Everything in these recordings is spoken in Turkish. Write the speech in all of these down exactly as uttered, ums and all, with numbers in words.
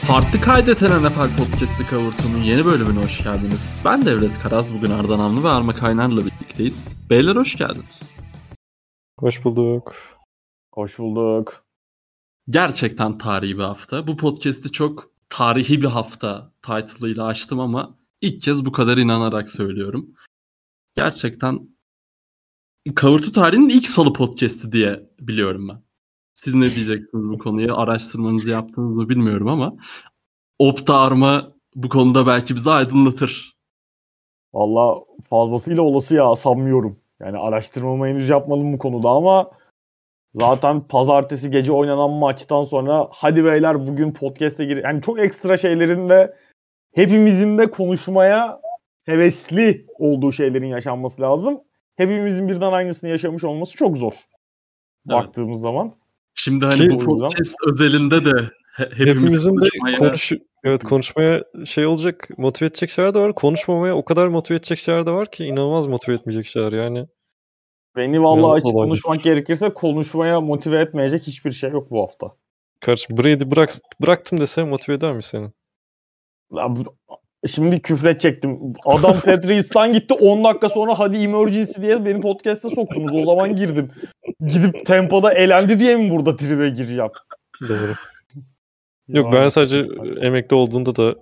Farklı Kaydeten N F L Podcast'ı Kavurtu'nun yeni bölümüne hoş geldiniz. Ben Devlet Karaz, bugün Arda Namlı ve Arma Kaynar'la birlikteyiz. Beyler hoş geldiniz. Hoş bulduk. Hoş bulduk. Gerçekten tarihi bir hafta. Bu podcast'i çok tarihi bir hafta title'ıyla açtım ama ilk kez bu kadar inanarak söylüyorum. Gerçekten Kavurtu tarihinin ilk salı podcast'i diye biliyorum ben. Siz ne diyeceksiniz bu konuya? Araştırmanızı yaptınız mı bilmiyorum ama Opta Arma bu konuda belki bizi aydınlatır. Valla fazlasıyla olası ya, sanmıyorum. Yani araştırmamı henüz yapmadım bu konuda ama zaten pazartesi gece oynanan maçtan sonra hadi beyler bugün podcast'e gir. Yani çok ekstra şeylerin ve hepimizin de konuşmaya hevesli olduğu şeylerin yaşanması lazım. Hepimizin birden aynısını yaşamış olması çok zor. Evet. Baktığımız zaman. Şimdi hani Ki, bu podcast özelinde de he, hepimiz hepimizin konuşmaya... de konuş evet konuşmaya şey olacak, motive edecek şeyler de var. Konuşmamaya o kadar motive edecek şeyler de var ki inanılmaz motive etmeyecek şeyler yani. Beni vallahi İnanılmaz açık olay. konuşmak gerekirse konuşmaya motive etmeyecek hiçbir şey yok bu hafta. Kardeşim Brady bırak, bıraktım dese motive eder mi seni? Ya bu, şimdi küfredecektim. Adam Patriots'tan gitti. on dakika sonra hadi emergency diye beni podcast'a soktunuz. O zaman girdim. Gidip Tampa'da elendi diye mi burada tribe gireceğim? Doğru. Yok ben sadece emekli olduğunda da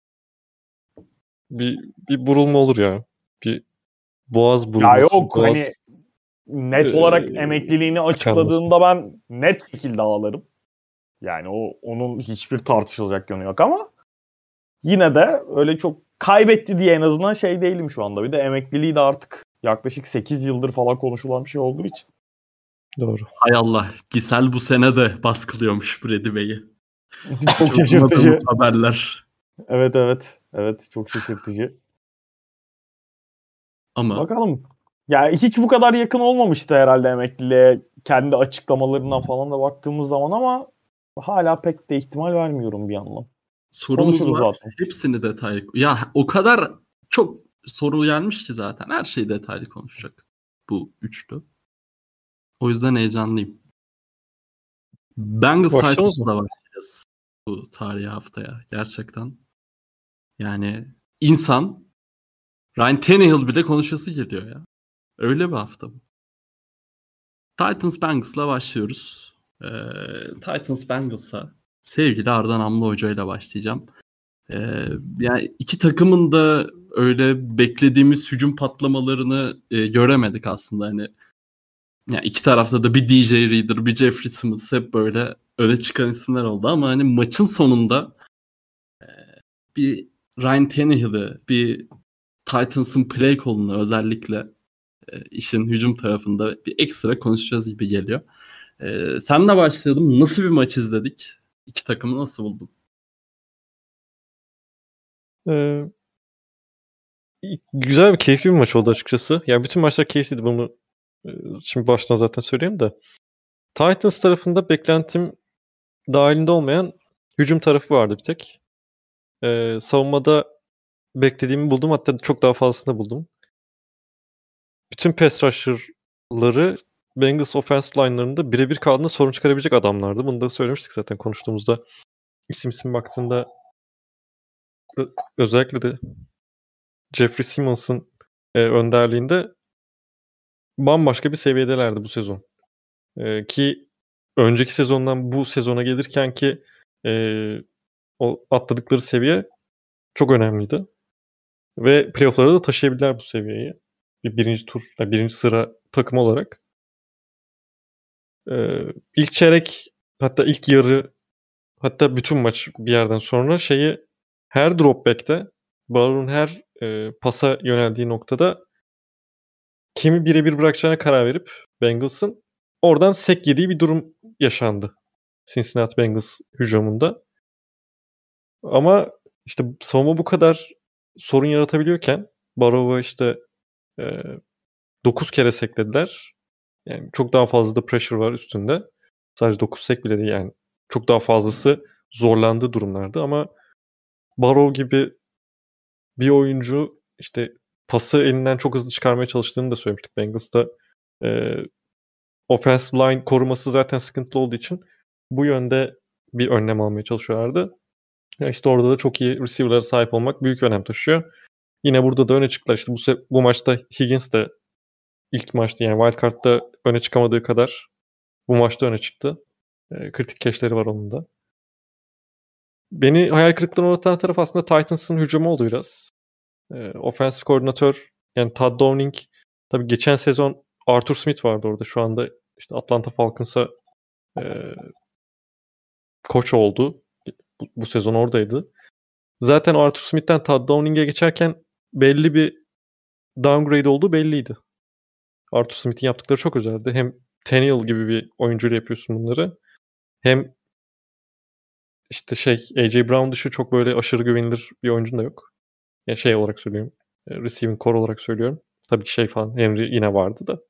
bir bir burulma olur ya. Bir boğaz burulması. Ya yok boğaz, hani net olarak ee, emekliliğini açıkladığında ben net şekilde ağlarım. Yani o onun hiçbir tartışılacak yönü yok ama yine de öyle çok kaybetti diye en azından şey değilim şu anda. Bir de emekliliği de artık yaklaşık sekiz yıldır falan konuşulan bir şey olduğu için. Doğru. Hay Allah, Gisel bu sene de baskılıyormuş Brady Bey'i. Çok şaşırtıcı. Haberler. Evet evet. Evet çok şaşırtıcı. Ama Bakalım. Ya hiç bu kadar yakın olmamıştı herhalde emekliliğe kendi açıklamalarından falan da baktığımız zaman ama hala pek de ihtimal vermiyorum bir yandan. sorumuz Konuşuruz var. zaten. Hepsini detaylı. Ya o kadar çok soru gelmiş ki zaten. Her şeyi detaylı konuşacak bu üçlü. O yüzden heyecanlıyım. Bengals Titans'la başlayacağız bu tarihi haftaya. Gerçekten. Yani insan Ryan Tannehill bile konuşası geliyor ya. Öyle bir hafta bu. Titans Bengals'la başlıyoruz. Ee, Titans Bengals'a sevgili Arda Namlı Hoca ile başlayacağım. Ee, yani iki takımın da öyle beklediğimiz hücum patlamalarını e, göremedik aslında. Hani yani iki tarafta da bir D J Reader, bir Jeffrey Simmons hep böyle öne çıkan isimler oldu ama hani maçın sonunda e, bir Ryan Tannehill'i, bir Titans'ın play call'unu özellikle e, işin hücum tarafında bir ekstra konuşacağız gibi geliyor. E, senle başlayalım. Nasıl bir maç izledik? İki takımı nasıl buldun? Ee, güzel bir keyifli bir maç oldu açıkçası. Yani bütün maçlar keyifliydi, bunu e, şimdi baştan zaten söyleyeyim de. Titans tarafında beklentim dahilinde olmayan hücum tarafı vardı bir tek. Ee, savunmada beklediğimi buldum, hatta çok daha fazlasını buldum. Bütün pass rusher'ları Bengals offensive line'larında birebir kaldığında sorun çıkarabilecek adamlardı. Bunu da söylemiştik zaten konuştuğumuzda. İsim isim baktığında ö- özellikle de Jeffrey Simmons'ın e, önderliğinde bambaşka bir seviyedelerdi bu sezon. E, ki önceki sezondan bu sezona gelirken ki e, o atladıkları seviye çok önemliydi. Ve playoff'lara da taşıyabildiler bu seviyeyi. Bir birinci tur, yani birinci sıra takım olarak. E, ilk çeyrek, hatta ilk yarı, hatta bütün maç bir yerden sonra şeyi, her drop back'te, Barrow'un her e, pasa yöneldiği noktada kimi birebir bırakacağına karar verip Bengals'ın oradan sek yediği bir durum yaşandı Cincinnati Bengals hücumunda. Ama işte savunma bu kadar sorun yaratabiliyorken Barrow'a işte e, dokuz kere seklediler. Yani çok daha fazla da pressure var üstünde. Sadece dokuz sek bile değil yani. Çok daha fazlası zorlandığı durumlardı ama Barrow gibi bir oyuncu işte pası elinden çok hızlı çıkarmaya çalıştığını da söylemiştik. Bengals'ta e, offensive line koruması zaten sıkıntılı olduğu için bu yönde bir önlem almaya çalışıyorlardı. Ya işte orada da çok iyi receiver'lara sahip olmak büyük önem taşıyor. Yine burada da öne çıktılar. İşte bu, se- bu maçta Higgins de ilk maçta yani Wildcard'da öne çıkamadığı kadar bu maçta öne çıktı. E, kritik catch'leri var onun da. Beni hayal kırıklığına uğratan taraf aslında Titans'ın hücumu oldu biraz. E, offensive koordinatör yani Todd Downing tabii geçen sezon Arthur Smith vardı orada. Şu anda işte Atlanta Falcons'a e, koç oldu. Bu, bu sezon oradaydı. Zaten Arthur Smith'ten Todd Downing'e geçerken belli bir downgrade olduğu belliydi. Arthur Smith'in yaptıkları çok özeldi. Hem Tannehill gibi bir oyuncuyla yapıyorsun bunları. Hem işte şey A J Brown dışı çok böyle aşırı güvenilir bir oyuncun da yok. Yani şey olarak söylüyorum. e, Receiving core olarak söylüyorum. Tabii ki şey falan Henry yine vardı da.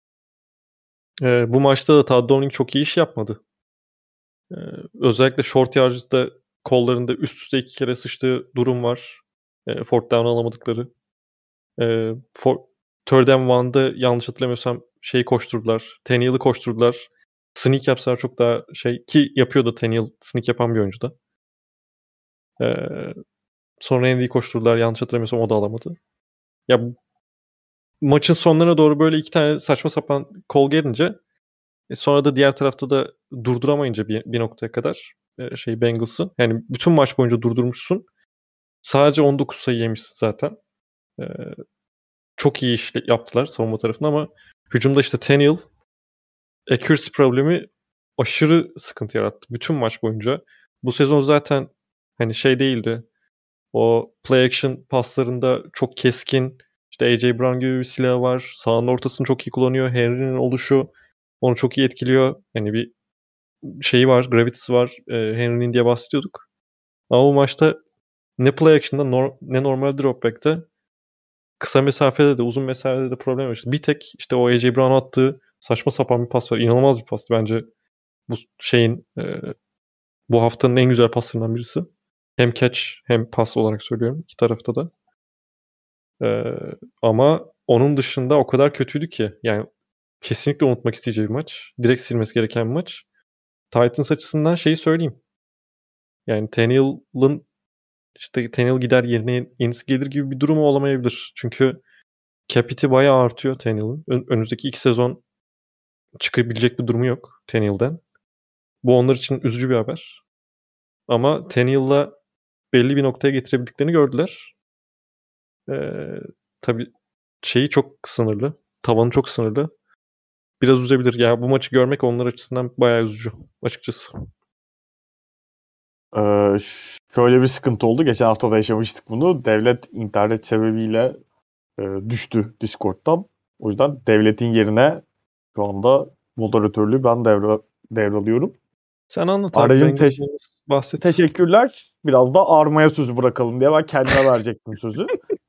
E, bu maçta da Todd Downing çok iyi iş yapmadı. E, özellikle short yardımda kollarında üst üste iki kere sıçtığı durum var. E, fourth down alamadıkları. E, for, third and one'da yanlış hatırlamıyorsam şeyi koşturdular. Tannehill'i koşturdular. Sneak yapsalar çok daha şey ki yapıyor da Tannehill sneak yapan bir oyuncu da. E, sonra Henry'i koşturdular. Yanlış hatırlamıyorsam o da alamadı. Ya maçın sonlarına doğru böyle iki tane saçma sapan kol gelince e, sonra da diğer tarafta da durduramayınca bir, bir noktaya kadar e, şey Bengals'ı yani bütün maç boyunca durdurmuşsun. Sadece on dokuz sayı yemişsin zaten. E, çok iyi iş yaptılar savunma tarafında ama hücumda işte Tannehill accuracy problemi aşırı sıkıntı yarattı. Bütün maç boyunca. Bu sezon zaten hani şey değildi. O play action paslarında çok keskin. İşte A J Brown gibi bir silahı var. Sahanın ortasını çok iyi kullanıyor. Henry'nin oluşu onu çok iyi etkiliyor. Yani bir şeyi var, gravity'si var. Ee, Henry'nin diye bahsediyorduk. Ama bu maçta ne play action'da nor- ne normal dropback'te kısa mesafede de uzun mesafede de problem yaşadı. Bir tek işte o A J Brown attığı saçma sapan bir pas var. İnanılmaz bir pastı bence. Bu şeyin e, bu haftanın en güzel paslarından birisi. Hem catch hem pas olarak söylüyorum. İki tarafta da. Ee, ama onun dışında o kadar kötüydü ki. Yani kesinlikle unutmak isteyeceği bir maç. Direkt silmesi gereken bir maç. Titans açısından şeyi söyleyeyim. Yani Tannehill'ın işte Tannehill gider yerine yenisi gelir gibi bir durumu olamayabilir. Çünkü capit'i bayağı artıyor Tannehill'ın. Ön- önümüzdeki iki sezon çıkabilecek bir durumu yok Tannehill'den. Bu onlar için üzücü bir haber. Ama Tannehill'la belli bir noktaya getirebildiklerini gördüler. Ee, tabii şeyi çok sınırlı. Tavanı çok sınırlı. Biraz üzebilir. Ya bu maçı görmek onlar açısından bayağı üzücü açıkçası. Ee, şöyle bir sıkıntı oldu. Geçen hafta da yaşamıştık bunu. Devlet internet sebebiyle e, düştü Discord'dan. O yüzden devletin yerine şu anda moderatörlüğü ben devre, devralıyorum. Sen anlat abi. Aracım Bengals te- bahset. teşekkürler. Biraz da Arma'ya sözü bırakalım diye ben kendime verecektim sözü.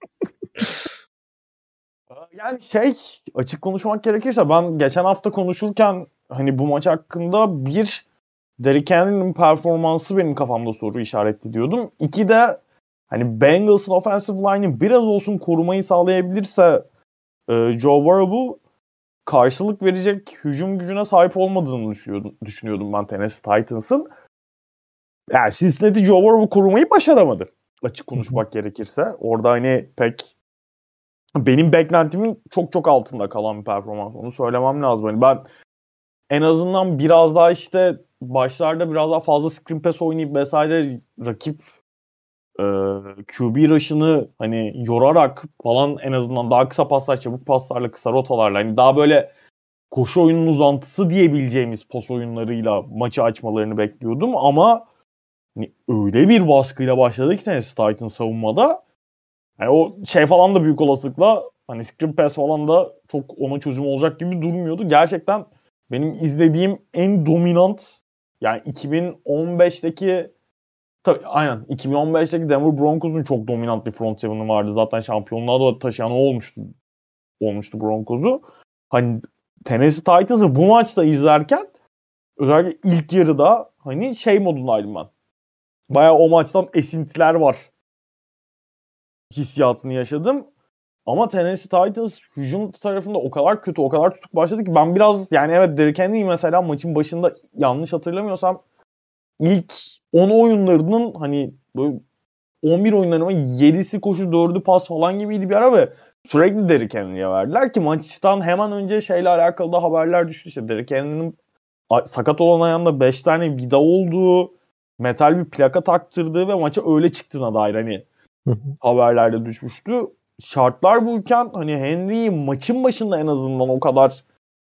Yani şey açık konuşmak gerekirse ben geçen hafta konuşurken hani bu maç hakkında bir Derrick Henry'nin performansı benim kafamda soru işaretli diyordum. İki de hani Bengals'ın offensive line'ı biraz olsun korumayı sağlayabilirse e, Joe Burrow'u karşılık verecek hücum gücüne sahip olmadığını düşünüyordum, düşünüyordum ben Tennessee Titans'ın. Yani Cincinnati Joe Burrow'u korumayı başaramadı. Açık konuşmak gerekirse. Orada hani pek benim beklentimin çok çok altında kalan bir performans. Onu söylemem lazım. Hani ben en azından biraz daha işte başlarda biraz daha fazla screen pass oynayıp vesaire rakip e, Q B rush'ını hani yorarak falan en azından daha kısa paslar, çabuk paslarla, kısa rotalarla hani daha böyle koşu oyunun uzantısı diyebileceğimiz pas oyunlarıyla maçı açmalarını bekliyordum ama hani öyle bir baskıyla başladı ki Tennessee Titan savunmada. Yani o şey falan da büyük olasılıkla hani screen pass falan da çok ona çözüm olacak gibi durmuyordu. Gerçekten benim izlediğim en dominant yani iki bin on beşteki tabii aynen iki bin on beşteki Denver Broncos'un çok dominant bir front seven'ı vardı. Zaten şampiyonluğa da taşıyan o olmuştu. Olmuştu Broncos'u. Hani Tennessee Titans'ı bu maçta izlerken özellikle ilk yarıda hani şey modundaydım ben. Bayağı o maçtan esintiler var hissiyatını yaşadım. Ama Tennessee Titans hücum tarafında o kadar kötü, o kadar tutuk başladı ki ben biraz yani evet Derrick Henry mesela maçın başında yanlış hatırlamıyorsam ilk on oyunlarının hani böyle on bir oyundan ama yedisi koşu dördü pas falan gibiydi bir ara ve sürekli Derrick Henry'e verdiler ki maçtan hemen önce şeyle alakalı da haberler düştü. İşte Derrick Henry'nin sakat olan ayağında beş tane vida olduğu, metal bir plaka taktırdığı ve maça öyle çıktığına dair hani haberlerde düşmüştü. Şartlar buyken hani Henry'yi maçın başında en azından o kadar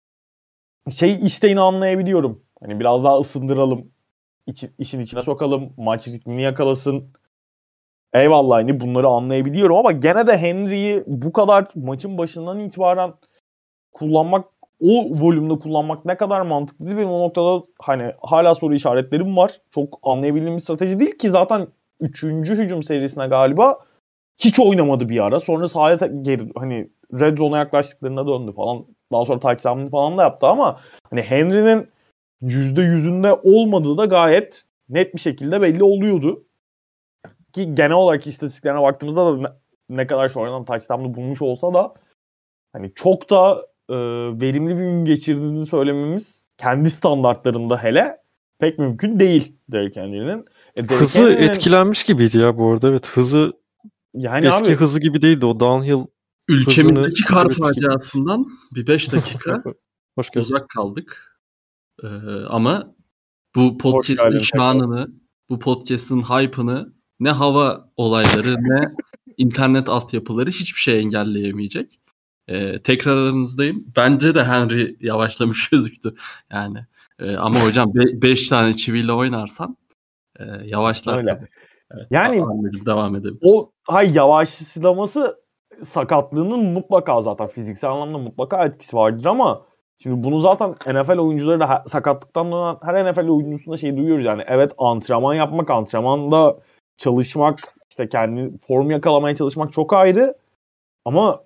şey isteğini anlayabiliyorum. Hani biraz daha ısındıralım, içi, işin içine sokalım, maç ritmini yakalasın. Eyvallah hani bunları anlayabiliyorum ama gene de Henry'yi bu kadar maçın başından itibaren kullanmak, o volümde kullanmak ne kadar mantıklı değil. Benim o noktada hani hala soru işaretlerim var. Çok anlayabildiğim bir strateji değil ki zaten üçüncü hücum serisine galiba hiç oynamadı bir ara. Sonra sahaya geri hani red zone'a yaklaştıklarına döndü falan. Daha sonra touchdown'ını falan da yaptı ama hani Henry'nin yüzde yüzünde olmadığı da gayet net bir şekilde belli oluyordu. Ki genel olarak istatistiklerine baktığımızda da ne, ne kadar şu an touchdown'ı bulmuş olsa da hani çok da e, verimli bir gün geçirdiğini söylememiz kendi standartlarında hele pek mümkün değil Derrick Henry'nin. E, hızı Henry'nin... etkilenmiş gibiydi ya bu arada. Evet, hızı yani eski abi, hızı gibi değildi. O downhill ülkemizdeki kar faciasından bir beş dakika Hoş uzak kaldık. Ee, ama bu podcast'in şanını, bu podcast'in hype'ını ne hava olayları ne internet altyapıları hiçbir şey engelleyemeyecek. Ee, tekrar aranızdayım. Bence de Henry yavaşlamış gözüktü. Yani e, ama hocam beş tane çiviyle oynarsan e, yavaşlar öyle. Tabii. Evet, yani anladım, devam edebiliriz. O hay yavaşlaması sakatlığının mutlaka zaten fiziksel anlamda mutlaka etkisi vardır ama şimdi bunu zaten N F L oyuncuları da sakatlıktan dönen her N F L oyuncusunda şey duyuyoruz yani. Evet, antrenman yapmak, antrenmanda çalışmak, işte kendi form yakalamaya çalışmak çok ayrı ama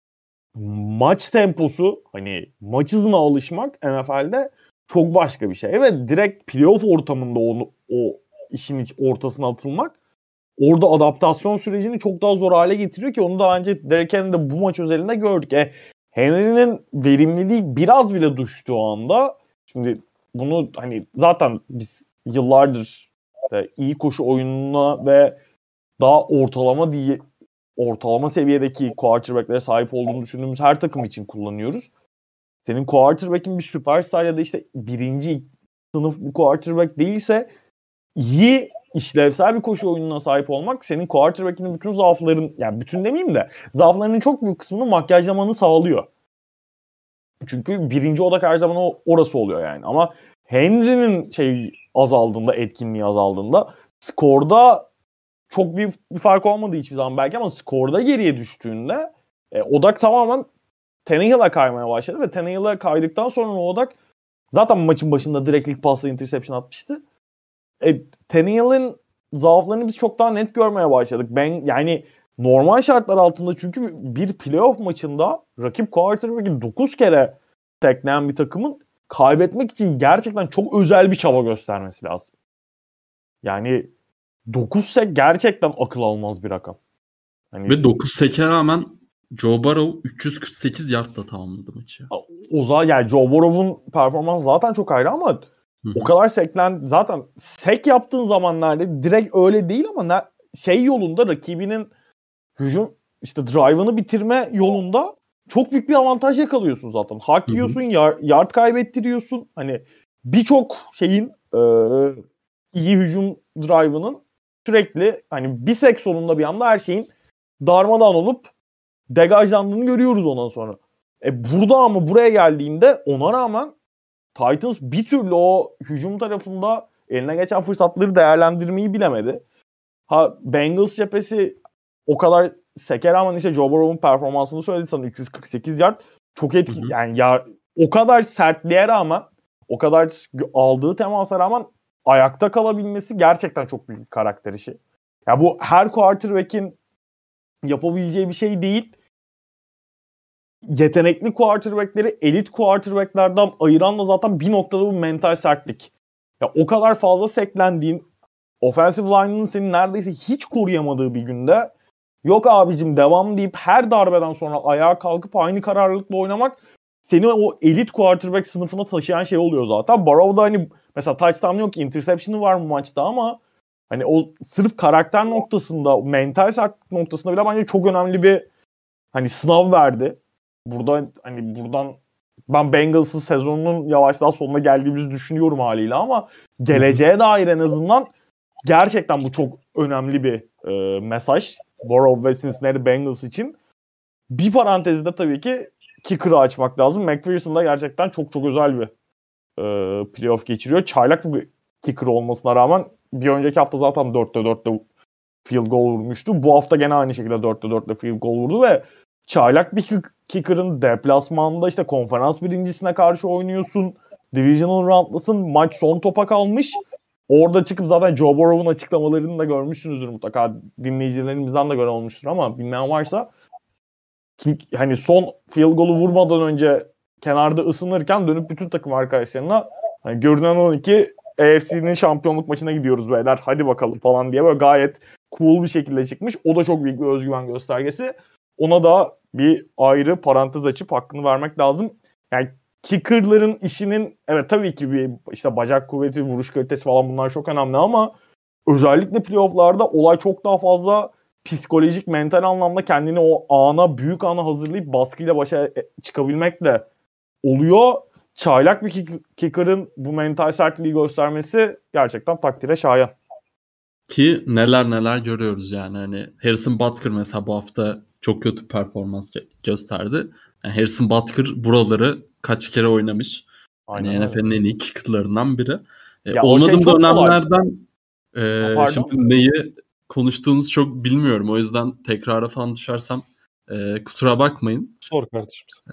maç temposu, hani maç hızına alışmak N F L'de çok başka bir şey. Evet, direkt playoff ortamında onu, o işin iç ortasına atılmak orada adaptasyon sürecini çok daha zor hale getiriyor ki onu daha önce Derrick Henry'de bu maç özelinde gördük. E, Henry'nin verimliliği biraz bile düştüğü anda, şimdi bunu hani zaten biz yıllardır işte iyi koşu oyununa ve daha ortalama diye ortalama seviyedeki quarterback'lere sahip olduğunu düşündüğümüz her takım için kullanıyoruz. Senin quarterback'in bir süperstar ya da işte birinci sınıf bir quarterback değilse iyi işlevsel bir koşu oyununa sahip olmak senin quarterback'inin bütün zaafların, yani bütün demeyeyim de zaaflarının çok büyük kısmını makyajlamanı sağlıyor. Çünkü birinci odak her zaman orası oluyor yani. Ama Henry'nin şey azaldığında, etkinliği azaldığında skorda çok büyük bir fark olmadığı hiçbir zaman belki ama skorda geriye düştüğünde e, odak tamamen Tannehill'a kaymaya başladı ve Tannehill'a kaydıktan sonra o odak zaten maçın başında direkt ilk pasla interception atmıştı. E, Tannehill'in zaaflarını biz çok daha net görmeye başladık. Ben yani normal şartlar altında, çünkü bir playoff maçında rakip quarterback'i dokuz kere tekleyen bir takımın kaybetmek için gerçekten çok özel bir çaba göstermesi lazım. Yani dokuz sek gerçekten akıl almaz bir rakam. Hani... Ve dokuz seke rağmen Joe Burrow üç yüz kırk sekiz yardla tamamladı maçı. O zaman yani Joe Burrow'un performansı zaten çok ayrı ama Hı-hı. o kadar seklen zaten sek yaptığın zamanlarda direkt öyle değil ama ne, şey yolunda rakibinin hücum işte drive'ını bitirme yolunda çok büyük bir avantaj yakalıyorsun zaten. Hak yiyorsun, yard, yard kaybettiriyorsun. Hani birçok şeyin e, iyi hücum drive'ının sürekli hani bir sek sonunda bir anda her şeyin darmadağın olup degajlandığını görüyoruz ondan sonra. E burada ama buraya geldiğinde ona rağmen Titans bir türlü o hücum tarafında eline geçen fırsatları değerlendirmeyi bilemedi. Ha, Bengals cephesi o kadar seke rağmen işte Joe Burrow'un performansını söyledi sana, üç yüz kırk sekiz yard. Çok etkili. Hı hı. Yani ya, o kadar sertliğe rağmen, o kadar aldığı temasa rağmen ayakta kalabilmesi gerçekten çok büyük bir karakter işi. Ya bu her quarterback'in yapabileceği bir şey değil. Yetenekli quarterback'leri elit quarterback'lerden ayıran da zaten bir noktada bu mental sertlik. Ya o kadar fazla seklendiğin, offensive line'ın seni neredeyse hiç koruyamadığı bir günde yok abicim devam deyip her darbeden sonra ayağa kalkıp aynı kararlılıkla oynamak seni o elit quarterback sınıfına taşıyan şey oluyor zaten. Burrow'da hani mesela touchdown yok, interception'ı var bu maçta ama hani o sırf karakter noktasında, mental sertlik noktasında bile bence çok önemli bir hani sınav verdi. Burada hani buradan ben Bengals'ın sezonunun yavaştan sonuna geldiğimizi düşünüyorum haliyle ama geleceğe dair en azından gerçekten bu çok önemli bir e, mesaj. Burrow ve Cincinnati Bengals için. Bir parantezde tabii ki kicker'ı açmak lazım. McPherson da gerçekten çok çok özel bir e, playoff geçiriyor. Çaylak bir kicker olmasına rağmen bir önceki hafta zaten dörtte dörtte field goal vurmuştu. Bu hafta gene aynı şekilde dörtte dörtte field goal vurdu ve çaylak bir kicker'ın deplasmanında işte konferans birincisine karşı oynuyorsun. Divisional round'lasın. Maç son topa kalmış. Orada çıkıp zaten Joe Burrow'un açıklamalarını da görmüşsünüzdür mutlaka. Dinleyicilerimizden de gören olmuştur ama bilmeyen varsa hani son field goal'u vurmadan önce kenarda ısınırken dönüp bütün takım arkadaşlarına hani görünen on iki A F C'nin şampiyonluk maçına gidiyoruz beyler hadi bakalım falan diye böyle gayet cool bir şekilde çıkmış. O da çok büyük bir özgüven göstergesi. Ona da bir ayrı parantez açıp hakkını vermek lazım. Yani kicker'ların işinin evet tabii ki bir işte bacak kuvveti, vuruş kalitesi falan bunlar çok önemli ama özellikle playoff'larda olay çok daha fazla psikolojik, mental anlamda kendini o ana, büyük ana hazırlayıp baskıyla başa çıkabilmekle oluyor. Çaylak bir kicker'ın bu mental sertliği göstermesi gerçekten takdire şayan. Ki neler neler görüyoruz yani. Hani Harrison Butker mesela bu hafta çok kötü performans gösterdi. Yani Harrison Butker buraları kaç kere oynamış. Aynen hani N F L'nin en iyi kicker'larından biri. E, olmadığım şey dönemlerden e, şimdi neyi konuştuğunuz çok bilmiyorum. O yüzden tekrara falan düşersem e, kusura bakmayın. Sor kardeşim. E,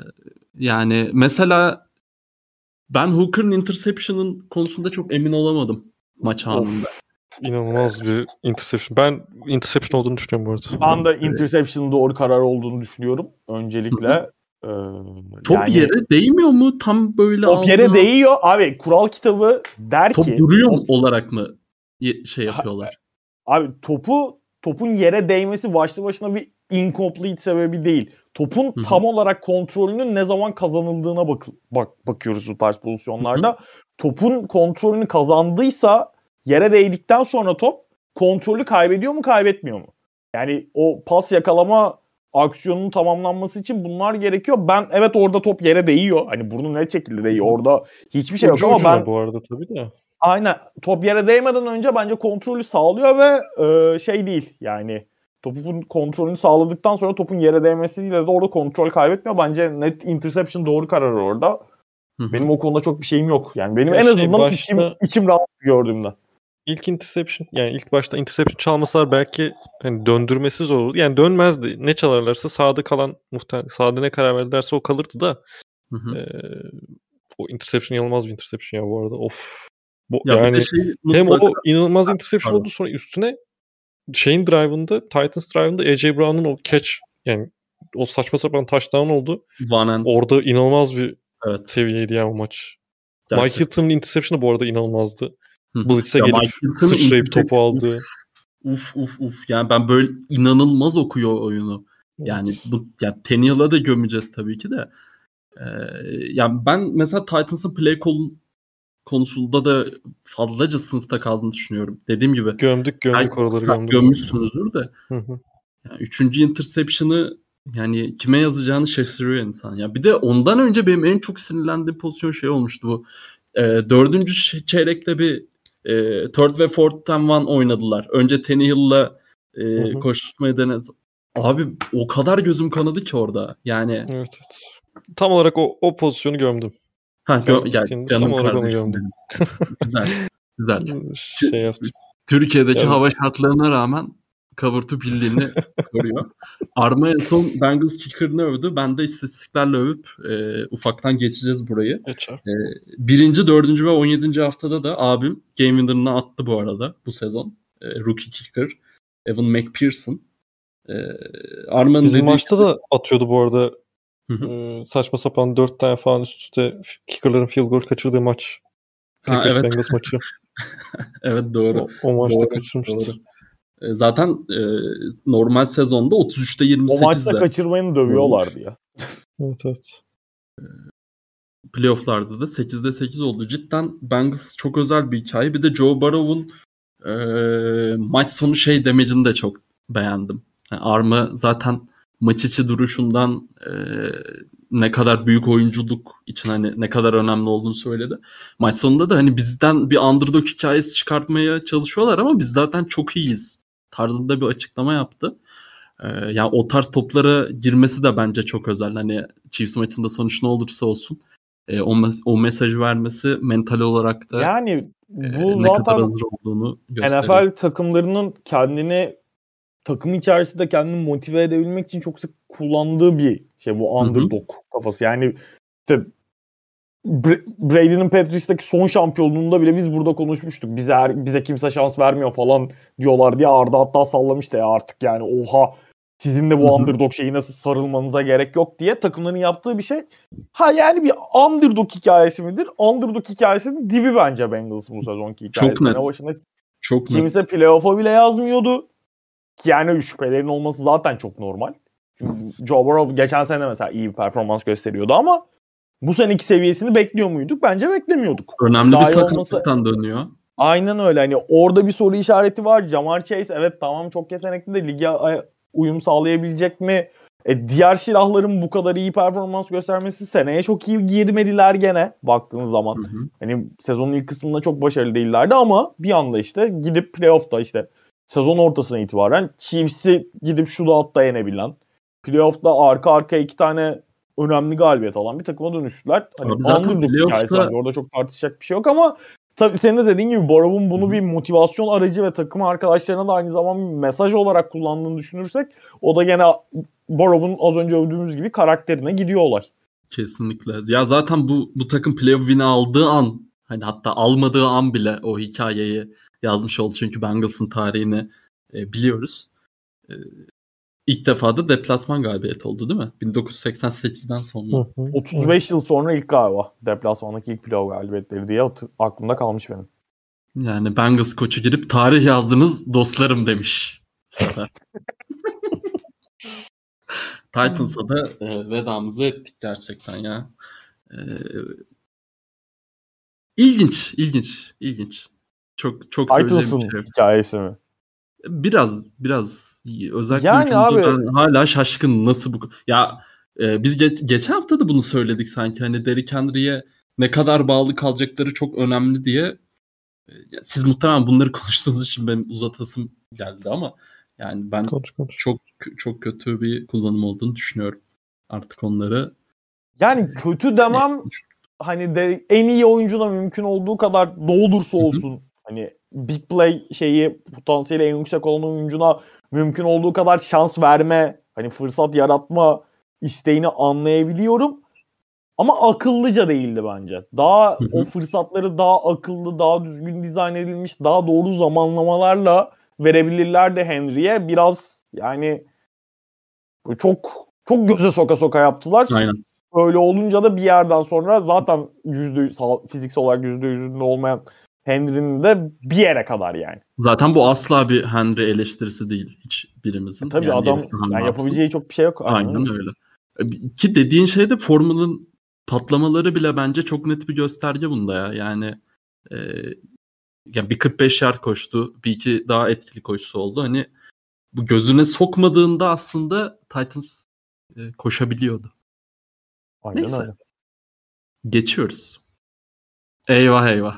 yani mesela ben Hooker'ın interception'ın konusunda çok emin olamadım maç anında. İnanılmaz bir interception. Ben interception olduğunu düşünüyorum bu arada. Ben de interception'ın doğru karar olduğunu düşünüyorum. Öncelikle. ee, top yani, yere değmiyor mu? Tam böyle top yere aldı. Değiyor. Abi kural kitabı der top ki. Top duruyor top, olarak mı şey yapıyorlar? Abi topu topun yere değmesi başlı başına bir incomplete sebebi değil. Topun Hı-hı. tam olarak kontrolünün ne zaman kazanıldığına bak, bak bakıyoruz bu tarz pozisyonlarda. Hı-hı. Topun kontrolünü kazandıysa yere değdikten sonra top kontrolü kaybediyor mu kaybetmiyor mu? Yani o pas yakalama aksiyonunun tamamlanması için bunlar gerekiyor. Ben evet orada top yere değiyor. Hani burnu ne şekilde değiyor. Orada hiçbir şey ucu yok ama ben bu arada tabii de. Aynen. Top yere değmeden önce bence kontrolü sağlıyor ve e, şey değil yani topun kontrolünü sağladıktan sonra topun yere değmesiyle de orada kontrol kaybetmiyor. Bence net interception doğru karar orada. Hı-hı. Benim o konuda çok bir şeyim yok. Yani benim ya en şey azından başta, içim, içim rahat gördüğümde. İlk interception yani ilk başta interception çalmasalar belki hani döndürmesi zor olur. Yani dönmezdi. Ne çalarlarsa sağda kalan muhtemelen sağda ne karar verdilerse o kalırdı da. E, o interception inanılmaz bir interception ya bu arada. Of. Bu, ya yani şey, hem mutlaka... o inanılmaz interception oldu sonra üstüne şeyin drive'ında Titans drive'ında A J Brown'un o catch yani o saçma sapan touchdown oldu. Orada inanılmaz bir evet. seviyeydi ya o maç. Gerçekten. Mike Hilton'un interception'ı bu arada inanılmazdı. Blitz'e gelip sıçrayıp topu aldı. Uf uf uf. Yani ben böyle inanılmaz okuyor oyunu. Yani evet. bu yani Tannehill'a da gömeceğiz tabii ki de. Ee, yani ben mesela Titans'ın play call konusunda da fazlaca sınıfta kaldığını düşünüyorum. Dediğim gibi. Gömdük gömdük yani, oraları gömdük. Gömmüşsünüzdür de. Hı hı. Yani üçüncü interception'ı yani kime yazacağını şaşırıyor insan. Ya bir de ondan önce benim en çok sinirlendiğim pozisyon şey olmuştu bu. E, dördüncü çeyrekte bir e, third ve fourth and one oynadılar. Önce Tannehill'la e, koşturmayı denedi. Abi o kadar gözüm kanadı ki orada. Yani. Evet, evet. Tam olarak o, o pozisyonu gömdüm. Ha, gö- yani canım kardeşim benim. Güzel. Güzel. Şey yaptım. Türkiye'deki yani, hava şartlarına rağmen cover two bildiğini koruyor. Arma en son Bengals kicker'ını övdü. Ben de istatistiklerle övüp e, ufaktan geçeceğiz burayı. E, birinci, dördüncü ve on yedinci haftada da abim Game Winner'ını attı bu arada bu sezon. E, rookie kicker Evan McPherson. E, Arma'nın Bizim dediği maçta gibi... da atıyordu bu arada. E, saçma sapan dört tane falan üst üste kicker'ların field goal kaçırdığı maç. Ha, evet. Bengals maçı. Evet doğru. O, o maçta doğru, kaçırmıştı. Doğru. Zaten e, normal sezonda otuz üçte yirmi sekizde. O maçta kaçırmayını dövüyorlardı ya. Evet evet. Playoff'larda da sekizde sekiz oldu. Cidden Bengals çok özel bir hikaye. Bir de Joe Burrow'un Ee, maç sonu şey demecini de çok beğendim. Yani Arma zaten maç içi duruşundan e, ne kadar büyük oyunculuk için hani ne kadar önemli olduğunu söyledi. Maç sonunda da hani bizden bir underdog hikayesi çıkartmaya çalışıyorlar ama biz zaten çok iyiyiz tarzında bir açıklama yaptı. Ee, yani o tarz toplara girmesi de bence çok özel. Hani Chiefs maçında sonuç ne olursa olsun e, o, mes- o mesajı vermesi mental olarak da Yani e, bu ne kadar zaten hazır olduğunu N F gösteriyor. L takımlarının kendini takım içerisinde kendini motive edebilmek için çok sık kullandığı bir şey bu Hı hı. underdog kafası. Yani işte Br- Brady'nin Patriots'taki son şampiyonluğunda bile biz burada konuşmuştuk. Bize her- bize kimse şans vermiyor falan diyorlar diye Arda hatta sallamıştı ya artık yani oha sizin de bu Hı hı. underdog şeyi nasıl sarılmanıza gerek yok diye takımların yaptığı bir şey. Ha yani bir underdog hikayesi midir? Underdog hikayesinin dibi bence Bengals'ın bu sezonki hikayesi. Çok net. Sene başında Çok kimse net. playoff'a bile yazmıyordu. Ki yani şüphelerin olması zaten çok normal. Çünkü Joe Burrow geçen sene mesela iyi bir performans gösteriyordu ama bu seneki seviyesini bekliyor muyduk? Bence beklemiyorduk. Önemli bir Daha iyi olması sakatlıktan dönüyor. aynen öyle. Hani orada bir soru işareti var. Jamar Chase evet tamam çok yetenekli de lige ay- uyum sağlayabilecek mi? E, diğer silahların bu kadar iyi performans göstermesi seneye çok iyi girmediler gene baktığın zaman. Hı hı. Hani sezonun ilk kısmında çok başarılı değillerdi ama bir anda işte gidip playoff'ta işte sezon ortasına itibaren Chiefs'i gidip shootout'ta yenebilen, playoff'ta arka arkaya iki tane önemli galibiyet alan bir takıma dönüştüler. Hani Abi zaten underdog hikayesi playoff'ta bence orada çok tartışacak bir şey yok ama tabii senin de dediğin gibi Borrow'un bunu Hı-hı. bir motivasyon aracı ve takım arkadaşlarına da aynı zamanda bir mesaj olarak kullandığını düşünürsek o da gene Borrow'un az önce övdüğümüz gibi karakterine gidiyor olay. Kesinlikle. Ya zaten bu bu takım playoff win'i aldığı an hani hatta almadığı an bile o hikayeyi yazmış oldu. Çünkü Bengals'ın tarihini e, biliyoruz. E, ilk defa da deplasman galibiyeti oldu değil mi? bin dokuz yüz seksen sekizden sonra. Hı hı. otuz beş yıl sonra ilk galiba deplasmandaki ilk playoff galibiyetleri diye at- aklımda kalmış benim. Yani Bengals koçu girip tarih yazdınız dostlarım demiş. Bu sefer. Titans'a da e, vedamızı ettik gerçekten ya. E, ilginç, ilginç, ilginç. Çok çok söyleyeceğim bir Titans'ın şey yok. hikayesi mi? Biraz biraz özellikle Yani hücumda abi ben hala şaşkın nasıl bu ya e, biz geç, geçen hafta da bunu söyledik sanki hani Derrick Henry'e ne kadar bağlı kalacakları çok önemli diye. E, ya siz muhtemelen bunları konuştuğunuz için benim uzatasım geldi ama yani ben Konuş konuş. çok çok kötü bir kullanım olduğunu düşünüyorum. Artık onları yani kötü demem hani de en iyi oyuncuna mümkün olduğu kadar ne olursa Hı hı. olsun hani big play şeyi potansiyeli en yüksek olan oyuncuna mümkün olduğu kadar şans verme, hani fırsat yaratma isteğini anlayabiliyorum. Ama akıllıca değildi bence. Daha Hı o hı. fırsatları daha akıllı, daha düzgün dizayn edilmiş, daha doğru zamanlamalarla verebilirlerdi Henry'e. Biraz yani çok çok göze soka soka yaptılar. Aynen. Öyle olunca da bir yerden sonra zaten yüzde fiziksel olarak yüzde yüzünde olmayan Henry'nin de bir yere kadar yani. Zaten bu asla bir Henry eleştirisi değil E hiçbirimizin. tabii Yani adam herif daha yani ne yapsın? yapabileceği çok bir şey yok. Aynen Aynen öyle. öyle. E, Ki dediğin şey de formunun patlamaları bile bence çok net bir gösterge bunda ya. Yani e, ya bir kırk beş yard koştu. Bir iki daha etkili koşusu oldu. Hani bu gözüne sokmadığında aslında Titans e, koşabiliyordu. Aynen Neyse. öyle. Geçiyoruz. Eyvah eyvah.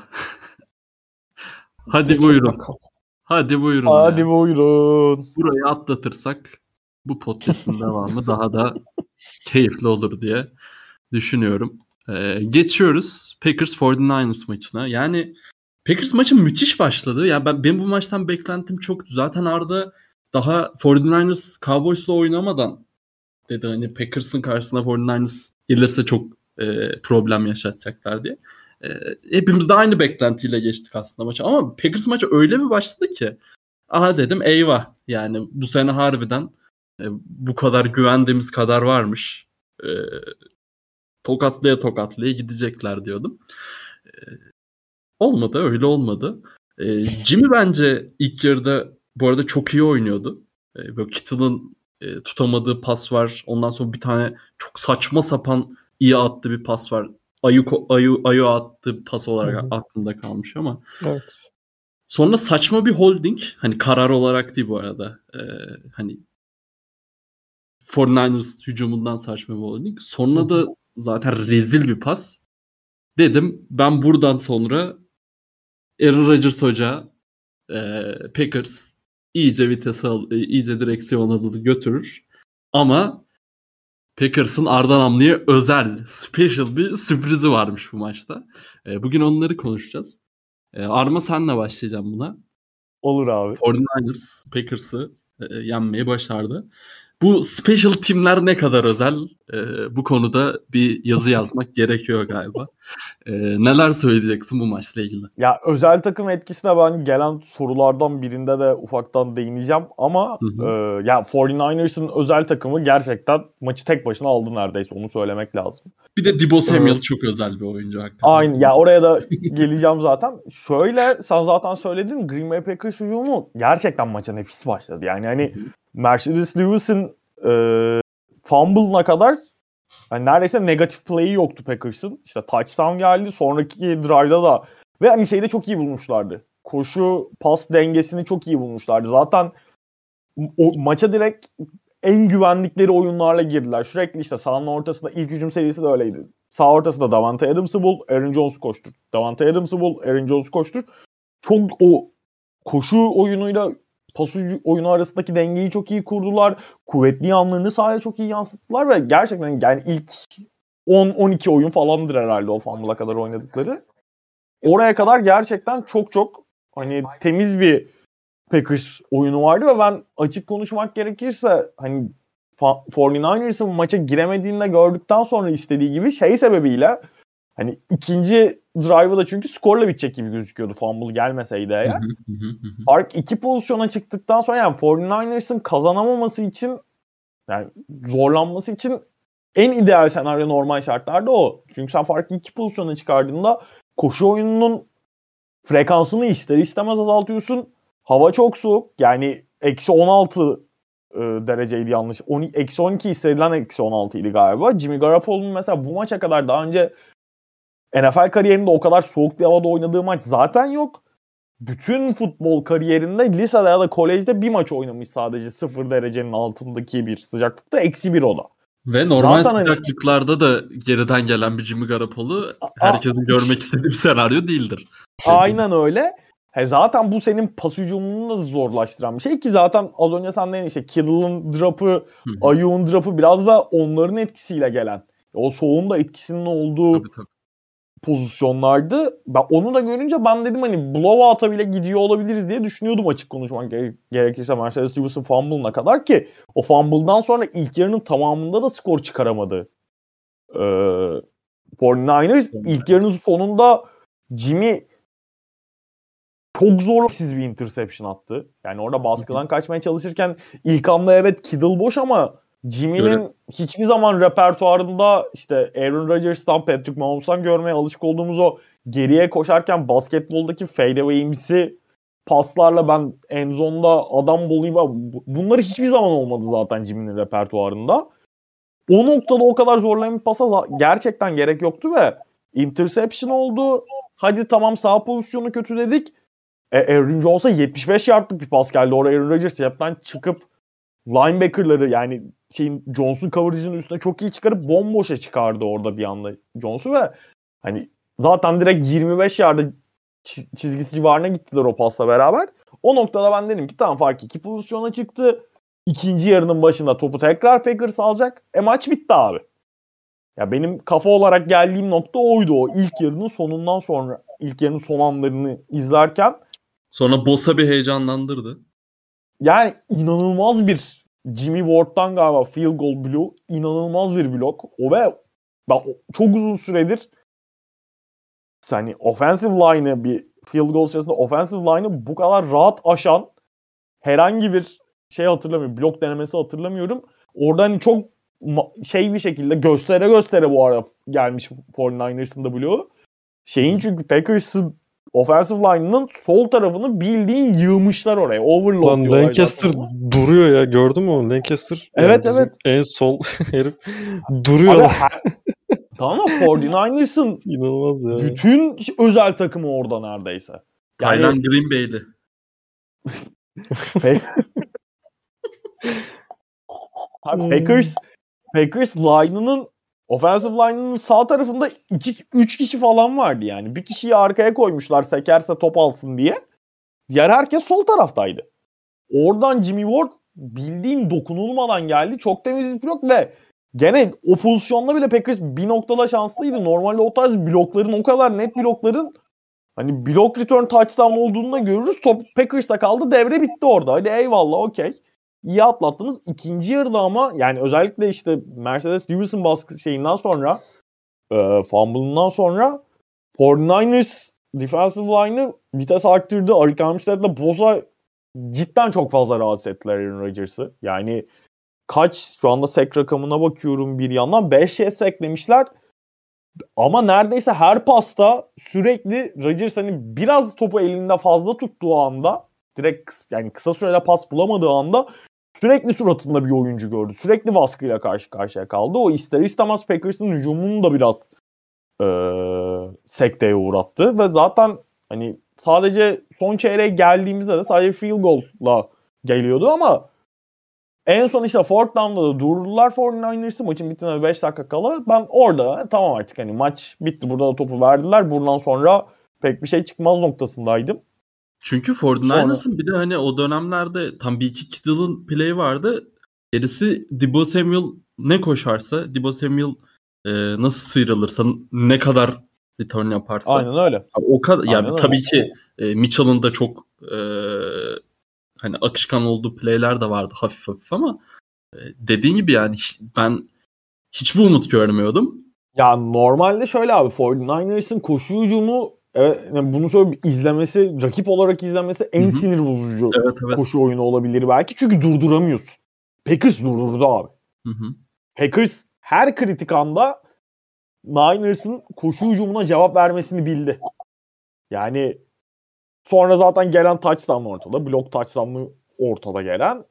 Hadi Geçelim buyurun. bakalım. Hadi buyurun Hadi ya. buyurun. Burayı atlatırsak bu podcast'in devamı daha da keyifli olur diye düşünüyorum. Ee, geçiyoruz Packers kırk dokuzers maçına. Yani Packers maçı müthiş başladı. Ya ben benim bu maçtan beklentim çoktu. Zaten Arda daha kırk dokuzers Cowboys'la oynamadan dedi hani Packers'ın karşısına kırk dokuzers gelirse çok e, problem yaşatacaklar diye. E, hepimiz de aynı beklentiyle geçtik aslında maça. Ama Packers maçı öyle bir başladı ki aha dedim eyvah. Yani bu sene harbiden e, bu kadar güvendiğimiz kadar varmış. E, tokatlaya tokatlaya gidecekler diyordum. E, olmadı öyle olmadı. E, Jimmy bence ilk yarıda bu arada çok iyi oynuyordu. E, böyle Kittle'ın e, tutamadığı pas var. Ondan sonra bir tane çok saçma sapan iyi attığı bir pas var. Ayu ayu ayu attığı pas olarak Hı hı. aklımda kalmış ama Evet. Sonra saçma bir holding. Hani karar olarak değil bu arada. Ee, hani kırk dokuzers hücumundan saçma bir holding. Sonra da zaten rezil bir pas. Dedim ben buradan sonra Aaron Rodgers hoca e, Packers iyice vites al, e, iyice direksiyon adı götürür. Ama Packers'ın Arda Namlı'ya özel, special bir sürprizi varmış bu maçta. E, bugün onları konuşacağız. E, Arma senle başlayacağım buna. Olur abi. kırk dokuzers Packers'ı e, yenmeyi başardı. Bu special teamler ne kadar özel? E, bu konuda bir yazı yazmak gerekiyor galiba. E, neler söyleyeceksin bu maçla ilgili? Ya özel takım etkisine ben gelen sorulardan birinde de ufaktan değineceğim ama Hı hı. e, ya kırk dokuzers'ın özel takımı gerçekten maçı tek başına aldı neredeyse, onu söylemek lazım. Bir de Deebo Samuel Ee, çok özel bir oyuncu hakikaten. Aynı ya, oraya da geleceğim zaten. Şöyle, sen zaten söyledin, Green Bay Packers hücumu gerçekten maça nefis başladı. Yani hani Mercedes Lewis'in e, fumble'ına kadar yani neredeyse negatif play'i yoktu Packers'ın. İşte touchdown geldi. Sonraki drive'da da ve hani şeyi de çok iyi bulmuşlardı. Koşu pas dengesini çok iyi bulmuşlardı. Zaten o maça direkt en güvendikleri oyunlarla girdiler. Sürekli işte sahanın ortasında, ilk hücum serisi de öyleydi. Sağ ortasında Davante Adams'ı bul, Aaron Jones'u koştur. Davante Adams'ı bul, Aaron Jones'u koştur. Çok o koşu oyunuyla pas oyunu arasındaki dengeyi çok iyi kurdular. Kuvvetli yanlarını sahaya çok iyi yansıttılar ve gerçekten yani ilk on on iki oyun falandır herhalde o fumble'a kadar oynadıkları. Oraya kadar gerçekten çok çok hani temiz bir Packers oyunu vardı ve ben açık konuşmak gerekirse hani kırk dokuzers'ın maça giremediğini de gördükten sonra istediği gibi şey sebebiyle hani ikinci drive'ı da çünkü skorla bitecek gibi gözüküyordu fumble gelmeseydi eğer. Fark iki pozisyona çıktıktan sonra yani kırk dokuzers'ın kazanamaması için, yani zorlanması için en ideal senaryo normal şartlarda o. Çünkü sen farkı iki pozisyona çıkardığında koşu oyununun frekansını ister istemez azaltıyorsun. Hava çok soğuk. Yani eksi on altı e, dereceydi yanlış. Eksi on iki hissedilen eksi on altı idi galiba. Jimmy Garoppolo'nun mesela bu maça kadar daha önce N F L kariyerinde o kadar soğuk bir havada oynadığı maç zaten yok. Bütün futbol kariyerinde lisede ya da kolejde bir maç oynamış sadece sıfır derecenin altındaki bir sıcaklıkta, eksi bir o da. Ve normal Zaten sıcaklıklarda hani da geriden gelen bir Jimmy Garoppolo herkesin a, görmek istediği bir senaryo değildir. Aynen öyle. He, zaten bu senin pas hücumunu da zorlaştıran bir şey ki zaten az önce sen dedin işte Kittle'ın drop'ı, Ayuk'un drop'ı biraz da onların etkisiyle gelen. O soğuğun da etkisinin olduğu tabii, tabii. pozisyonlardı. Ben onu da görünce ben dedim hani blowout'a bile gidiyor olabiliriz diye düşünüyordum açık konuşmak gerekirse Mercedes Lewis'in fumble'ına kadar, ki o fumble'dan sonra ilk yarının tamamında da skor çıkaramadı. Ee, kırk dokuzers ilk yarının sonunda Jimmy çok zorlaksız bir interception attı. Yani orada baskıdan kaçmaya çalışırken ilk hamle evet Kittle boş ama Jimmy'nin Göre. hiçbir zaman repertuarında işte Aaron Rodgers'tan, Patrick Mahomes'tan görmeye alışık olduğumuz o geriye koşarken basketboldaki fadeaway'imsi paslarla ben endzonda adam bulayım. Bunları hiçbir zaman olmadı zaten Jimmy'nin repertuarında. O noktada o kadar zorlayan bir pasa gerçekten gerek yoktu ve interception oldu. Hadi tamam sağ pozisyonu kötü dedik. E, Aaron Jones'a yetmiş beş yardlık bir pas geldi. Oraya Aaron Rodgers yaptan çıkıp linebacker'ları yani şeyin Jones'un coverage'ının üstüne çok iyi çıkarıp bomboşa çıkardı orada bir anda Jones'u ve hani zaten direkt yirmi beş yarda çizgisi civarına gittiler o pasla beraber. O noktada ben dedim ki tamam fark iki pozisyona çıktı. İkinci yarının başında topu tekrar Packers alacak. E maç bitti abi. Ya benim kafa olarak geldiğim nokta oydu o. İlk yarının sonundan sonra, ilk yarının son anlarını izlerken. Sonra Bosa bir heyecanlandırdı. Yani inanılmaz bir Jimmy Ward'dan galiba field goal block. İnanılmaz bir blok. O ve ben çok uzun süredir hani offensive line'ı bir field goal sırasında offensive line'ı bu kadar rahat aşan herhangi bir şey hatırlamıyorum. Blok denemesi hatırlamıyorum. Orada hani çok şey bir şekilde göstere göstere bu arada gelmiş kırk dokuzers'ın da bloğu. Şeyin çünkü Packers'ın offensive line'ının sol tarafını bildiğin yığmışlar oraya. Overload Lan diyorlar. Lancaster zaten duruyor ya. Gördün mü onu? Lancaster. Evet yani evet. En sol herif duruyor. Abi, her... tamam da kırk dokuzers'ın İnanılmaz ya. bütün özel takımı orada neredeyse. Yani Kylan Green Bay'li. Pe- Abi Packers Packers line'ının offensive line'ının sağ tarafında iki üç kişi falan vardı yani. Bir kişiyi arkaya koymuşlar sekerse top alsın diye. Diğer herkes sol taraftaydı. Oradan Jimmy Ward bildiğin dokunulmadan geldi. Çok temiz bir blok ve gene o pozisyonda bile Packers bir noktada şanslıydı. Normalde o tarz blokların, o kadar net blokların hani block return touchdown olduğunu da görürüz. Top Packers'ta kaldı. Devre bitti orada. Hadi eyvallah, okey. İyi atlattınız. İkinci yarıda ama yani özellikle işte Mercedes Lewis'in baskı şeyinden sonra e, fumble'ından sonra kırk dokuz ers defensive line'ı vites arttırdı. Arik Armstead'la Bosa cidden çok fazla rahatsız ettiler Aaron Rodgers'ı. Yani kaç şu anda sack rakamına bakıyorum bir yandan. beş sack demişler. Ama neredeyse her pasta sürekli Rodgers hani biraz topu elinde fazla tuttuğu anda, direkt yani kısa sürede pas bulamadığı anda sürekli suratında bir oyuncu gördü. Sürekli baskıyla karşı karşıya kaldı. O ister istemez Packers'ın hücumunu da biraz ee, sekteye uğrattı ve zaten hani sadece son çeyreğe geldiğimizde de sadece field goal'la geliyordu ama en son işte fourth down'da da durdular kırk dokuz ers'i maçın bittiğine beş dakika kala. Ben orada tamam artık hani maç bitti, burada da topu verdiler. Buradan sonra pek bir şey çıkmaz noktasındaydım. Çünkü kırk dokuz ers'ın Sonra... bir de hani o dönemlerde tam bir iki Kittle'ın play'i vardı. Gerisi Deebo Samuel ne koşarsa, Deebo Samuel e, nasıl sıyrılırsa, ne kadar return yaparsa. Aynen öyle. O kadar ya Aynen tabii öyle. ki e, Mitchell'ın da çok e, hani akışkan olduğu play'ler de vardı hafif hafif ama e, dediğin gibi yani ben hiçbir umut görmüyordum. Ya normalde şöyle abi, kırk dokuz ers'in koşu hücumu, evet, yani bunu şöyle izlemesi, rakip olarak izlemesi en Hı-hı. sinir bozucu evet, evet. koşu oyunu olabilir belki. Çünkü durduramıyorsun. Packers durdurdu abi. Hı-hı. Packers her kritik anda Niners'ın koşu hücumuna cevap vermesini bildi. Yani sonra zaten gelen touchdown ortada. Block touchdown'ı ortada gelen.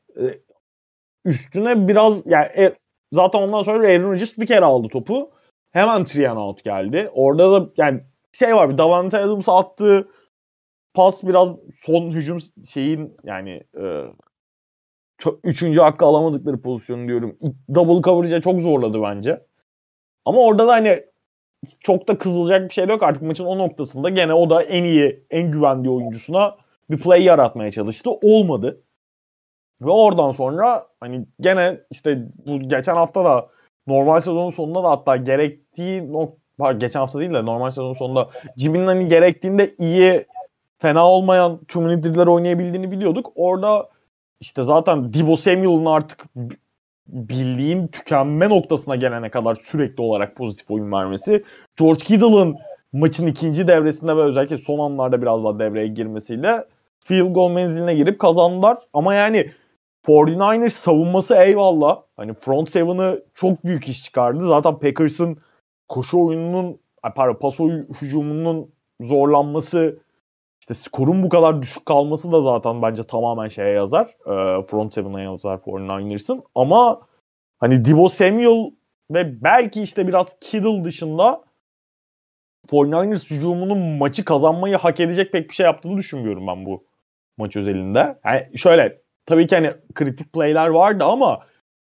Üstüne biraz yani zaten ondan sonra Aaron Rodgers bir kere aldı topu. Hemen three and out geldi. Orada da yani şey var, bir Davante Adams attığı pas biraz son hücum şeyin yani e, üçüncü hakkı alamadıkları pozisyonu diyorum. Double coverage'a çok zorladı bence. Ama orada da hani çok da kızılacak bir şey yok artık maçın o noktasında. Gene o da en iyi, en güvendiği oyuncusuna bir play yaratmaya çalıştı. Olmadı. Ve oradan sonra hani gene işte bu geçen hafta da normal sezonun sonunda da hatta gerektiği nokta, geçen hafta değil de normal sezonun sonunda Jimmy'nin hani gerektiğinde iyi, fena olmayan two minute drill'ler oynayabildiğini biliyorduk. Orada işte zaten Deebo Samuel'ın artık bildiğin tükenme noktasına gelene kadar sürekli olarak pozitif oyun vermesi. George Kittle'ın maçın ikinci devresinde ve özellikle son anlarda biraz daha devreye girmesiyle field goal menziline girip kazandılar. Ama yani kırk dokuz ers savunması eyvallah. Hani front seven'ı çok büyük iş çıkardı. Zaten Packers'ın koşu oyununun, pardon pas hücumunun zorlanması, işte skorun bu kadar düşük kalması da zaten bence tamamen şeye yazar. E, front seven'a yazar kırk dokuz ers'ın. Ama hani Deebo Samuel ve belki işte biraz Kittle dışında kırk dokuz ers hücumunun maçı kazanmayı hak edecek pek bir şey yaptığını düşünmüyorum ben bu maç özelinde. Yani şöyle, tabii ki hani kritik play'ler vardı ama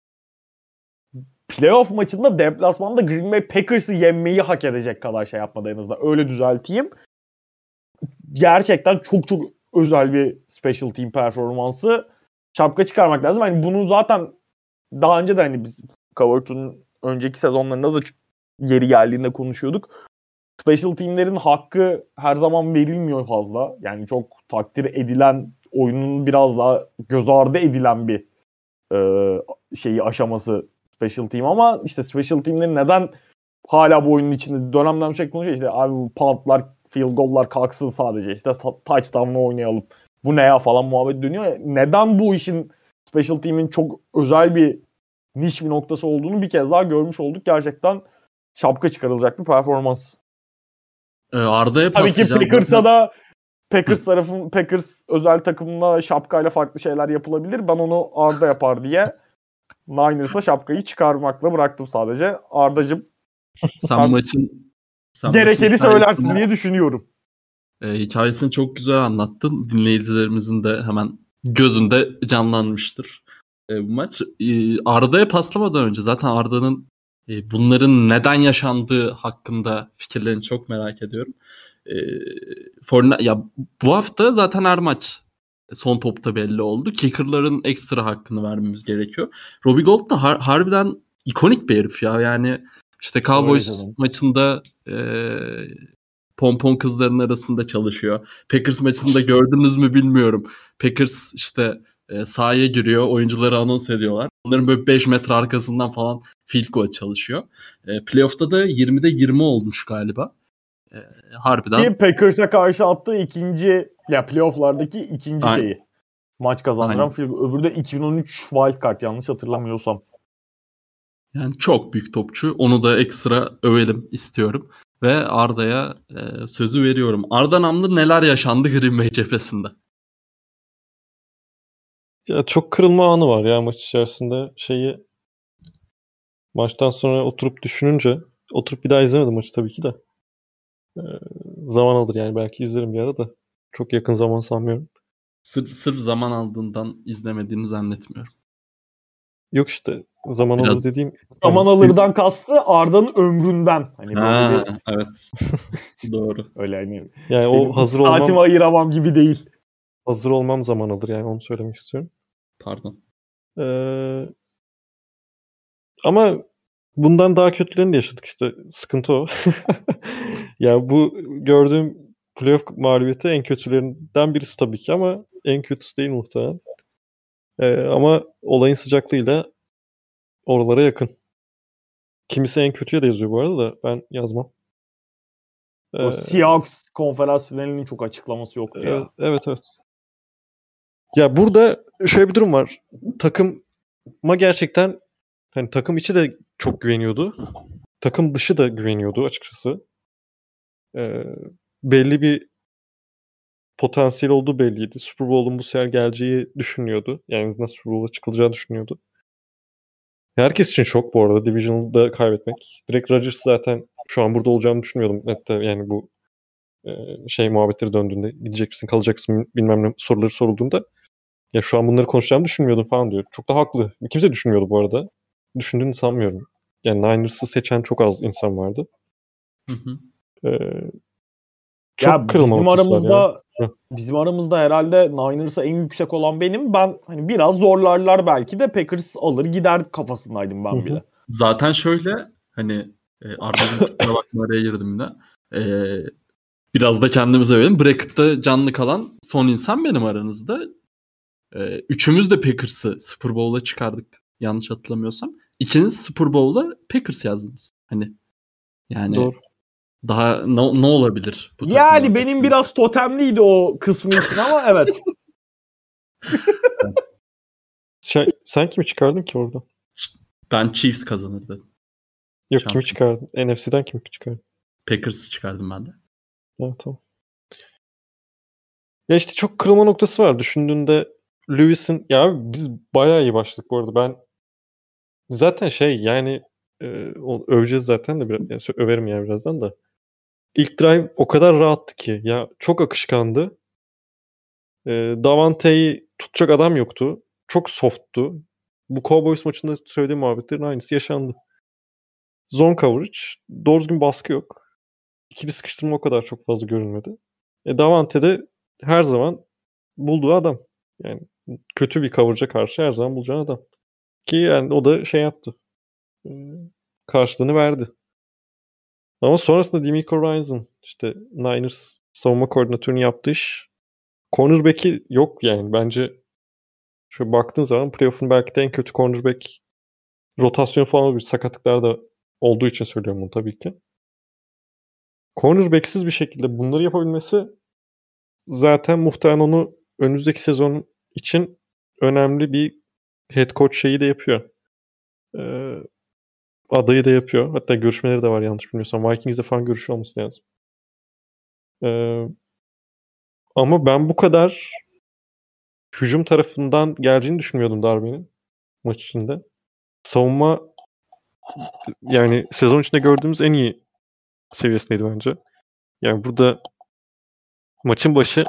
playoff maçında deplasmanda Green Bay Packers'ı yenmeyi hak edecek kadar şey yapmadı en azından. Öyle düzelteyim. Gerçekten çok çok özel bir special team performansı. Şapka çıkarmak lazım. Hani bunu zaten daha önce de hani biz Covert'un önceki sezonlarında da yeri geldiğinde konuşuyorduk. Special team'lerin hakkı her zaman verilmiyor fazla. Yani çok takdir edilen, oyunun biraz daha göz ardı edilen bir e, şeyi aşaması special team, ama işte special team'lerin neden hala bu oyunun içinde dönemden sürekli konuşuyor, işte abi bu punt'lar, field goal'lar kalksın sadece, işte touchdown'la oynayalım, bu ne ya falan muhabbet dönüyor. Neden bu işin special team'in çok özel bir niş bir noktası olduğunu bir kez daha görmüş olduk. Gerçekten şapka çıkarılacak bir performans. Ee, Arda'ya Tabii ki paslayacağım. Packers'a da Packers tarafın, Packers özel takımına şapkayla farklı şeyler yapılabilir. Ben onu Arda yapar diye Niners'a şapkayı çıkarmakla bıraktım sadece. Ardacığım Sen ben maçın sen gerekeni maçın söylersin hikayesine, diye düşünüyorum. E, hikayesini çok güzel anlattın. Dinleyicilerimizin de hemen gözünde canlanmıştır e, bu maç. E, Arda'ya paslamadan önce zaten Arda'nın e, bunların neden yaşandığı hakkında fikirlerini çok merak ediyorum. E, Fortnite, ya bu hafta zaten her maç son topta belli oldu. Kicker'ların ekstra hakkını vermemiz gerekiyor. Robbie Gould da har- harbiden ikonik bir herif ya. Yani işte Cowboys maçında e, pompon kızların arasında çalışıyor. Packers maçında gördünüz mü bilmiyorum. Packers işte e, sahaya giriyor. Oyuncuları anons ediyorlar. Onların böyle beş metre arkasından falan field goal çalışıyor. E, playoff'ta da yirmide yirmi olmuş galiba. E, harbiden. Ki Packers'a karşı attığı ikinci ya playoff'lardaki ikinci Aynen. şeyi. Maç kazandıran Aynen. field goal. Öbürü de iki bin on üç wildcard yanlış hatırlamıyorsam. Yani çok büyük topçu. Onu da ekstra övelim istiyorum. Ve Arda'ya e, sözü veriyorum. Arda Namlı neler yaşandı Green Bay cephesinde? Ya çok kırılma anı var ya maç içerisinde. Şeyi maçtan sonra oturup düşününce, oturup bir daha izlemedim maçı tabii ki de. Ee, zaman alır yani, belki izlerim bir ara da. Çok yakın zaman sanmıyorum. Sırf, sırf zaman aldığından izlemediğini zannetmiyorum. Yok işte zaman Biraz- alır dediğim Zaman hani, alırdan kastı Arda'nın ömründen. Hani böyle Ha, bir evet. Doğru. öyle hani yani benim o hazır saatimi olmam ayıramam gibi değil. hazır olmam zaman alır yani, onu söylemek istiyorum. Pardon. Ee, ama bundan daha kötülerini de yaşadık işte. Sıkıntı o. Ya bu gördüğüm playoff mağlubiyeti en kötülerinden birisi tabii ki, ama en kötüsü değil muhtemelen. Ee, ama olayın sıcaklığıyla oralara yakın. Kimisi en kötüye de yazıyor bu arada da ben yazmam. O Ee, Seahawks konferans finalinin çok açıklaması yoktu evet, ya. evet evet. Ya burada şöyle bir durum var. Takıma gerçekten, hani takım içi de çok güveniyordu. Takım dışı da güveniyordu açıkçası. Ee, belli bir potansiyel olduğu belliydi. Super Bowl'un bu sefer geleceği düşünüyordu. Yani en azından Super Bowl'a çıkılacağı düşünüyordu. Herkes için şok bu arada Divisional'da kaybetmek. Direkt Rodgers zaten şu an burada olacağını düşünmüyordum. Hatta yani bu e, şey muhabbetleri döndüğünde, gidecek misin kalacak mısın bilmem ne soruları sorulduğunda, ya şu an bunları konuşacağımı düşünmüyordum falan diyor. Çok da haklı. Kimse düşünmüyordu bu arada. Düşündüğünü sanmıyorum. Yani Niners'ı seçen çok az insan vardı. Hı hı. Ee, çok Ya kırılma bizim noktası var ya. aramızda Hı. bizim aramızda herhalde Niners'a en yüksek olan benim. Ben hani biraz zorlarlar belki de Packers alır gider kafasındaydım ben Hı hı. bile. Zaten şöyle hani e, Arda'cığım kusura bakma araya girdim yine. E, biraz da kendimize verelim. Bracket'ta canlı kalan son insan benim aranızda. E, üçümüz de Packers'ı Super Bowl'a çıkardık. Yanlış hatırlamıyorsam. İkiniz Super Bowl'a Packers yazdınız. Hani yani Doğru. daha ne, ne olabilir bu Yani takımlar? benim biraz totemliydi o kısmı için ama evet. Sen, sen kimi çıkardın ki orada? Ben Chiefs kazanır dedim. Yok, Şampiyon. kimi çıkardın? N F C'den kimi çıkardın? Packers'ı çıkardım ben de. Ha, tamam. Ya işte çok kırılma noktası var. Düşündüğünde Lewis'in, ya abi biz bayağı iyi başladık bu arada. Ben zaten şey yani e, o- öveceğiz zaten de biraz, yani sö- överim ya birazdan da. İlk drive o kadar rahattı ki. Ya çok akışkandı. E, Davante'yi tutacak adam yoktu. Çok softtu. Bu Cowboys maçında söylediğim muhabbetlerin aynısı yaşandı. Zone coverage. Doğru düzgün baskı yok. İkili sıkıştırma o kadar çok fazla görünmedi. E, Davante de her zaman bulduğu adam. Yani kötü bir coverage'a karşı her zaman bulacağın adam. Ki yani o da şey yaptı. E, karşılığını verdi. Ama sonrasında DeMeco Ryans'ın işte Niners savunma koordinatörünün yaptığı iş, cornerback'i yok yani. Bence şöyle baktığın zaman playoff'un belki de en kötü cornerback rotasyon falan, bir sakatlıklar da olduğu için söylüyorum bunu tabii ki. Cornerback'siz bir şekilde bunları yapabilmesi zaten muhtemelen onu önümüzdeki sezon için önemli bir head coach şeyi de yapıyor. Ee, adayı da yapıyor. Hatta görüşmeleri de var yanlış bilmiyorsam. Vikings'e falan görüşüyor olması lazım. Ee, ama ben bu kadar hücum tarafından geleceğini düşünmüyordum darbenin maç içinde. Savunma yani sezon içinde gördüğümüz en iyi seviyesindeydi bence. Yani burada maçın başı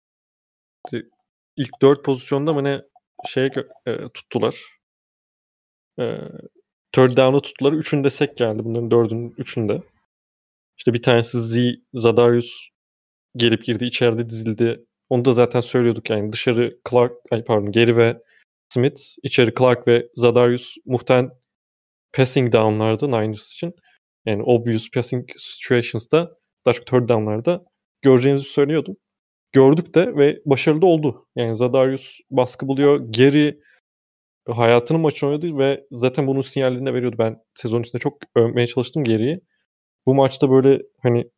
ilk dört pozisyonda mı ne şeye e, tuttular. E, third down'ı tuttular. Üçünde sek geldi. Bunların dördünün üçünde. İşte bir tanesi Z, Zadarius gelip girdi. İçeride dizildi. Onu da zaten söylüyorduk yani. Dışarı Clark, ay pardon Gary ve Smith. İçeri Clark ve Zadarius muhtemelen passing down'lardı Niners için. Yani obvious passing situations'da daha çok third down'larda göreceğimizi söylüyordum. Gördük de ve başarılı da oldu. Yani Zadarius baskı buluyor. Gary hayatının maçını oynadı ve zaten bunun sinyallerini de veriyordu. Ben sezon içinde çok övmeye çalıştım Gary'i. Bu maçta böyle hani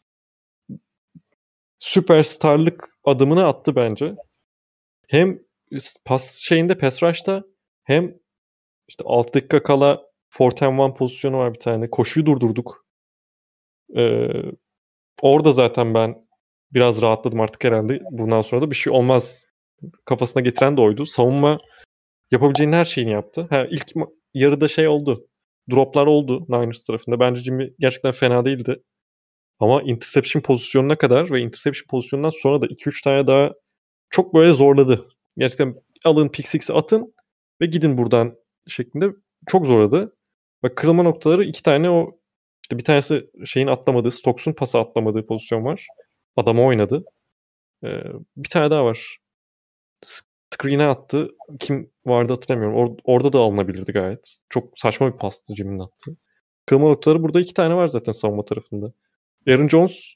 süperstarlık adımını attı bence. Hem pas şeyinde pass rush'ta hem işte altı dakika kala fourth and one pozisyonu var bir tane. Koşuyu durdurduk. Ee, orada zaten ben biraz rahatladım artık herhalde. Bundan sonra da bir şey olmaz kafasına getiren de oydu. Savunma yapabileceğinin her şeyini yaptı. Ha, ilk yarıda şey oldu. Droplar oldu Niners tarafında. Bence Jimmy gerçekten fena değildi. Ama interception pozisyonuna kadar ve interception pozisyonundan sonra da iki üç tane daha çok böyle zorladı. Gerçekten alın pick six'i atın ve gidin buradan şeklinde çok zorladı. Bak kırılma noktaları iki tane o işte bir tanesi şeyin atlamadığı, Stokes'un pası atlamadığı pozisyon var. Adamı oynadı. Ee, bir tane daha var. Screen'e attı. Kim vardı hatırlamıyorum. Or- orada da alınabilirdi gayet. Çok saçma bir pastı Jimmy'nin attığı. Kırılma noktaları burada iki tane var zaten savunma tarafında. Aaron Jones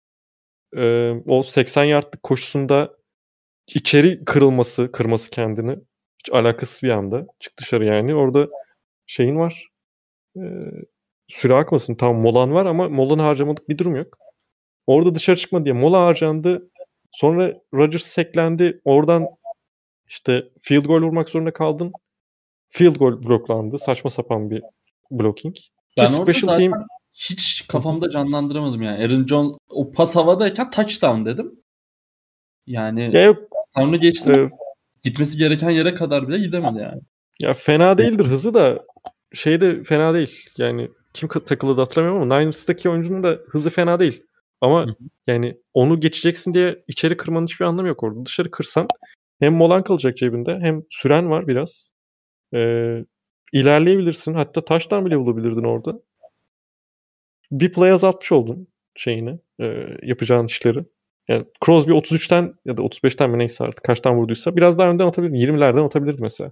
e, o seksen yardlık koşusunda içeri kırılması, kırması kendini hiç alakasız bir anda çık dışarı yani. Orada şeyin var. E, süre akmasın. Tamam molan var ama molanı harcamadık bir durum yok. Orada dışarı çıkma diye mola harcandı. Sonra Rodgers seklendi. Oradan işte field goal vurmak zorunda kaldın. Field goal bloklandı. Saçma sapan bir blocking. Ben Ki orada special zaten team hiç kafamda canlandıramadım yani. Aaron Jones o pas havadayken touchdown dedim. Yani ya yok Tanrı geçtim. e, Gitmesi gereken yere kadar bile gidemedi yani. ya fena değildir hızı da şey de fena değil. Yani kim takılı da hatırlamıyorum ama Niners'taki oyuncunun da hızı fena değil. Ama Hı hı. yani onu geçeceksin diye içeri kırmanın hiçbir anlamı yok orada. Dışarı kırsan hem molan kalacak cebinde hem süren var biraz. Ee, ilerleyebilirsin. Hatta taştan bile bulabilirdin orada. Bir play azaltmış oldun şeyini, e, yapacağın işleri. Yani Crosby otuz üçten ya da otuz beşten mi neyse artık kaçtan vurduysa biraz daha önden atabilirdi. yirmilerden atabilirdi mesela.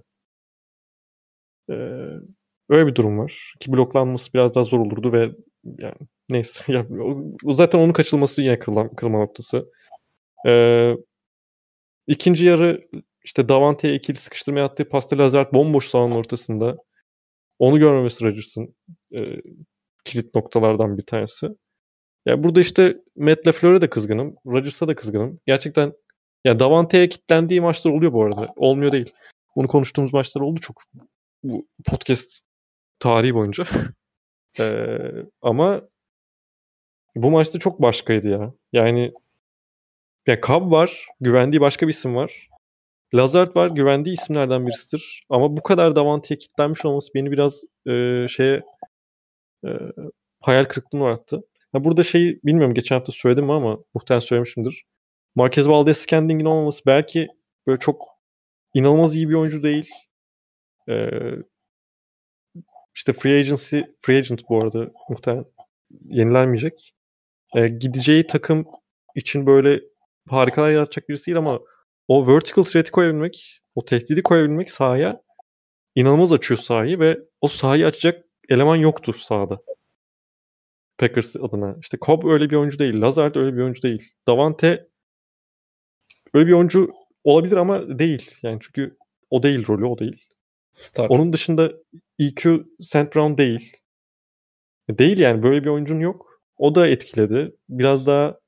Ee, öyle bir durum var. Ki bloklanması biraz daha zor olurdu ve yani neyse. Ya, o, zaten onun kaçılması yine kırılma, kırılma noktası. Ee, ikinci yarı işte Davante'ye ikili sıkıştırmaya attığı Pastel Hazard bomboş sahanın ortasında. Onu görmemesi Rodgers'ın e, kilit noktalardan bir tanesi. Ya burada işte Matt LaFleur'e de kızgınım. Rodgers'a da kızgınım. Gerçekten ya Davante'ye kilitlendiği maçlar oluyor bu arada. Olmuyor değil. Bunu konuştuğumuz maçlar oldu çok. Bu podcast tarihi boyunca. ee, ama bu maçta çok başkaydı ya. Yani ya Cobb var. Güvendiği başka bir isim var. Lazard var. Güvendiği isimlerden birisidir. Ama bu kadar Davante'ye kilitlenmiş olması beni biraz e, şeye e, hayal kırıklığına uğrattı. Ya burada şeyi bilmiyorum geçen hafta söyledim mi ama muhtemelen söylemişimdir. Marquez Valdes-Scantling olmaması belki böyle çok inanılmaz iyi bir oyuncu değil. Ee, işte free agency, free agent bu arada muhtemelen yenilenmeyecek. Ee, gideceği takım için böyle harikalar yaratacak birisi değil ama o vertical threat'i koyabilmek, o tehdidi koyabilmek sahaya inanılmaz açıyor sahayı ve o sahayı açacak eleman yoktu sahada. Packers adına. İşte Cobb öyle bir oyuncu değil. Lazard öyle bir oyuncu değil. Davante öyle bir oyuncu olabilir ama değil. Yani çünkü o değil rolü, o değil. Star. Onun dışında E Q Saint Brown değil. Değil yani böyle bir oyuncun yok. O da etkiledi. Biraz daha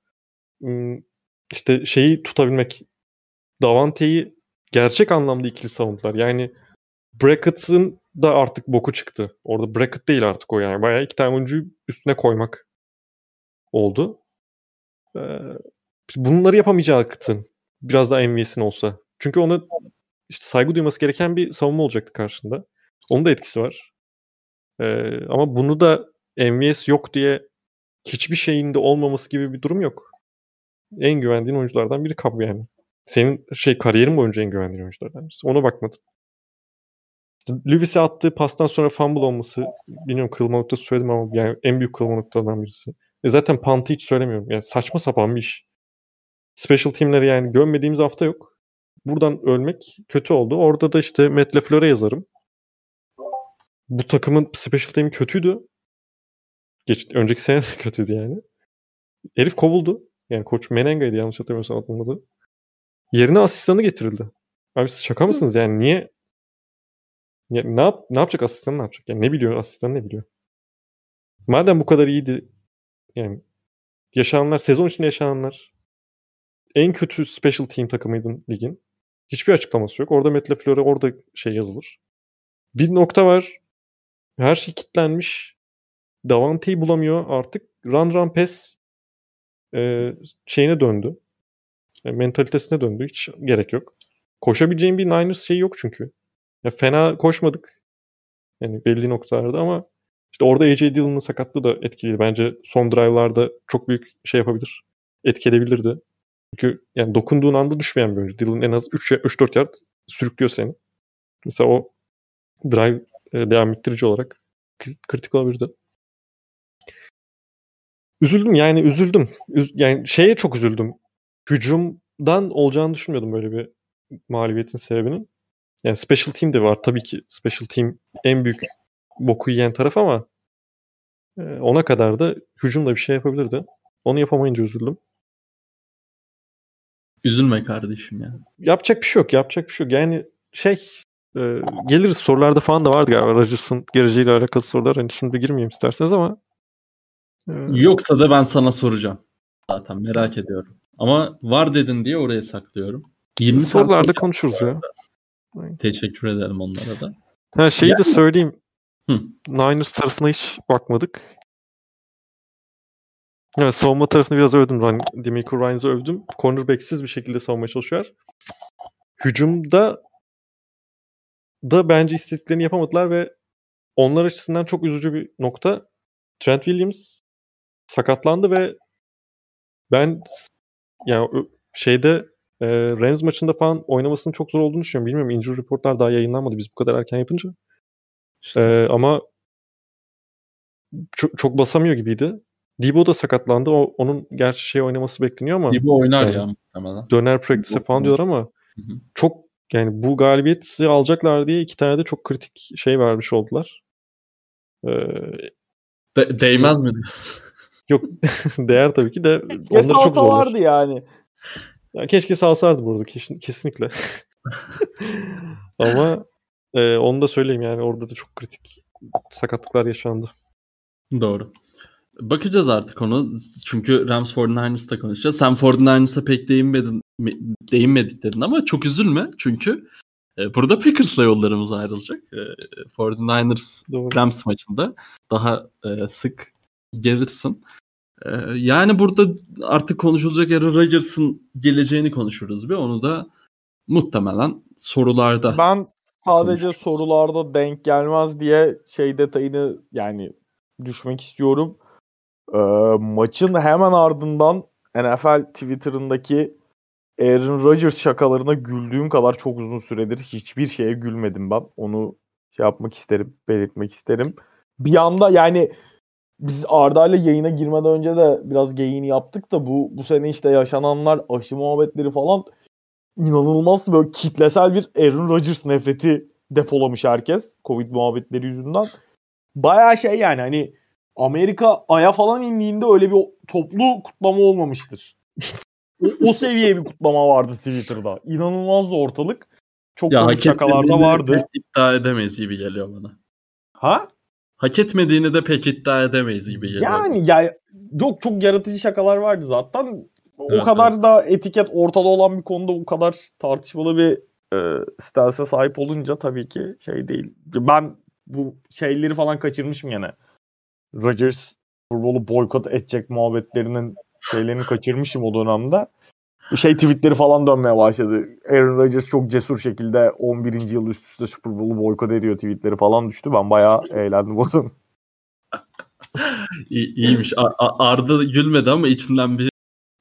işte şeyi tutabilmek. Davante'yi gerçek anlamda ikili savundular. Yani Brackett'ın da artık boku çıktı. Orada Brackett değil artık o yani. Bayağı iki tane oyuncuyu üstüne koymak oldu. Ee, bunları yapamayacaktın. Biraz daha M V S'in olsa. Çünkü ona işte saygı duyması gereken bir savunma olacaktı karşında. Onun da etkisi var. Ee, ama bunu da M V S yok diye hiçbir şeyin de olmaması gibi bir durum yok. en güvendiğin oyunculardan biri Cobb yani. Senin şey kariyerin boyunca en güvendiğin oyunculardan birisi. Ona bakmadın. Lewis'e attığı pastan sonra fumble olması, bilmiyorum kırılma noktası söyledim ama yani en büyük kırılma noktalarından birisi. E zaten punt'ı hiç söylemiyorum. Yani saçma sapan bir iş. Special team'leri yani görmediğimiz hafta yok. Buradan ölmek kötü oldu. Orada da işte Matt LaFleur'a yazarım. Bu takımın special team'i kötüydü. Geç, önceki sene de kötüydü yani. Herif kovuldu. Yani koç Menenga'ydı yanlış hatırlamıyorsam adamın adı. Yerine asistanı getirildi. Abi siz şaka mısınız yani niye ya, ne, yap, ne yapacak asistan ne yapacak? Yani ne biliyor asistan ne biliyor? Madem bu kadar iyiydi yani yaşananlar sezon içinde yaşananlar en kötü special team takımıydın ligin. Hiçbir açıklaması yok. Orada Matt LaFleur'a orada şey yazılır. Bir nokta var. Her şey kilitlenmiş. Davante'yi bulamıyor. Artık run run pass e, şeyine döndü. E, mentalitesine döndü. Hiç gerek yok. Koşabileceğin bir Niners şeyi yok çünkü. Ya fena koşmadık. Yani belli noktalarda ama işte orada A J Dillon'ın sakatlığı da etkiliydi. Bence son drive'larda çok büyük şey yapabilir. Etki edebilirdi. Çünkü yani dokunduğun anda düşmeyen bir oyuncu. Dillon en az üç dört yard sürüklüyor seni. Mesela o drive e, devam ettirici olarak kritik olabilirdi. Üzüldüm yani üzüldüm. Üz- yani şeye çok üzüldüm. Hücumdan olacağını düşünmüyordum böyle bir mağlubiyetin sebebinin. Yani special team de var tabii ki. Special team en büyük boku yiyen taraf ama e, ona kadar da hücumda bir şey yapabilirdi. Onu yapamayınca üzüldüm. Üzülme kardeşim ya. Yapacak bir şey yok. Yapacak bir şey yok. Yani şey e, geliriz sorularda falan da vardı galiba. Rodgers'ın geleceğiyle alakalı sorular. Hani şimdi girmeyeyim isterseniz ama e, Yoksa da ben sana soracağım. Zaten merak ediyorum. Ama var dedin diye oraya saklıyorum. yirmi sorularda tane soru konuşuruz ya. Teşekkür ederim onlara da. Ha, şeyi Yani, de söyleyeyim. Hı. Niners tarafına hiç bakmadık. Evet, savunma tarafını biraz övdüm. Ryan, DeMeco Ryans'ı övdüm. Cornerback'siz bir şekilde savunmaya çalışıyor. Hücumda da bence istediklerini yapamadılar ve onlar açısından çok üzücü bir nokta. Trent Williams sakatlandı ve ben yani şeyde e, Rams maçında falan oynamasının çok zor olduğunu düşünüyorum. Bilmiyorum injury reportlar daha yayınlanmadı biz bu kadar erken yapınca. İşte. E, ama çok, çok basamıyor gibiydi. Debo da sakatlandı. O, onun gerçi şey oynaması bekleniyor ama Debo oynar yani, ya muhtemelen. döner practice falan diyorlar ama Hı hı. çok yani bu galibiyeti alacaklar diye iki tane de çok kritik şey vermiş oldular. Ee, De- değmez mi diyorsun? Yok değer tabii ki de Keşke onları çok zorlar. vardı yani. Ya keşke salsardı burada kesin, kesinlikle. Ama e, onu da söyleyeyim yani orada da çok kritik sakatlıklar yaşandı. Doğru. Bakacağız artık onu. Çünkü Rams kırk dokuz'da konuşacağız. Sen kırk dokuz'a pek değinmedin, değinmedik dedin ama çok üzülme. Çünkü e, burada Packers'la yollarımız ayrılacak. E, kırk dokuz Doğru. Rams maçında daha e, sık gelirsin. E, yani burada artık konuşulacak Aaron Rodgers'ın geleceğini konuşuruz bir. Onu da muhtemelen sorularda. Ben sadece konuşuruz. sorularda denk gelmez diye şey detayını yani düşmek istiyorum. Ee, maçın hemen ardından N F L Twitter'ındaki Aaron Rodgers şakalarına güldüğüm kadar çok uzun süredir hiçbir şeye gülmedim ben. Onu şey yapmak isterim, belirtmek isterim. Bir anda yani biz Arda'yla yayına girmeden önce de biraz geyini yaptık da bu bu sene işte yaşananlar, aşı muhabbetleri falan inanılmaz böyle kitlesel bir Aaron Rodgers nefreti depolamış herkes Covid muhabbetleri yüzünden. Bayağı şey yani hani Amerika Ay'a falan indiğinde öyle bir toplu kutlama olmamıştır. O, o seviye bir kutlama vardı Twitter'da. İnanılmazdı ortalık. Çok Ya komik hak şakalar da etmediğini vardı. pek iddia edemeyiz gibi geliyor bana. Ha? Hak etmediğini de pek iddia edemeyiz gibi geliyor. Yani yani çok çok yaratıcı şakalar vardı zaten. O Evet, kadar evet. da etiket ortada olan bir konuda o kadar tartışmalı bir e, stance'e sahip olunca tabii ki şey değil. Ben bu şeyleri falan kaçırmışım gene. Rodgers Super Bowl'u boykot edecek muhabbetlerinin şeylerini kaçırmışım o dönemde. Şey tweetleri falan dönmeye başladı. Aaron Rodgers çok cesur şekilde on birinci yıl üst üste Super Bowl'u boykot ediyor tweetleri falan düştü. Ben bayağı eğlendim o zaman. İyi, iyiymiş. A- A- Arda gülmedi ama içinden bir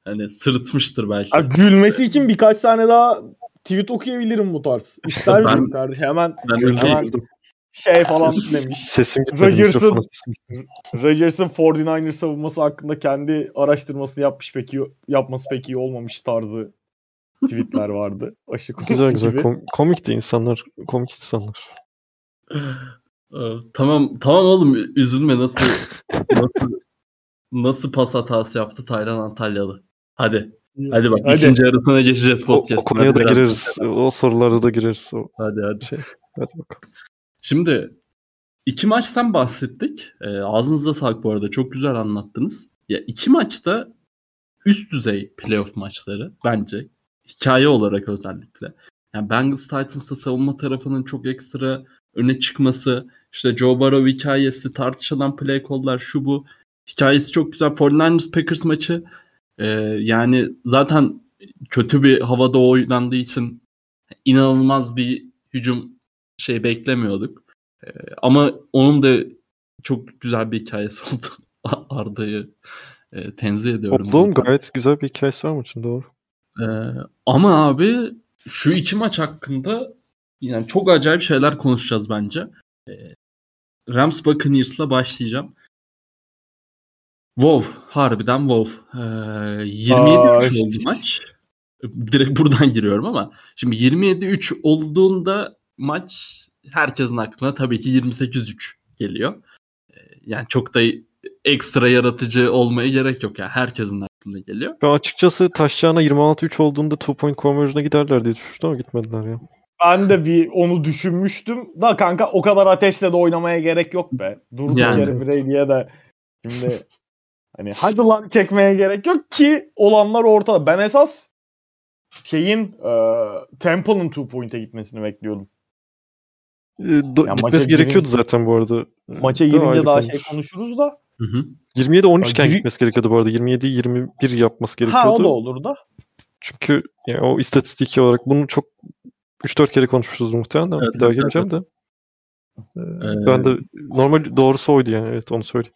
hani sırıtmıştır belki. Abi gülmesi için birkaç tane daha tweet okuyabilirim bu tarz. İster Ben- misin kardeşim? Hemen Ben Güldüm, hemen güldüm. şey falan demiş. Sesim gitmedi. Rodgers'ın mikrofona sesim gitmedi. Rodgers'ın kırk dokuz ers savunması hakkında kendi araştırmasını yapmış peki yapması pek iyi olmamış tarzı tweetler vardı. Aşı konusu Güzel güzel. gibi. Kom- komik de insanlar. Komik insanlar. Ee, tamam tamam oğlum, üzülme, nasıl nasıl nasıl pas hatası yaptı Taylan Antalyalı. Hadi. Hadi bak, Hadi. ikinci yarısına geçeceğiz O, o podcast. konuya da gireriz. O sorulara da gireriz. O Hadi hadi. şey. Hadi bakalım. Şimdi iki maçtan bahsettik. E, ağzınıza sağlık bu arada. Çok güzel anlattınız. Ya iki maçta üst düzey playoff maçları bence. Hikaye olarak özellikle. Yani Bengals Titans'ta savunma tarafının çok ekstra öne çıkması, işte Joe Burrow hikayesi, tartışılan play call'lar, şu bu. Hikayesi çok güzel. kırk dokuz ers Packers maçı. E, yani zaten kötü bir havada oynandığı için inanılmaz bir hücum şey beklemiyorduk. Ee, ama onun da çok güzel bir hikayesi oldu. Arda'yı e, tenzih ediyorum. Oğlum buradan. gayet güzel bir hikayesi var maçın, doğru. Ee, ama abi şu iki maç hakkında yani çok acayip şeyler konuşacağız bence. Ee, Rams Buccaneers'la başlayacağım. Wow, harbiden wow. Ee, yirmi yedi üç Aa, oldu maç. Direkt buradan giriyorum ama şimdi yirmi yedi üç olduğunda maç herkesin aklına tabii ki yirmi sekiz üç geliyor. Ee, Yani çok da ekstra yaratıcı olmaya gerek yok. Yani herkesin aklına geliyor. Ben açıkçası taşacağına yirmi altı üç olduğunda two point conversion'a giderler diye düşünmüştüm ama gitmediler ya. Ben de bir onu düşünmüştüm. Da kanka o kadar ateşle de oynamaya gerek yok be. Durduk Yani. yere Brady'ye de şimdi hani hadi lan çekmeye gerek yok ki olanlar ortada. Ben esas şeyin e, Temple'ın two point'e gitmesini bekliyordum. Ee, do- Ya maça gitmesi gerekiyordu girince- zaten bu arada. Maça Da girince ayrı daha konudur. şey konuşuruz da. Hı hı. yirmi yedi on üç iken Giri- gitmesi gerekiyordu bu arada. yirmi yedi yirmi bir yapması Ha o gerekiyordu. da olur da. Çünkü yani o istatistiki olarak bunu çok üç dört kere konuşmuşuz muhtemelen ama Evet, bir daha evet, geleceğim de. Ee, Ee, ben de normal doğrusu oydu yani, evet, onu söyleyeyim.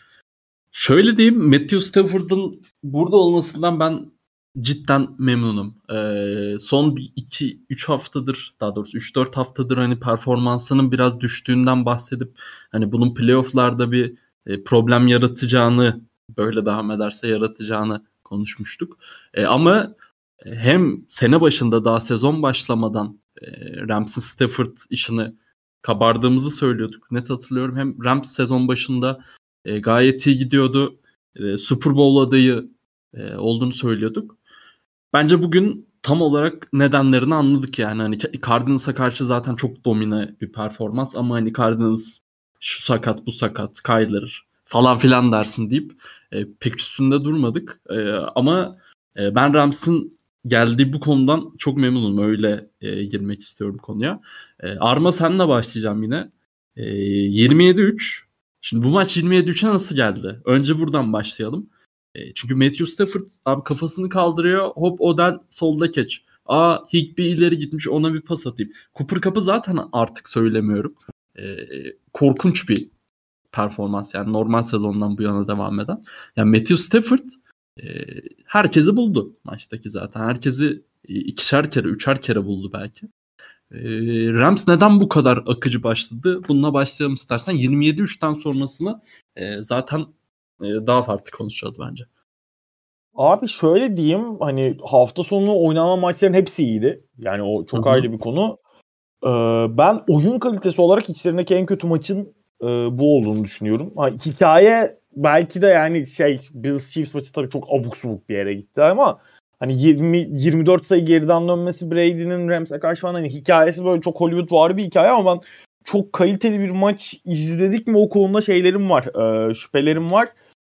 Şöyle diyeyim, Matthew Stafford'ın burada olmasından ben cidden memnunum. Ee, son iki üç haftadır, daha doğrusu üç dört haftadır hani performansının biraz düştüğünden bahsedip hani bunun playoff'larda bir e, problem yaratacağını, böyle devam ederse yaratacağını konuşmuştuk. E, ama hem sene başında daha sezon başlamadan e, Rams'ın Stafford işini kabardığımızı söylüyorduk. Net hatırlıyorum. Hem Rams sezon başında e, gayet iyi gidiyordu. E, Super Bowl adayı e, olduğunu söylüyorduk. Bence bugün tam olarak nedenlerini anladık yani. Hani Cardinals'a karşı zaten çok domine bir performans ama hani Cardinals şu sakat, bu sakat, Kyler falan filan dersin deyip e, pek üstünde durmadık. E, ama e, ben Rams'ın geldiği bu konudan çok memnunum. Öyle e, girmek istiyorum konuya. E, Arma senle başlayacağım yine. E, yirmi yedi üç. Şimdi bu maç yirmi yedi üçe nasıl geldi? Önce buradan başlayalım. E, çünkü Matthew Stafford abi kafasını kaldırıyor. Hop Odell solda catch. Aa Higbee ileri gitmiş, ona bir pas atayım. Cooper Cup'ı zaten artık söylemiyorum. E, korkunç bir performans yani normal sezondan bu yana devam eden. Yani Matthew Stafford e, herkesi buldu maçtaki zaten. Herkesi ikişer kere, üçer kere buldu belki. E, Rams neden bu kadar akıcı başladı? Bununla başlayalım istersen. yirmi yedi üçten sonrasını e, zaten e, daha farklı konuşacağız bence. Abi şöyle diyeyim, hani hafta sonu oynanan maçların hepsi iyiydi. Yani o çok Hı hı. ayrı bir konu. Ee, ben oyun kalitesi olarak içlerindeki en kötü maçın e, bu olduğunu düşünüyorum. Ha, hikaye belki de yani şey Bills Chiefs maçı tabii çok abuk subuk bir yere gitti ama hani yirmi yirmi dört sayı geriden dönmesi Brady'nin Rams'e karşı falan, hani hikayesi böyle çok Hollywood var bir hikaye ama ben çok kaliteli bir maç izledik mi o konuda şeylerim var, e, şüphelerim var.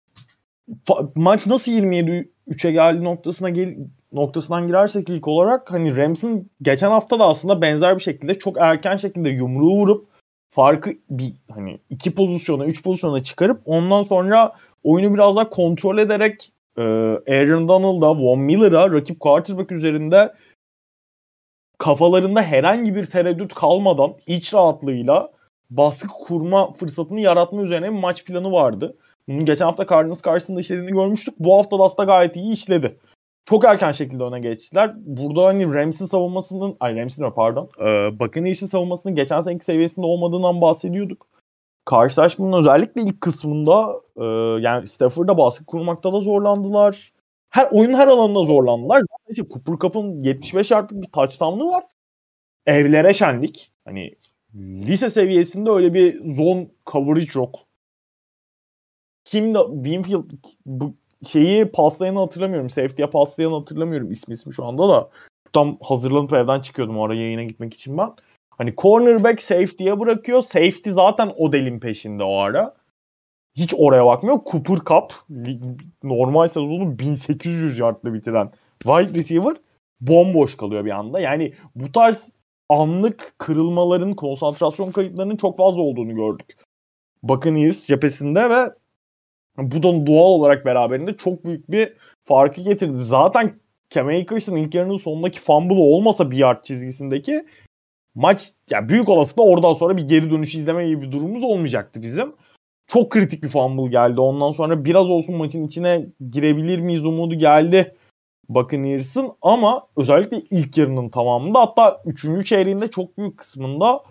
Fa- maç nasıl yirmi yedi üçe geldi noktasına gel noktasından girersek ilk olarak hani Rams'ın geçen hafta da aslında benzer bir şekilde çok erken şekilde yumruğu vurup farkı bir hani iki pozisyona, üç pozisyona çıkarıp ondan sonra oyunu biraz daha kontrol ederek e, Aaron Donald'a, Von Miller'a rakip quarterback üzerinde kafalarında herhangi bir tereddüt kalmadan iç rahatlığıyla baskı kurma fırsatını yaratma üzerine bir maç planı vardı. Bunun geçen hafta Cardinals karşısında işlediğini görmüştük. Bu hafta da aslında gayet iyi işledi. çok erken şekilde öne geçtiler. Burada hani Rams'in savunmasının, ay Rams'in yok pardon. Ee, Buccaneers'in savunmasının geçen seneki seviyesinde olmadığından bahsediyorduk. Karşılaşmanın özellikle ilk kısmında e, yani Stafford'a baskı kurmakta da zorlandılar. Her oyunun her alanında zorlandılar. İşte Cooper Kupp'ın yetmiş beş yardlık bir touchdown'u var. Evlere şenlik. Hani lise seviyesinde öyle bir zone coverage yok. Kim de Winfield bu şeyi paslayanı hatırlamıyorum. Safety'ye paslayanı hatırlamıyorum. İsmi ismi şu anda da. Tam hazırlanıp evden çıkıyordum o ara yayına gitmek için ben. Hani cornerback safety'ye bırakıyor. Safety zaten Odell'in peşinde o ara. Hiç oraya bakmıyor. Cooper Kupp normal sezonu bin sekiz yüz yardla bitiren wide receiver bomboş kalıyor bir anda. Yani bu tarz anlık kırılmaların, konsantrasyon kayıplarının çok fazla olduğunu gördük. Buccaneers cephesinde ve bu da doğal olarak beraberinde çok büyük bir farkı getirdi. Zaten Cam Akers'ın ilk yarının sonundaki fumble'ı olmasa bir yard çizgisindeki maç yani büyük olasılıkla oradan sonra bir geri dönüş izleme gibi bir durumumuz olmayacaktı bizim. Çok kritik bir fumble geldi. Ondan sonra biraz olsun maçın içine girebilir miyiz umudu geldi Buccaneers'ın ama özellikle ilk yarının tamamında hatta üçüncü çeyreğinde çok büyük kısmında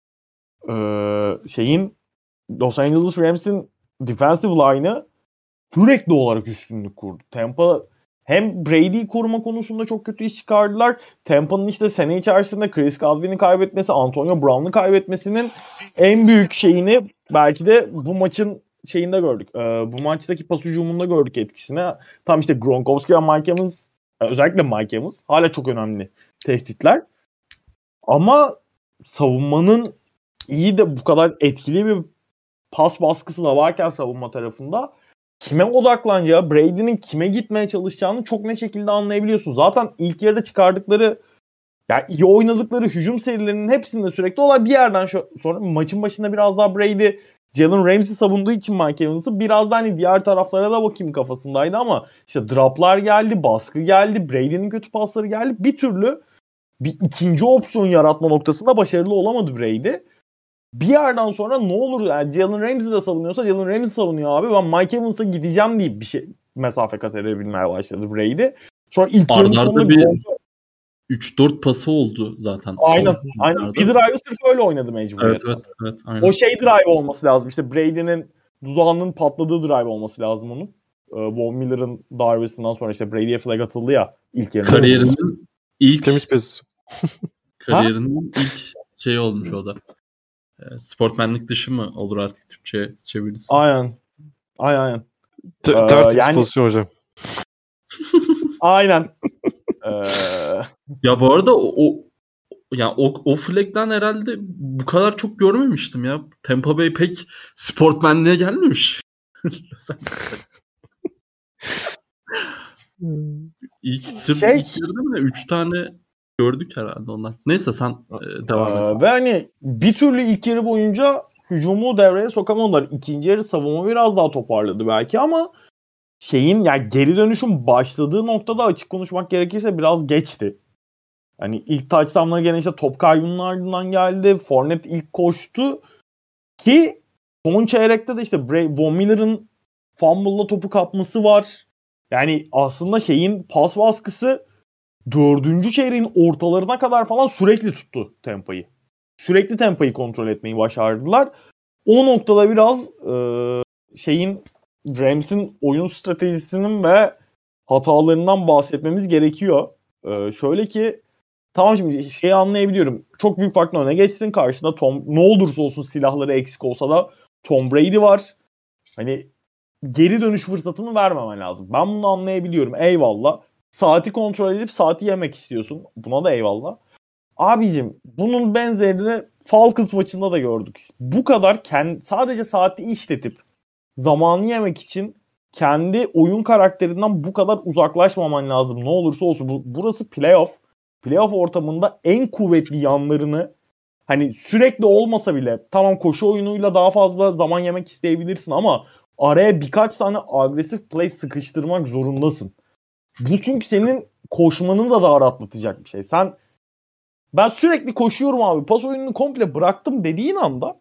ee, şeyin Los Angeles Rams'in defensive line'ı sürekli olarak üstünlük kurdu. Tampa hem Brady'yi koruma konusunda çok kötü iş çıkardılar. Tampa'nın işte sene içerisinde Chris Godwin'i kaybetmesi, Antonio Brown'u kaybetmesinin en büyük şeyini belki de bu maçın şeyinde gördük. Ee, bu maçtaki pas hücumunda gördük etkisini. Tam işte Gronkowski ve Mike Evans, özellikle Mike Evans hala çok önemli tehditler. Ama savunmanın iyi de bu kadar etkili bir pas baskısı da varken savunma tarafında kime odaklanacağı, Brady'nin kime gitmeye çalışacağını çok net şekilde anlayabiliyorsun. Zaten ilk yarıda çıkardıkları, yani iyi oynadıkları hücum serilerinin hepsinde sürekli olay bir yerden sonra maçın başında biraz daha Brady, Jalen Ramsey savunduğu için Mike Evans'ı biraz da hani diğer taraflara da bakayım kafasındaydı ama işte droplar geldi, baskı geldi, Brady'nin kötü pasları geldi. Bir türlü bir ikinci opsiyon yaratma noktasında başarılı olamadı Brady. Bir yerden sonra ne olur yani Jalen Ramsey de savunuyorsa Jalen Ramsey savunuyor abi. Ben Mike Evans'a gideceğim deyip bir şey mesafe kat edebilmeye başladı Brady. Sonra ilk yarının sonunda bir üç dört pası oldu zaten. Aynen. Aynen. Bir drive'ı sırf öyle oynadı mecburiyetten. Evet, evet, evet, aynen. O şey drive olması lazım. İşte Brady'nin dudağının patladığı drive olması lazım onun. Ee, Von Miller'ın darbesinden sonra işte Brady'ye flag atıldı ya ilk yarında. Kariyerinin ilk temiz pes. kariyerinin ilk şey olmuş o da. E, sportmenlik dışı mı olur artık Türkçe çevirisi? Aynen. Aynen aynen. T- Ee, tertemiz yani... pozisyon hocam. Aynen. ee... Ya bu arada o, o ya o, o flag'den herhalde bu kadar çok görmemiştim ya. Tampa Bay pek sportmenliğe gelmemiş. İlk sırf Şey... ilk yarıda mı ne? Üç tane gördük herhalde ondan. Neyse sen e, devam ee, et. Ve hani bir türlü ilk yarı boyunca hücumu devreye sokamadılar. İkinci yarı savunma biraz daha toparladı belki ama şeyin yani geri dönüşün başladığı noktada açık konuşmak gerekirse biraz geçti. Hani ilk touchdown'ları gene işte top kaybının ardından geldi. Fournette ilk koştu. Ki son çeyrekte de işte Bray- Von Miller'ın fumble'la topu kapması var. Yani aslında şeyin pas baskısı dördüncü çeyreğin ortalarına kadar falan sürekli tuttu tempayı. Sürekli tempayı kontrol etmeyi başardılar. O noktada biraz e, şeyin Rams'in oyun stratejisinin ve hatalarından bahsetmemiz gerekiyor. E, şöyle ki tamam şimdi şeyi anlayabiliyorum. Çok büyük farkla öne geçtin. Karşında Tom ne olursa olsun silahları eksik olsa da Tom Brady var. Hani geri dönüş fırsatını vermemen lazım. Ben bunu anlayabiliyorum. Eyvallah. Saati kontrol edip saati yemek istiyorsun. Buna da eyvallah. Abicim bunun benzerini Falcons maçında da gördük. Bu kadar kendi, sadece saati işletip zamanı yemek için kendi oyun karakterinden bu kadar uzaklaşmaman lazım. Ne olursa olsun. Bu, burası playoff. Playoff ortamında en kuvvetli yanlarını hani sürekli olmasa bile tamam koşu oyunuyla daha fazla zaman yemek isteyebilirsin ama araya birkaç tane agresif play sıkıştırmak zorundasın. Bu çünkü senin koşmanı da daha rahatlatacak bir şey. Sen ben sürekli koşuyorum abi pas oyununu komple bıraktım dediğin anda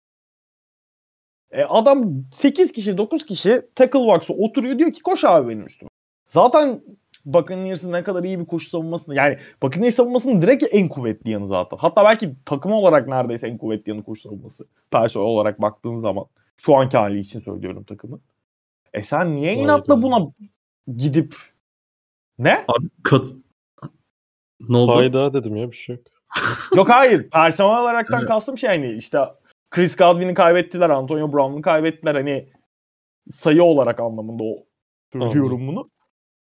e, adam sekiz kişi dokuz kişi tackle box'a oturuyor diyor ki koş abi benim üstüme. Zaten Buccaneers'ın ne kadar iyi bir koşu savunmasını, yani Buccaneers savunmasının direkt en kuvvetli yanı zaten. Hatta belki takım olarak neredeyse en kuvvetli yanı koşu savunması. Personel olarak baktığın zaman. Şu anki hali için söylüyorum takımın. E sen niye Vay inatla be. buna gidip ne? Abi kat... Ne oldu? Hayda dedim ya, bir şey yok. Yok hayır. Personel olaraktan Evet. kastım şey, hani işte Chris Godwin'i kaybettiler. Antonio Brown'u kaybettiler. Hani sayı olarak anlamında o söylüyorum Anladım. bunu.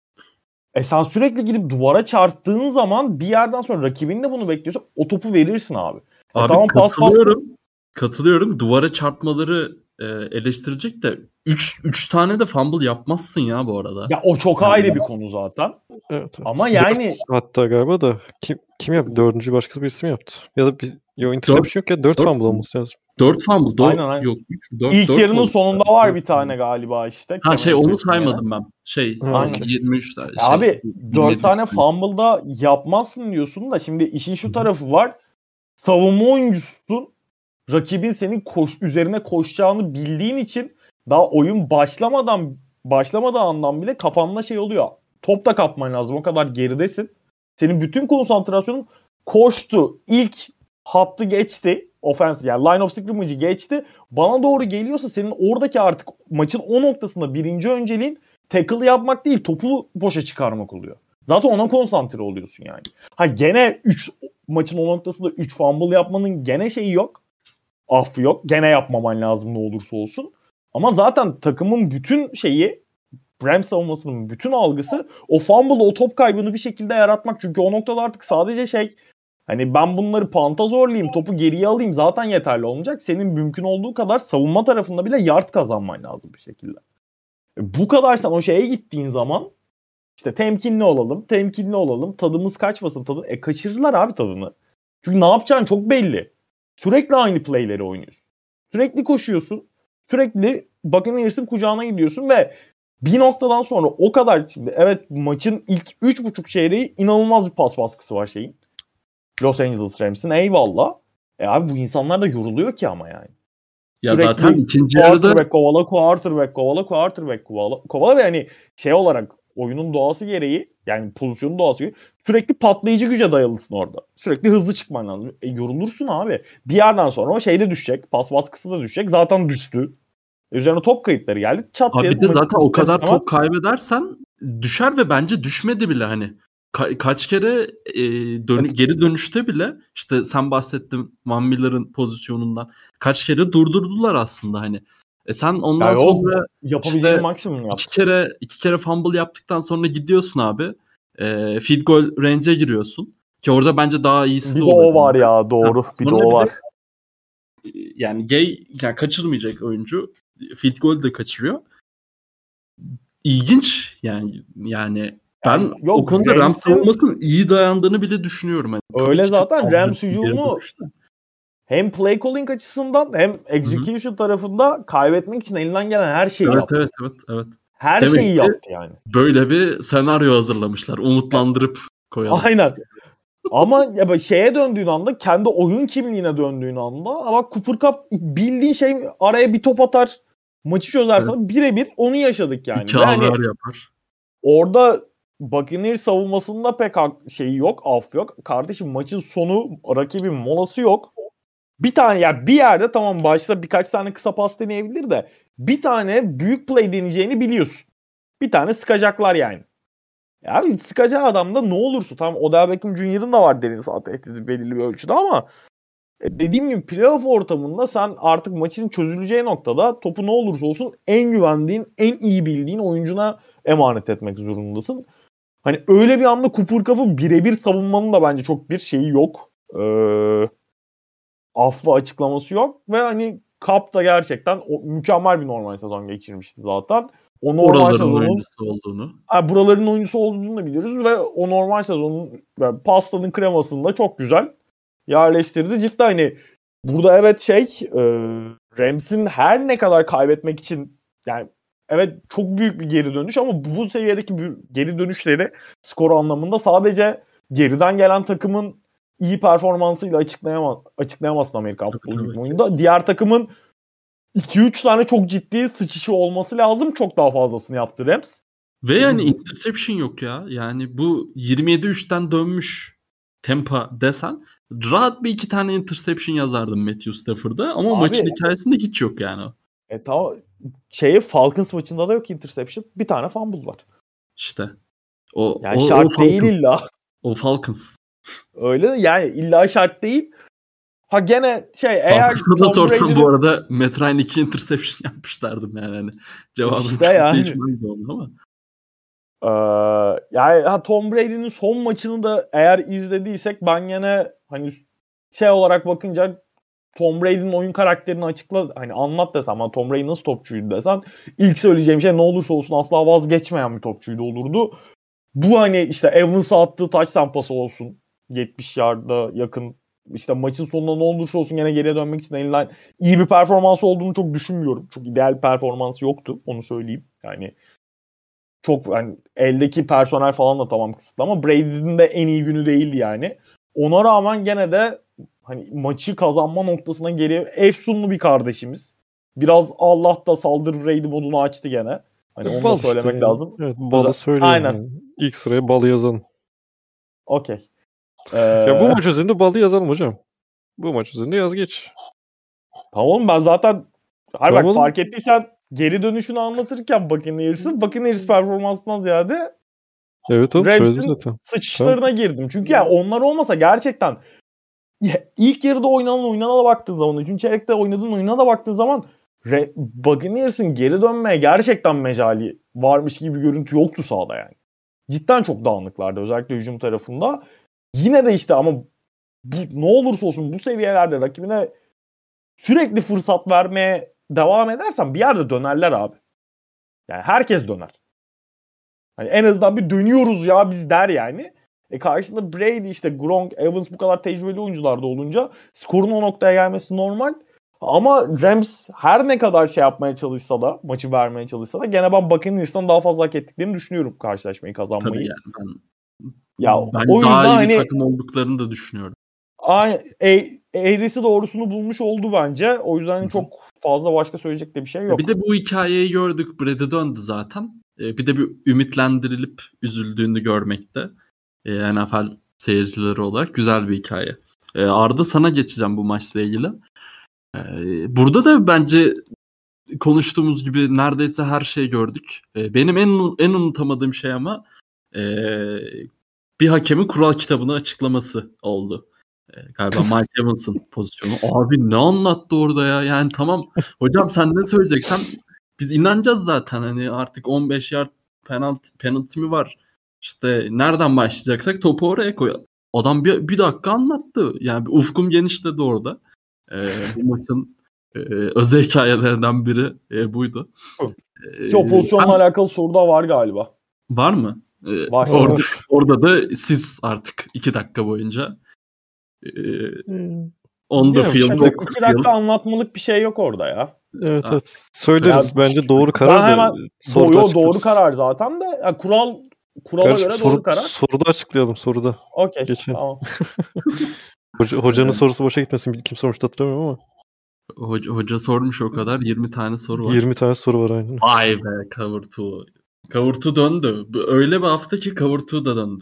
E sen sürekli gidip duvara çarptığın zaman bir yerden sonra rakibin de bunu bekliyorsa o topu verirsin abi. E Abi tamam, pas pas. katılıyorum. Katılıyorum. Duvara çarpmaları e, eleştirecek de üç tane de fumble yapmazsın ya bu arada. Ya o çok Yani- ayrı bir konu zaten. Evet, evet. Ama yani- Dört hatta galiba da kim kim yaptı? Dördüncü başkası birisi mi yaptı? Ya da bir yo interception yok ya, dört dört fumble mü? olması lazım. dört fumble. Dört, Aynen, aynen. Yok üç, dört, İlk dört yarının oldu. sonunda var bir Dört tane fumble. galiba işte. Ha şey Cameron onu Christ'in yine. saymadım ben. Şey Ha, Aynen. okey. yirmi üç tane. Ya Şey, abi yirmi dört yedi tane tane. fumble'da yapmazsın diyorsun da şimdi işin şu Hı hı. tarafı var. Savunma oyuncusun. Rakibin senin koş üzerine koşacağını bildiğin için daha oyun başlamadan başlamadığı andan bile kafanda şey oluyor. Top da kapman lazım. O kadar geridesin. Senin bütün konsantrasyonun koştu. İlk hattı geçti. Offense yani line of scrimmage'ı geçti. Bana doğru geliyorsa senin oradaki artık maçın o noktasında birinci önceliğin tackle yapmak değil, topu boşa çıkarmak oluyor. Zaten ona konsantre oluyorsun yani. Ha gene üç maçın o noktasında üç fumble yapmanın gene şeyi yok. Affı yok. Gene yapmaman lazım ne olursa olsun. Ama zaten takımın bütün şeyi, Rams savunmasının bütün algısı o fumble, o top kaybını bir şekilde yaratmak. Çünkü o noktada artık sadece şey, hani ben bunları panta zorlayayım, topu geriye alayım zaten yeterli olmayacak. Senin mümkün olduğu kadar savunma tarafında bile yard kazanman lazım bir şekilde. E bu kadar sen o şeye gittiğin zaman işte temkinli olalım, temkinli olalım, tadımız kaçmasın tadı. E kaçırırlar abi tadını. Çünkü ne yapacağın çok belli. Sürekli aynı playleri oynuyorsun. Sürekli koşuyorsun. Sürekli Buccaneers'ın kucağına gidiyorsun ve bir noktadan sonra o kadar, şimdi evet maçın ilk üç buçuk çeyreği inanılmaz bir pas baskısı var şeyin. Los Angeles Rams'in, eyvallah. E abi bu insanlar da yoruluyor ki ama yani. Ya Sürekli zaten ikinci yarıda Quarterback kovala, quarterback kovala, quarterback kovala, kovala ve hani şey olarak oyunun doğası gereği, yani pozisyonun doğası gereği sürekli patlayıcı güce dayalısın orada. Sürekli hızlı çıkman lazım. E, yorulursun abi. Bir yerden sonra o şey de düşecek. Pas baskısı da düşecek. Zaten düştü. Üzerine top kayıpları geldi. Çat diye. abi bir de zaten o kadar istemez. top kaybedersen düşer ve bence düşmedi bile hani. Ka- kaç kere e, dön- Evet. geri dönüşte bile işte sen bahsettin Van Miller'ın pozisyonundan kaç kere durdurdular aslında hani. E sen ondan Yani o sonra yapabileceğin işte maksimum yaptı. iki kere iki kere fumble yaptıktan sonra gidiyorsun abi. E, field goal range'e giriyorsun. Ki orada bence daha iyisi Bir de de o olabilir. var ya, doğru. Ha, Bir de sonra o bir de- var. Yani Gay yani kaçırmayacak oyuncu. Field goal de kaçırıyor. İlginç yani yani ben Yani yok, o konuda Rams Rams'in- savunmasının iyi dayandığını bile düşünüyorum. Yani tabii Öyle ki çok zaten avcı Rams bir geri hücumu dönüşte. hem play calling açısından hem execution tarafında kaybetmek için elinden gelen her şeyi Evet yaptı. evet evet evet. Her Demek şeyi ki- yaptı yani. Böyle bir senaryo hazırlamışlar. Umutlandırıp koyalım. Aynen. Ama ya bak şeye döndüğün anda, kendi oyun kimliğine döndüğün anda, ama Cooper Kupp bildiğin şey, araya bir top atar, maçı çözer sana, birebir onu yaşadık yani. İki Ve hani haber yapar. orada Buccaneers savunmasında pek hak- şeyi yok, af yok. Kardeşim maçın sonu, rakibin molası yok. Bir tane ya bir yerde tamam, başta birkaç tane kısa pas deneyebilir de bir tane büyük play deneyeceğini biliyorsun. Bir tane sıkacaklar yani. Ya abi sıkacağı adamda ne olursa, tamam Odell Beckham Junior'ın da var derin saha tehdidi belirli bir ölçüde ama e, dediğim gibi playoff ortamında sen artık maçın çözüleceği noktada topu ne olursa olsun en güvendiğin, en iyi bildiğin oyuncuna emanet etmek zorundasın. Hani öyle bir anda Cooper Kupp'ın birebir savunmanın da bence çok bir şeyi yok. Ee, affı açıklaması yok ve hani Kupp da gerçekten o, mükemmel bir normal sezon geçirmişti zaten. O normal Oraların sezonun oyuncusu olduğunu. ha, buraların oyuncusu olduğunu da biliyoruz ve o normal sezonun yani pastanın kremasını da çok güzel yerleştirdi. Cidden hani burada evet şey e, Rams'in her ne kadar kaybetmek için, yani evet çok büyük bir geri dönüş ama bu seviyedeki bir geri dönüşleri skor anlamında sadece geriden gelen takımın iyi performansıyla açıklayamaz, açıklayamazsın Amerikan Tabii, futbolu tabii, Ligi oyunda. kesin. Diğer takımın iki üç tane çok ciddi sıçışı olması lazım. Çok daha fazlasını yaptı Rams. Ve yani interception yok ya. Yani bu yirmi yedi üçten dönmüş Tampa desen rahat bir iki tane interception yazardım Matthew Stafford'a ama Abi, maçın hikayesinde hiç yok yani o. E tamam. Şeye Falcons maçında da yok interception. Bir tane fumble var. İşte. O, Yani o, o şart değil Falcons. illa. O Falcons. Öyle de yani illa şart değil. Ha gene şey eğer Falcons'a da Tom sorsam bu Brady'nin arada Matt Ryan iki interception yapmışlardım yani. Hani cevabını İşte çok yani. değişmezdi onun ama. Ee, yani ha, Tom Brady'nin son maçını da eğer izlediysek ben gene hani şey olarak bakınca Tom Brady'nin oyun karakterini açıkla hani anlat desem ama Tom Brady nasıl topçuydu desen ilk söyleyeceğim şey ne olursa olsun asla vazgeçmeyen bir topçuydu olurdu. Bu hani işte Evans'a attığı touchdown pası olsun yetmiş yard'a yakın işte maçın sonunda ne olursa olsun gene geriye dönmek için elinden iyi bir performans olduğunu çok düşünmüyorum. Çok ideal bir performans yoktu onu söyleyeyim. Yani çok hani eldeki personel falan da tamam kısıtlı ama Brady'nin de en iyi günü değildi yani. Ona rağmen gene de hani maçı kazanma noktasına geriye efsunlu bir kardeşimiz. Biraz Allah da saldır Brady modunu açtı gene. Hani onu Bal da işte söylemek yani. lazım. Evet, balı söyleyelim. Aynen. Yani. İlk sıraya balı yazalım. Okey. Ee, Ya bu maç üzerinde balı yazalım hocam. Bu maç üzerinde yaz geç. tamam ben zaten hayır Tamam. bak fark ettiysen geri dönüşünü anlatırken Buccaneers'ın Buccaneers performansından ziyade Evet oğlum söyledim Rams'in zaten. sıçışlarına Tamam. girdim. Çünkü yani onlar olmasa gerçekten ilk yarıda oynanan oyununa da baktığın zaman, üçüncü çeyrekte oynadığın oyuna da baktığın zaman Re- Buccaneers'ın geri dönmeye gerçekten mecali varmış gibi bir görüntü yoktu sahada yani. Cidden çok dağınıklardı özellikle hücum tarafında. Yine de işte ama bu, ne olursa olsun bu seviyelerde rakibine sürekli fırsat vermeye devam edersen bir yerde dönerler abi. Yani herkes döner. Hani en azından bir dönüyoruz ya biz der yani. E karşısında Brady işte Gronk, Evans bu kadar tecrübeli oyuncular da olunca skorun o noktaya gelmesi normal. Ama Rams her ne kadar şey yapmaya çalışsa da, maçı vermeye çalışsa da gene ben Buccaneers'tan daha fazla hak ettiklerini düşünüyorum karşılaşmayı kazanmayı. Tabii yani ben Ya ben o daha yüzden iyi bir hani takım olduklarını da düşünüyorum. aynı e, eğrisi doğrusunu bulmuş oldu bence. O yüzden Hı-hı. çok fazla başka söyleyecek de bir şey yok. Bir de bu hikayeyi gördük. Brady döndü zaten. Bir de bir ümitlendirilip üzüldüğünü görmekte. N F L seyircileri olarak güzel bir hikaye. Arda sana geçeceğim bu maçla ilgili. Burada da bence konuştuğumuz gibi neredeyse her şeyi gördük. Benim en en unutamadığım şey ama bir hakemin kural kitabını açıklaması oldu. Galiba Mike Evans'ın pozisyonu. Abi ne anlattı orada ya? Yani tamam hocam sen ne söyleyeceksen biz inanacağız zaten. Hani artık on beş yard penaltı, penaltı mi var? İşte nereden başlayacaksak topu oraya koy. Adam bir, bir dakika anlattı. Yani bir ufkum genişledi orada. Ee, bu maçın e, özel hikayelerinden biri e, buydu. Ee, Ki o pozisyonla sen, alakalı soru da var galiba. var mı? Ee, Var. orada, orada da siz artık iki dakika boyunca e, on the Yani field, şimdi- off Çok the iki dakika field. anlatmalık bir şey yok orada ya. Evet Ha. evet. Söyleriz Ya, bence doğru Ben karar da hemen soruda doğru, açıklarız. doğru karar zaten de yani kural kurala Kardeşim, göre soru, doğru karar. soruda açıklayalım soruda. Okey Geçelim. tamam. Hoca, hocanın Evet. sorusu boşa gitmesin. Kim sormuştu hatırlamıyorum ama. Hoca, hoca sormuş o kadar. yirmi tane soru var. yirmi tane soru var aynen. Vay be Cover two. Cover two döndü. Öyle bir hafta ki Cover two da döndü.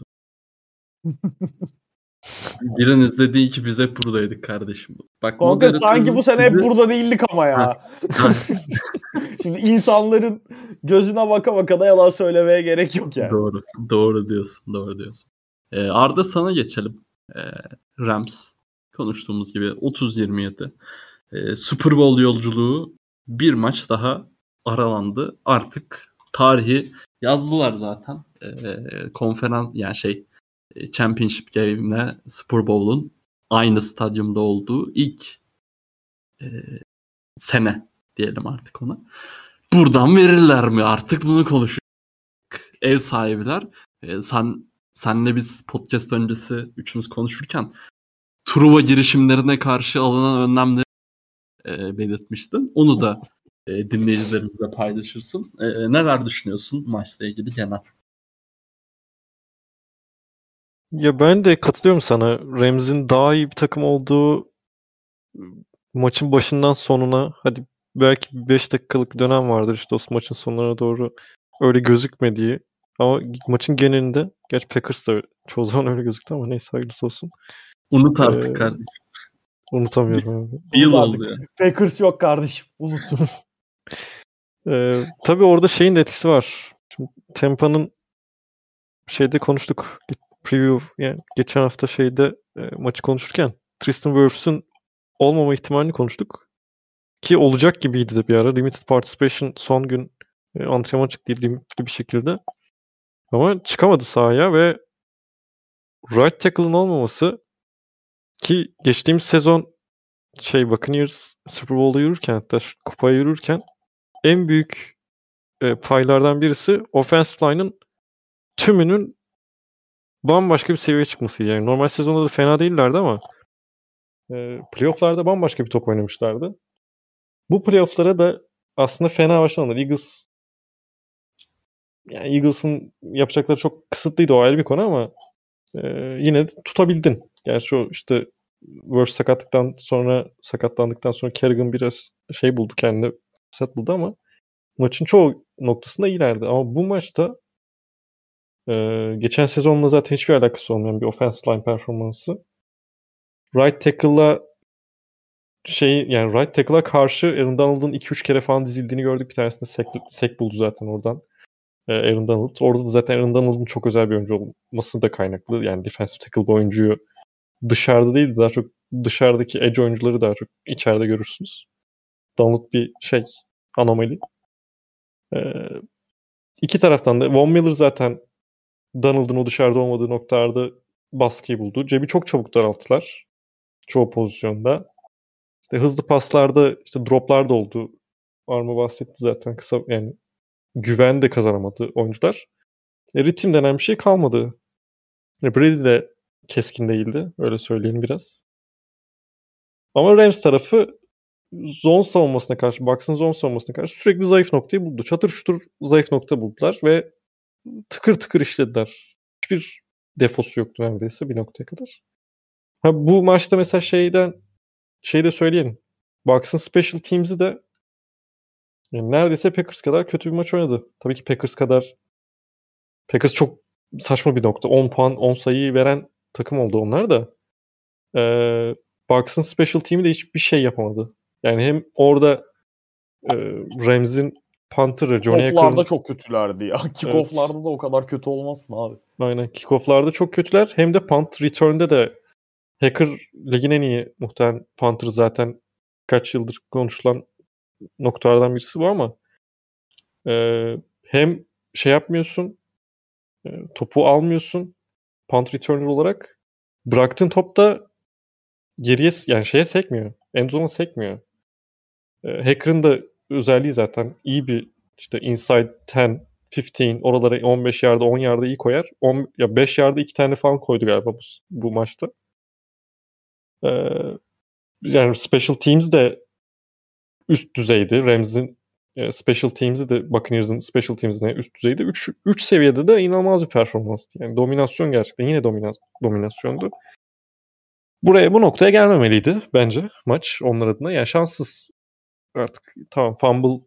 Biriniz de değil ki biz hep buradaydık kardeşim. Bak Kanka sanki bu sene hep sizi- burada değildik ama ya. Şimdi insanların gözüne baka baka da yalan söylemeye gerek yok yani. Doğru. Doğru diyorsun. Doğru diyorsun. Ee, Arda sana geçelim. Ee, Rams konuştuğumuz gibi otuz yirmi yedi. Ee, Super Bowl yolculuğu bir maç daha aralandı. Artık tarihi yazdılar zaten. Ee, konferans yani şey Championship Game'le Super Bowl'un aynı stadyumda olduğu ilk e, sene diyelim artık ona. Buradan verirler mi? Artık bunu konuşuyoruz. Ev sahibiler. E, sen senle biz podcast öncesi üçümüz konuşurken Truva girişimlerine karşı alınan önlemleri e, belirtmiştin. Onu da e, dinleyicilerimizle paylaşırsın. E, neler düşünüyorsun maçla ilgili genel? Ya ben de katılıyorum sana. Rams'in daha iyi bir takım olduğu maçın başından sonuna hadi belki beş dakikalık bir dönem vardır işte o maçın sonlarına doğru öyle gözükmediği Ama maçın genelinde, gerçi Packers da çoğu zaman öyle gözüktü ama neyse hayırlısı olsun. Unut artık Ee, kardeşim. Unutamıyorum abi. Bir yıl Unut oldu artık. ya. Packers yok kardeşim. Unut. Ee, tabii orada şeyin de etkisi var. Şimdi Tampa'nın şeyde konuştuk. Preview yani geçen hafta şeyde e, maçı konuşurken Tristan Wirfs'ün olmama ihtimalini konuştuk. Ki olacak gibiydi de bir ara. Limited Participation son gün e, antrenman çıktı limitli bir şekilde. Ama çıkamadı sahaya ve right tackle'ın olmaması ki geçtiğimiz sezon şey Buccaneers Super Bowl'da yürürken hatta şu kupaya yürürken en büyük e, paylardan birisi offensive line'ın tümünün bambaşka bir seviyeye çıkması. Yani normal sezonda da fena değillerdi ama e, playoff'larda bambaşka bir top oynamışlardı. Bu playoff'lara da aslında fena başlamadılar. Eagles yani Eagles'ın yapacakları çok kısıtlıydı, o ayrı bir konu ama e, yine de tutabildin. Gerçi o işte Wirfs sakatlıktan sonra sakatlandıktan sonra Kerrigan biraz şey buldu, kendine fırsat buldu ama maçın çoğu noktasında iyilerdi. Ama bu maçta e, geçen sezonla zaten hiçbir alakası olmayan bir offensive line performansı. Right tackle'la şey yani right tackle'a karşı Aaron Donald'ın iki üç kere falan dizildiğini gördük. Bir tanesinde sack, sack buldu zaten oradan. Ee, Aaron Donald. Orada da zaten Aaron Donald'ın çok özel bir oyuncu olması da kaynaklı. Yani defensive tackle bir oyuncuyu dışarıda değil de daha çok dışarıdaki edge oyuncuları daha çok içeride görürsünüz. Donald bir şey anomali. Ee, iki taraftan da Von Miller zaten Donald'ın o dışarıda olmadığı noktalarda baskıyı buldu. Cebi çok çabuk daralttılar. Çoğu pozisyonda. İşte hızlı paslarda işte droplar da oldu. Arma bahsetti zaten kısa yani güven de kazanamadı oyuncular. E, ritim denen bir şey kalmadı. E, Brady de keskin değildi. Öyle söyleyeyim biraz. Ama Rams tarafı zone savunmasına karşı, Bucks'ın zone savunmasına karşı sürekli zayıf noktayı buldu. Çatır çutur zayıf nokta buldular ve tıkır tıkır işlediler. Hiçbir defosu yoktu neredeyse bir noktaya kadar. Ha, bu maçta mesela şeyden şey de söyleyelim. Bucks'ın special teams'i de yani neredeyse Packers kadar kötü bir maç oynadı. Tabii ki Packers kadar Packers çok saçma bir nokta. on puan, on sayıyı veren takım oldu onlar da. Ee, Bucks'ın special team'i de hiçbir şey yapamadı. Yani hem orada e, Rams'in punter'ı Johnny Kickoff'larda Hacker'ın çok kötülerdi ya. evet, Kickoff'larda da o kadar kötü olmazsın abi. aynen kickoff'larda çok kötüler. Hem de punt return'de de Hacker ligin en iyi muhtemelen punter'ı zaten kaç yıldır konuşulan noktalardan birisi bu ama e, hem şey yapmıyorsun e, topu almıyorsun punt returner olarak bıraktığın top da geriye yani şeye sekmiyor. Endzone sekmiyor. E, Hacker'ın da özelliği zaten iyi bir işte inside on, on oralara on beş yarda on yarda iyi koyar. on, ya beş yarda iki tane falan koydu galiba bu, bu maçta. E, yani special teams de üst düzeydi. Rams'in e, special teams'i de Buccaneers'ın special teams'ine üst düzeydi. üç seviyede de inanılmaz bir performanstı. Yani dominasyon gerçekten yine dominas dominasyondu. Buraya bu noktaya gelmemeliydi bence maç onlar adına. Yani şanssız artık tamam fumble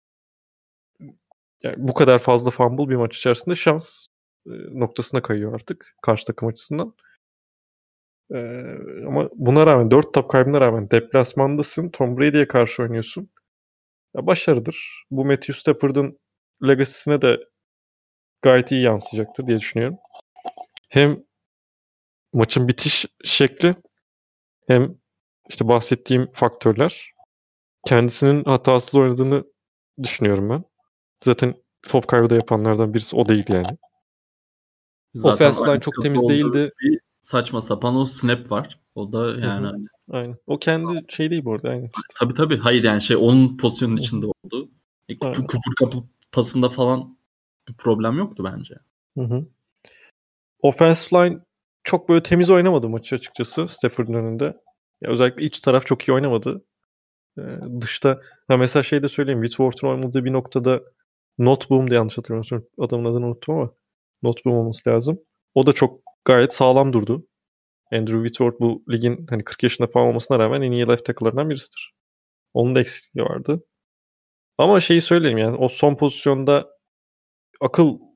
yani bu kadar fazla fumble bir maç içerisinde şans e, noktasına kayıyor artık karşı takım açısından. E, ama buna rağmen dört top kaybına rağmen deplasmandasın. Tom Brady'ye karşı oynuyorsun. Ya başarıdır. Bu Matthew Stafford'ın legacy'sine de gayet iyi yansıyacaktır diye düşünüyorum. Hem maçın bitiş şekli hem işte bahsettiğim faktörler kendisinin hatasız oynadığını düşünüyorum ben. Zaten top kaybı da yapanlardan birisi o değil yani. Zaten Offensive line çok temiz değildi. Bir saçma sapan o snap var. O da yani Hı hı. Aynen. O kendi şey değil bu arada. Aynen işte. tabii tabii. Hayır yani şey onun pozisyonun Hı hı. içinde oldu. E, kupu, Aynen. kupur kapı pasında falan bir problem yoktu bence. Hı hı. Offensive line çok böyle temiz oynamadı maçı açıkçası Stafford'un önünde. Ya özellikle iç taraf çok iyi oynamadı. Ee, dışta ha mesela şey de söyleyeyim. Whitworth'un oynadığı bir noktada Noteboom da yanlış hatırlamıyorsun. Adamın adını unuttum ama Noteboom olması lazım. O da çok gayet sağlam durdu. Andrew Whitworth bu ligin hani kırk yaşında falan olmasına rağmen en iyi left tackle'larından birisidir. Onun da eksikliği vardı. Ama şeyi söyleyeyim yani o son pozisyonda akıl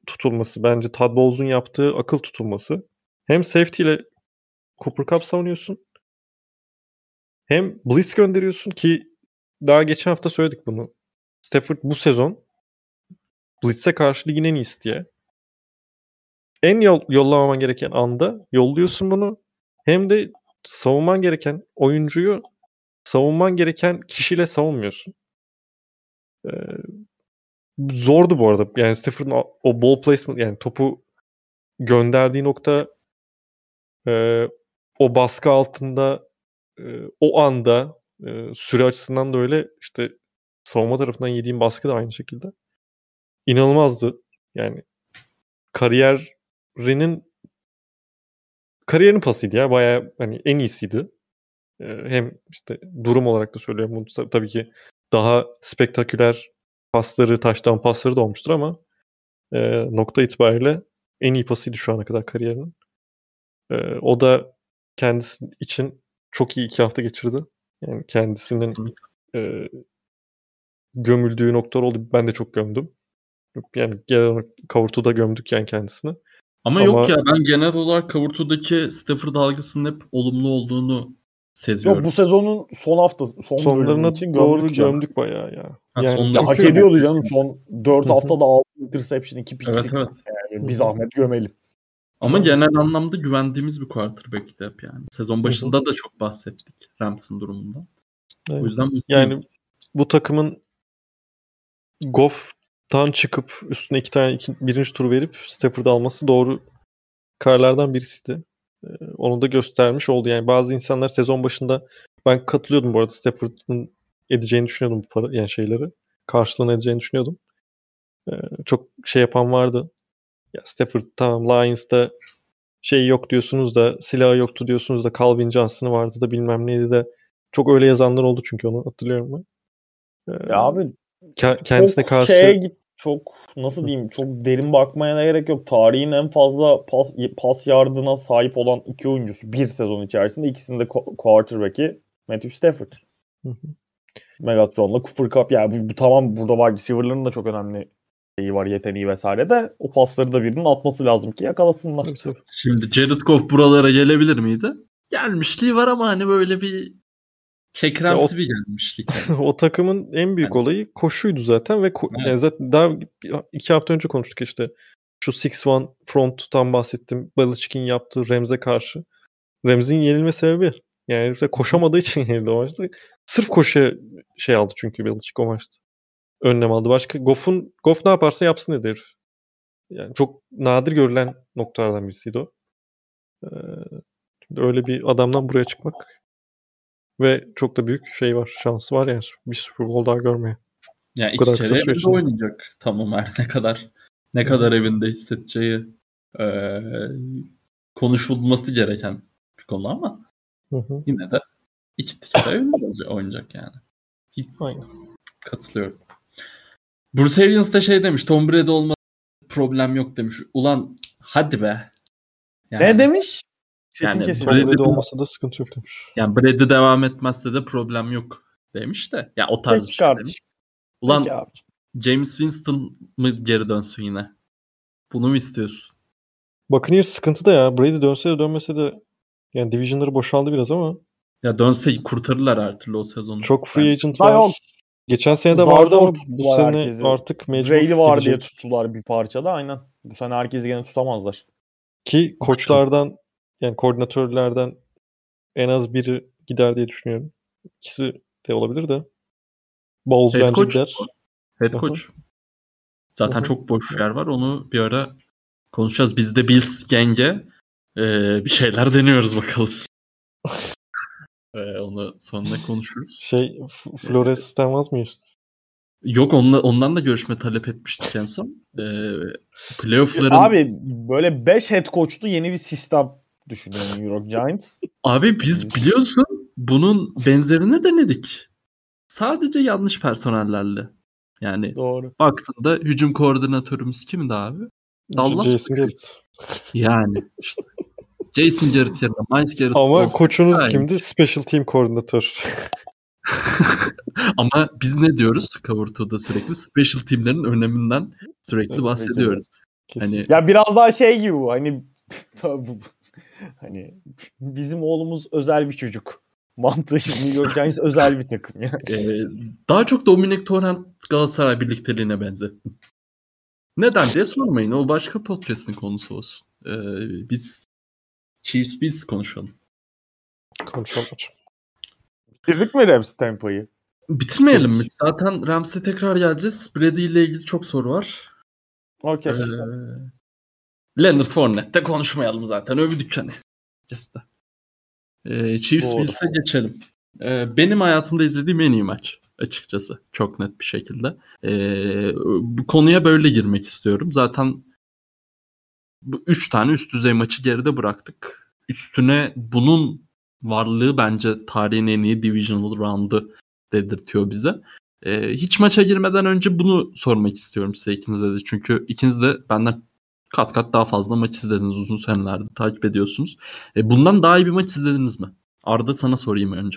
tutulması. Bence Todd Bowles'un yaptığı akıl tutulması. Hem safety ile Cooper Kupp savunuyorsun. Hem blitz gönderiyorsun ki daha geçen hafta söyledik bunu. Stafford bu sezon blitz'e karşı ligin en iyisi diye. En yol, yollamaman gereken anda yolluyorsun bunu. Hem de savunman gereken oyuncuyu savunman gereken kişiyle savunmuyorsun. Ee, zordu bu arada. Yani Stafford'ın o, o ball placement, yani topu gönderdiği nokta, e, o baskı altında, e, o anda, e, süre açısından da öyle, işte savunma tarafından yediğim baskı da aynı şekilde. İnanılmazdı. Yani kariyerinin kariyerin pasıydı ya. Bayağı hani en iyisiydi. Ee, hem işte durum olarak da söylüyorum. Bunu tabii ki daha spektaküler pasları, taştan pasları da olmuştur ama e, nokta itibariyle en iyi pasıydı şu ana kadar kariyerinin. E, o da kendisi için çok iyi iki hafta geçirdi. Yani kendisinin e, gömüldüğü noktalar oldu. Ben de çok gömdüm. Yani genel olarak Kavurtu'da gömdük yani kendisini. Ama, Ama yok ya, ben genel olarak Kavurtu'daki Stafford algısının hep olumlu olduğunu seziyorum. Yok, bu sezonun son haftası, son sonlarına için doğru gömdük, gömdük bayağı ya. Ha, yani ya hak çünkü... ediyordu canım. Son dört haftada altı interception, iki pick evet, six. evet. Yani bir zahmet gömelim. Ama genel anlamda güvendiğimiz bir quarterback'ti hep yani. Sezon başında Hı-hı. da çok bahsettik Rams'ın durumundan. Evet. O yüzden mutluyum. Yani bu takımın Goff'tan çıkıp üstüne iki tane iki, birinci tur verip Stafford'ı alması doğru kararlardan birisiydi. Ee, onu da göstermiş oldu. Yani bazı insanlar sezon başında, ben katılıyordum bu arada, Stafford'ın edeceğini düşünüyordum bu para, yani şeyleri. Karşılığını edeceğini düşünüyordum. Ee, çok şey yapan vardı. Ya Stafford tamam, Lions'ta şey yok diyorsunuz da, silahı yoktu diyorsunuz da, Calvin Johnson'ı vardı da bilmem neydi de, çok öyle yazanlar oldu çünkü, onu hatırlıyorum ben. Ee, ya abi ke- kendisine çok karşı şeye git, çok nasıl diyeyim, çok derin bakmaya da gerek yok. Tarihin en fazla pas pas yardına sahip olan iki oyuncusu bir sezon içerisinde, ikisinin de quarterback'i Matthew Stafford. Hı hı. Megatron'la Cooper Kupp, yani bu, bu tamam, burada wide receiver'ların da çok önemli şeyi var, yeteneği vesaire de, o pasları da birinin atması lazım ki yakalasınlar. Tabii, tabii. Şimdi Jared Goff buralara gelebilir miydi? Gelmişliği var ama hani böyle bir kekremsi o, bir gelmişlik. Yani. O takımın en büyük yani. olayı koşuydu zaten ve ko- evet. yani zaten daha iki hafta önce konuştuk işte. Şu altı bir front'tan bahsettim. Belichick'in yaptığı Rams'e karşı. Rams'in yenilme sebebi, yani koşamadığı için yenildi o maçta. Sırf koşuya şey aldı çünkü Belichick o maçta. Önlem aldı. Başka Goff'un Goff ne yaparsa yapsın dedi herif. Yani çok nadir görülen noktalardan birisiydi o. Ee, öyle bir adamdan buraya çıkmak ve çok da büyük şey var, şansı var yani, bir Super Bowl daha görmeye. Ya yani iki kere evinde oynayacak. Tamam, her ne kadar ne Hı-hı. kadar evinde hissedeceği e, konuşulması gereken bir konu ama Hı-hı. yine de iki kere evinde oynayacak yani. Hiç Aynen. Katılıyorum. Bruce Arians da şey demiş, Tom Brady olmasa problem yok demiş. Ulan hadi be. Yani, ne demiş? Sesin yani kesildi. Tom Brady olmasa da sıkıntı yok demiş. Yani Brady devam etmezse de problem yok demiş de. Ya yani o tarz Peki bir şey kardeşim. Demiş. Ulan James Winston mı geri dönsün yine? Bunu mu istiyorsun? Buccaneers sıkıntı da ya. Brady dönse de dönmese de yani division'ları boşaldı biraz ama. Ya dönse kurtarırlar her türlü o sezonu. Çok free yani. agent var. Yok. Geçen sene de vardı ama bu sene herkesi. Artık mecbur Brady var gidecek. diye tuttular bir parçada, aynen. Bu sene herkesi gene tutamazlar. Ki koçlardan, yani koordinatörlerden en az biri gider diye düşünüyorum. İkisi de olabilir de. Bowles bence coach gider. Head coach. Zaten Hı-hı. çok boş yer var. Onu bir ara konuşacağız. Biz de Bills genge ee, bir şeyler deniyoruz bakalım. ee, onu sonra konuşuruz. Şey, Flores denmez miyiz? Yok, onunla, ondan da görüşme talep etmiştik en son. Ee, playoff'ların... Abi böyle beş head coach'lu yeni bir sistem düşünüyorum New York Giants. Abi biz biliyorsun bunun benzerini denedik. Sadece yanlış personellerle. Yani Doğru. Baktığında hücum koordinatörümüz kimdi abi? Dallas Jason Garrett. Yani işte. Jason Garrett yerine Miles Garrett Ama olsa, koçunuz hayır. Kimdi? Special Team koordinatör. Ama biz ne diyoruz? Cover two'da sürekli special team'lerin öneminden sürekli bahsediyoruz. Kesin. Hani Ya biraz daha şey gibi bu. Hani bu- hani bizim oğlumuz özel bir çocuk. Mantığı şimdi New York Giants özel bir takım ya. e, daha çok Dominic Torrent Galatasaray birlikteliğine benzettim. Neden diye sormayın. O başka podcast'in konusu olsun. E, biz Chiefs biz konuşalım. Konuşalım hocam. Bitirdik mi Rams Tampa'yı? Bitirmeyelim mi? Bitirdik. Zaten Rams'e tekrar geleceğiz. Brady ile ilgili çok soru var. Okey. Ee, Leonard Fournette'de konuşmayalım zaten. Övdük hani. Ee, Chiefs Doğru. Bills'e geçelim. Ee, benim hayatımda izlediğim en iyi maç açıkçası. Çok net bir şekilde. Ee, bu konuya böyle girmek istiyorum. Zaten bu üç tane üst düzey maçı geride bıraktık. Üstüne bunun varlığı bence tarihin en iyi divisional round'u dedirtiyor bize. Ee, hiç maça girmeden önce bunu sormak istiyorum size ikinize de. Çünkü ikiniz de benden kat kat daha fazla maç izlediniz, uzun senelerde takip ediyorsunuz. E, bundan daha iyi bir maç izlediniz mi? Arda, sana sorayım önce.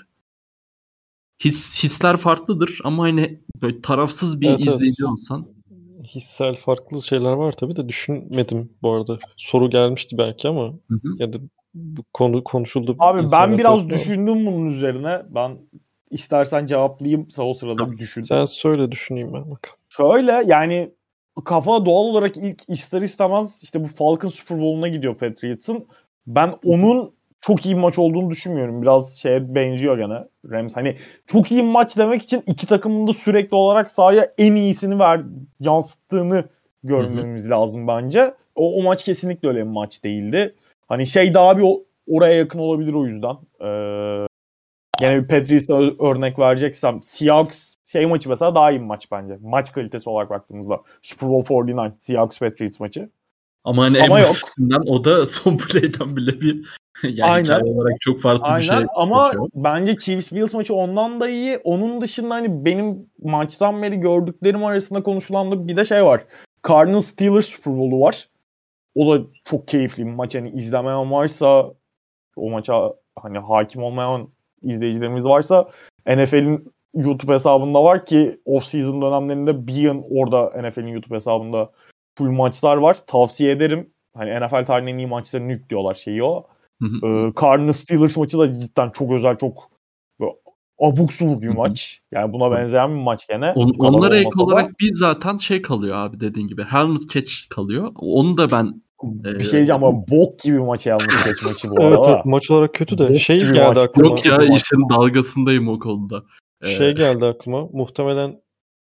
His, hisler farklıdır ama hani böyle tarafsız bir Evet, evet. izleyici olsan. Hissel farklı şeyler var tabii de düşünmedim bu arada. Soru gelmişti belki ama Hı hı. ya da bu konu konuşuldu. Abi ben insanlar biraz tarafından. düşündüm bunun üzerine. Ben istersen cevaplayayım. Sağ o sırada Tamam. bir düşün. Sen söyle, düşüneyim ben bakalım. Şöyle yani kafa doğal olarak ilk ister istemez işte bu Falcons Super Bowl'una gidiyor Patriots'ın. Ben onun çok iyi bir maç olduğunu düşünmüyorum. Biraz şeye benziyor gene Rams. Hani çok iyi bir maç demek için iki takımın da sürekli olarak sahaya en iyisini ver, yansıttığını görmemiz lazım bence. O, o maç kesinlikle öyle bir maç değildi. Hani şey daha bir o- oraya yakın olabilir o yüzden. Ee, Yine bir Patriots'a örnek vereceksem Seahawks şey maçı mesela daha iyi bir maç bence. Maç kalitesi olarak baktığımızda. Super Bowl kırk dokuz Seahawks Patriots maçı. Ama hani Ama en yok. basitinden o da son play'den bile bir yani Aynen. hikaye olarak çok farklı bir şey Aynen ama geçiyor. bence Chiefs Bills maçı ondan da iyi. Onun dışında hani benim maçtan beri gördüklerim arasında konuşulan da bir de şey var. Cardinals Steelers Super Bowl'u var. O da çok keyifli bir maç. Hani izlemeyen varsa o maça hani hakim olmayan izleyicilerimiz varsa N F L'in YouTube hesabında var ki off-season dönemlerinde bir yıl orada N F L'in YouTube hesabında full maçlar var. Tavsiye ederim. Hani N F L tarihinin en iyi maçlarını yüklüyorlar şeyi o. Hı hı. Ee, Cardinals Steelers maçı da cidden çok özel, çok böyle abuk subuk bir Hı hı. maç. Yani buna benzeyen bir maç gene. On, Bu kadar onlara ek olmasa da. olarak bir zaten şey kalıyor abi, dediğin gibi. Helmet catch kalıyor. Onu da ben Bir e, şey diyeceğim ama bok gibi maç yalnız geç maçı bu Evet, arada. evet, maç olarak kötü de Bok şey gibi geldi maç. aklıma. yok ya, Maç. işin dalgasındayım o konuda. Ee, Şey geldi aklıma. Muhtemelen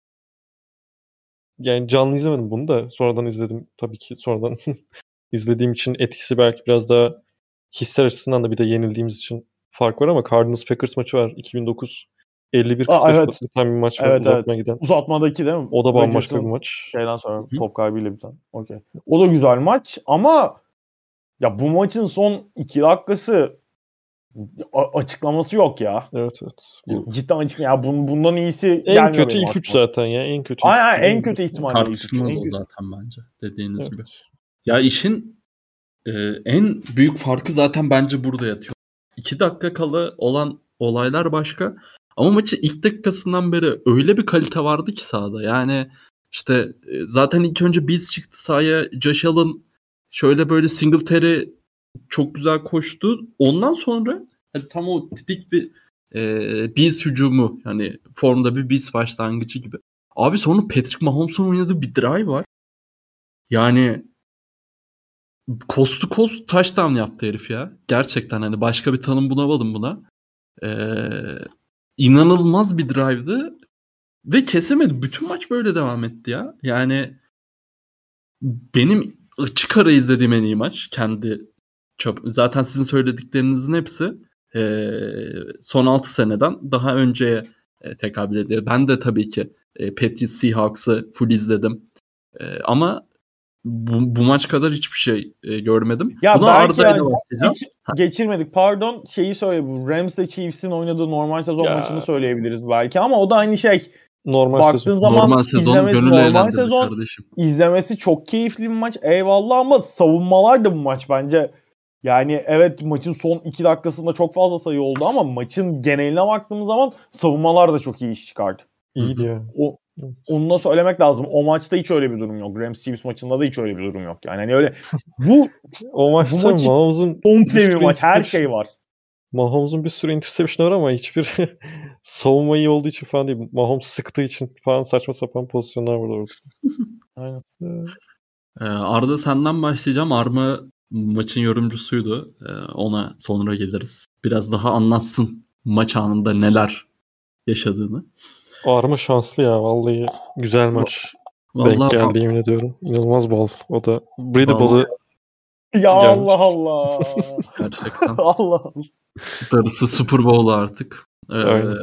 yani canlı izlemedim bunu da sonradan izledim tabii ki, sonradan izlediğim için etkisi belki biraz daha hisler açısından da bir de yenildiğimiz için fark var ama Cardinals Packers maçı var iki bin dokuz elli bir Aa, kırk beş evet. biten bir maç var, Evet uzatmaya evet. giden. Uzatmadaki değil mi? O da bambaşka Rodgers'ın bir maç. şeyden sonra Hı. top kaybıyla biten. Okey. O da güzel maç ama ya bu maçın son iki dakikası a- açıklaması yok ya. Evet, evet. Bu Cidden açık ya. Bun, bundan iyisi en gelmiyor kötü benim ilk üç aklıma. zaten ya. En kötü ilk Aynen üç. en kötü ihtimalle ilk üç. tartışılmaz En o kötü. zaten bence, dediğiniz gibi. Evet. Ya işin e, en büyük farkı zaten bence burada yatıyor. İki dakika kala olan olaylar başka. Ama maçın ilk dakikasından beri öyle bir kalite vardı ki sahada. Yani işte e, zaten ilk önce Bills çıktı sahaya. Josh Allen şöyle böyle Singletary çok güzel koştu. Ondan sonra hani tam o tipik bir e, Bills hücumu, yani formda bir Bills başlangıcı gibi. Abi sonra Patrick Mahomes'un oynadığı bir drive var. Yani coast to coast touchdown yaptı herif ya. Gerçekten hani başka bir tanım bulamadım buna. Ee, inanılmaz bir drive'dı ve kesemedi. Bütün maç böyle devam etti ya. Yani benim açık ara izlediğim en iyi maç. Kendi çap- zaten sizin söylediklerinizin hepsi ee, son altı seneden daha önceye e, tekabül ediyor. Ben de tabii ki e, Patriots Seahawks'ı full izledim. E, ama bu, bu maç kadar hiçbir şey e, görmedim. Ya Buna belki Arda ile ya başlayacağım. hiç geçirmedik. Pardon şeyi söyle, bu Rams'le Chiefs'in oynadığı normal sezon Ya. maçını söyleyebiliriz belki ama o da aynı şey. Normal Baktığın sezon. zaman Normal sezon izlemesi gönül normal eğlendirdi sezon. kardeşim. İzlemesi çok keyifli bir maç. Eyvallah ama savunmalar da bu maç bence. Yani evet maçın son iki dakikasında çok fazla sayı oldu ama maçın geneline baktığımız zaman savunmalar da çok iyi iş çıkardı. İyiydi ya. O Evet. Onu da söylemek lazım. O maçta hiç öyle bir durum yok. Rams Chiefs maçında da hiç öyle bir durum yok. Yani hani öyle bu O maçta bu maçı Mahomes'un komple bir bir sürü maç. Her interception- şey var. Mahomes'un bir sürü interception var ama hiçbir savunma iyi olduğu için falan değil. Mahomes sıktığı için falan saçma sapan pozisyonlar var orada. Aynen. Ee, Arda senden başlayacağım. Arma maçın yorumcusuydu. Ee, ona sonra geliriz. Biraz daha anlatsın maç anında neler yaşadığını. Arma şanslı ya. Vallahi güzel maç. Denk Vallahi geldi yemin ediyorum. İnanılmaz bol. O da Brady Vallahi- Ball'ı Ya gelmiş. Allah Allah. gerçekten. Allah Allah. Darısı Super Bowl artık. Ee, Aynen.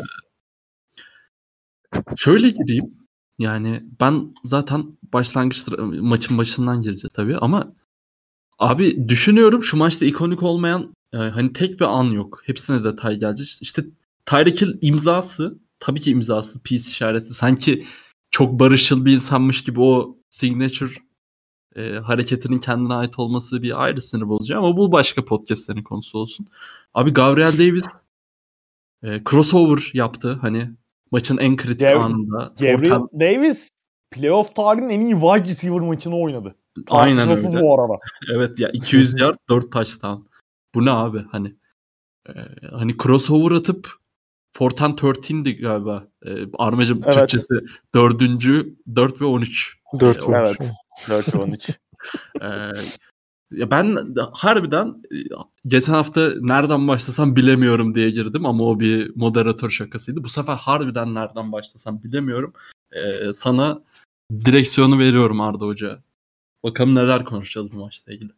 Şöyle gireyim. Yani ben zaten başlangıç maçın başından gireceğiz tabii ama abi düşünüyorum şu maçta ikonik olmayan e, hani tek bir an yok. Hepsine detay gelecek. İşte Tyreek Hill imzası, tabii ki imzası, peace işareti. Sanki çok barışçıl bir insanmış gibi o signature e, hareketinin kendine ait olması bir ayrı sinir bozucu ama bu başka podcastlerin konusu olsun. Abi Gabriel Davis e, crossover yaptı hani maçın en kritik Gav- anında. Gabriel Forten, Davis playoff tarihinin en iyi wide receiver maçını oynadı. aynen Tartışmasız öyle. bu arada. Evet ya iki yüz yard dört touchdown. Bu ne abi hani e, hani crossover atıp Forten on üç'ti galiba. E, Armacım Evet. Türkçesi dördüncü dört ve on üç. dört E, var. Evet. dört on üç. e, ya ben de harbiden e, geçen hafta nereden başlasam bilemiyorum diye girdim ama o bir moderatör şakasıydı. Bu sefer harbiden nereden başlasam bilemiyorum. E, sana direksiyonu veriyorum Arda Hoca. Bakalım neler konuşacağız bu maçla ilgili.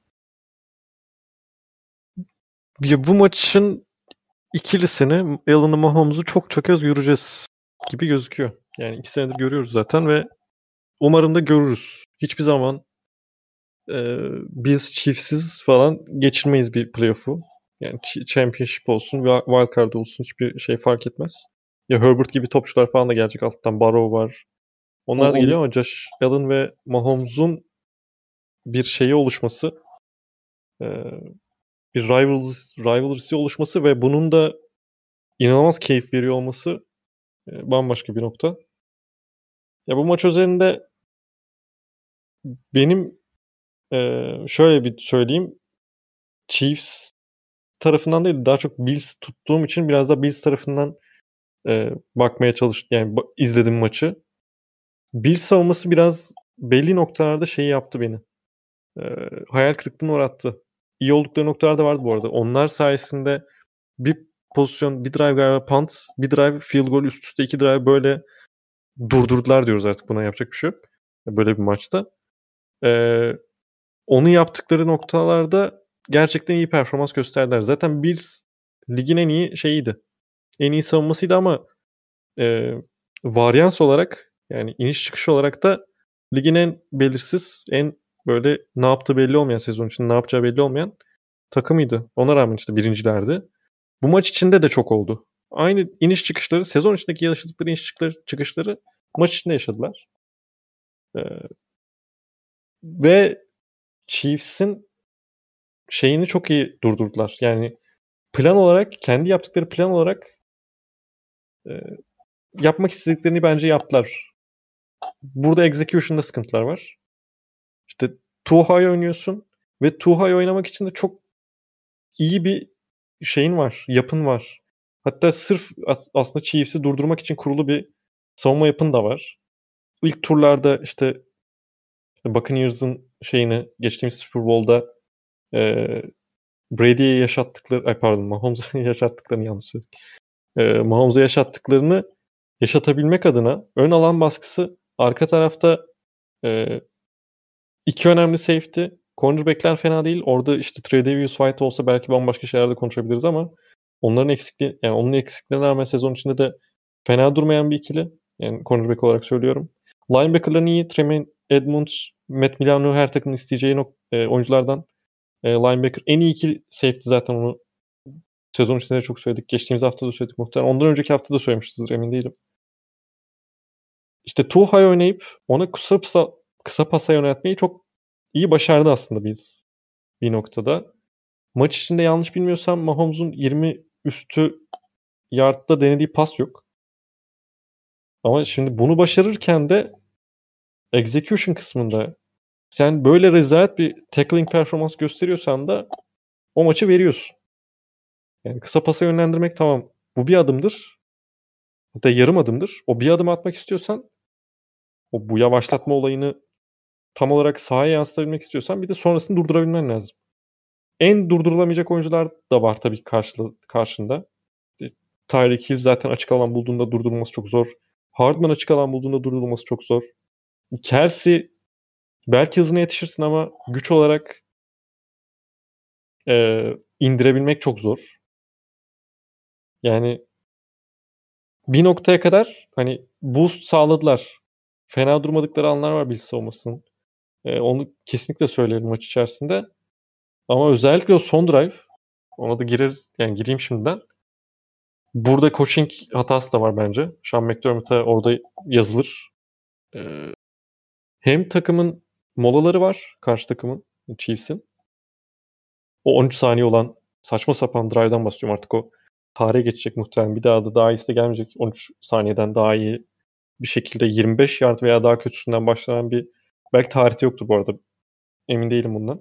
Ya bu maçın ikilisini Allen'ı Mahomes'u çok çok az göreceğiz gibi gözüküyor. Yani iki senedir görüyoruz zaten ve umarım da görürüz. Hiçbir zaman e, biz Chiefs'iz falan geçirmeyiz bir playoff'u. Yani ch- championship olsun, wi- wild card olsun hiçbir şey fark etmez. Ya Herbert gibi topçular falan da gelecek alttan. Burrow var. Onlar da O- geliyor ama Josh Allen ve Mahomes'un bir şeyi oluşması, e, bir rivalry, rivalry'si oluşması ve bunun da inanılmaz keyif veriyor olması e, bambaşka bir nokta. Ya bu maç üzerinde benim e, şöyle bir söyleyeyim. Chiefs tarafından değil daha çok Bills tuttuğum için biraz da Bills tarafından e, bakmaya çalıştım. Yani ba- izledim maçı. Bills savunması biraz belli noktalarda şeyi yaptı beni. E, hayal kırıklığına uğrattı. İyi oldukları noktalar da vardı bu arada. Onlar sayesinde bir pozisyon, bir drive galiba punt, bir drive field goal üst üste iki drive böyle durdurdular diyoruz artık. Buna yapacak bir şey yok. Böyle bir maçta. Ee, onu yaptıkları noktalarda gerçekten iyi performans gösterdiler. Zaten Bills ligin en iyi şeyiydi. En iyi savunmasıydı ama e, varyans olarak yani iniş çıkış olarak da ligin en belirsiz, en böyle ne yaptığı belli olmayan, sezon için ne yapacağı belli olmayan takımıydı. Ona rağmen işte birincilerdi. Bu maç içinde de çok oldu. Aynı iniş çıkışları, sezon içindeki yaşadıkları iniş çıkışları, çıkışları maç içinde yaşadılar. Ee, ve Chiefs'in şeyini çok iyi durdurdular. Yani plan olarak, kendi yaptıkları plan olarak e, yapmak istediklerini bence yaptılar. Burada execution'da sıkıntılar var. İşte too high oynuyorsun ve too high oynamak için de çok iyi bir şeyin var, yapın var. Hatta sırf as- aslında Chiefs'i durdurmak için kurulu bir savunma yapın da var. İlk turlarda işte Buccaneers'ın şeyini geçtiğimiz Super Bowl'da e, Brady'ye yaşattıkları, ay pardon Mahomes'a yaşattıklarını yanlış söyledim. E, Mahomes'a yaşattıklarını yaşatabilmek adına ön alan baskısı, arka tarafta e, iki önemli safety, cornerback'ler fena değil. Orada işte Tre'Davious White olsa belki bambaşka şeylerde konuşabiliriz ama onların eksikliği, yani onun eksikliğine rağmen sezon içinde de fena durmayan bir ikili. Yani cornerback olarak söylüyorum. Linebacker'ların iyi. Tremaine Edmunds, Matt Milano her takımın isteyeceği nok- e, oyunculardan. E, linebacker en iyi iki safety zaten onu sezon içinde de çok söyledik. Geçtiğimiz hafta da söyledik muhtemelen. Ondan önceki hafta da söylemişizdir emin değilim. İşte too high oynayıp ona kısa kısa kısa pasa yöneltmeyi çok iyi başardı aslında biz bir noktada. Maç içinde yanlış bilmiyorsam Mahomes'un yirmi üstü yardta denediği pas yok. Ama şimdi bunu başarırken de execution kısmında sen böyle rezalet bir tackling performans gösteriyorsan da o maçı veriyorsun. Yani kısa pasa yönlendirmek tamam. Bu bir adımdır. Hatta yarım adımdır. O bir adım atmak istiyorsan o bu yavaşlatma olayını tam olarak sahaya yansıtabilmek istiyorsan bir de sonrasını durdurabilmen lazım. En durdurulamayacak oyuncular da var tabii karşıla, karşında. Tyreek Hill zaten açık alan bulduğunda durdurulması çok zor. Hardman açık alan bulduğunda durdurulması çok zor. Kelsey belki hızına yetişirsin ama güç olarak e, indirebilmek çok zor. Yani bir noktaya kadar hani boost sağladılar. Fena durmadıkları anlar var Bills savunmasının. E, onu kesinlikle söylerim maç içerisinde. Ama özellikle o son drive, ona da gireriz. Yani gireyim şimdiden. Burada coaching hatası da var bence. Sean McDermott'a orada yazılır. Ee, hem takımın molaları var. Karşı takımın, Chiefs'in. O on üç saniye olan saçma sapan drive'dan bahsediyorum. Artık o tarihe geçecek muhtemelen. Bir daha da daha iyisi de gelmeyecek. on üç saniyeden daha iyi bir şekilde yirmi beş yard veya daha kötüsünden başlanan bir, belki tarihte yoktur bu arada. Emin değilim bundan.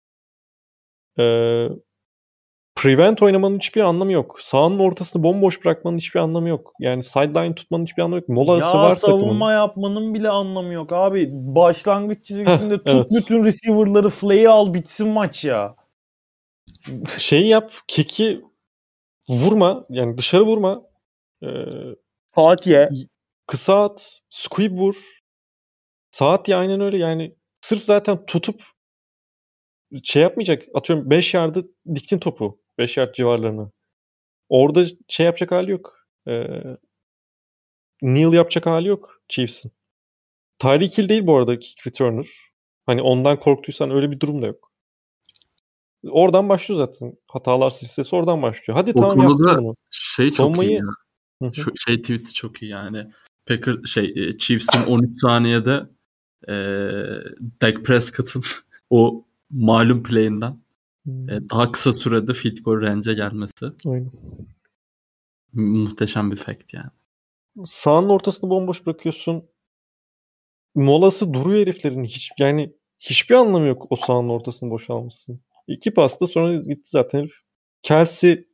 Ee, prevent oynamanın hiçbir anlamı yok. Sahanın ortasını bomboş bırakmanın hiçbir anlamı yok. Yani sideline tutmanın hiçbir anlamı yok. Molası Ya var savunma takımın. yapmanın bile anlamı yok abi. Başlangıç çizgisinde Heh, tut evet. bütün receiver'ları, flay'i al, bitsin maç ya. Şeyi yap, kick'i vurma. Yani dışarı vurma. Ee, Fatih'e kısa at. Squib vur. Saat ya aynen öyle. Yani sırf zaten tutup şey yapmayacak. Atıyorum beş yardı diktin topu. beş yard civarlarına. Orada şey yapacak hali yok. Ee, kneel yapacak hali yok Chiefs'in. Tyreek Hill değil bu arada kick returner. Hani ondan korktuysan öyle bir durum da yok. Oradan başlıyor zaten. Hatalar silsilesi oradan başlıyor. Hadi O tamam yaptın konuda bunu. şey çok Savunmayı... iyi ya. Hı hı. Şu şey tweet'i çok iyi yani. Packer şey e, Chiefs'in on üç saniyede e, Dak Prescott'ın o malum play'inden Hmm. e, daha kısa sürede field goal range'e gelmesi. Aynen. Muhteşem bir fact yani. Sahanın ortasını bomboş bırakıyorsun. Molası duruyor heriflerin. Hiç, yani hiçbir anlamı yok o sahanın ortasını boşalmışsın. İki pasta sonra gitti zaten herif. Kelsey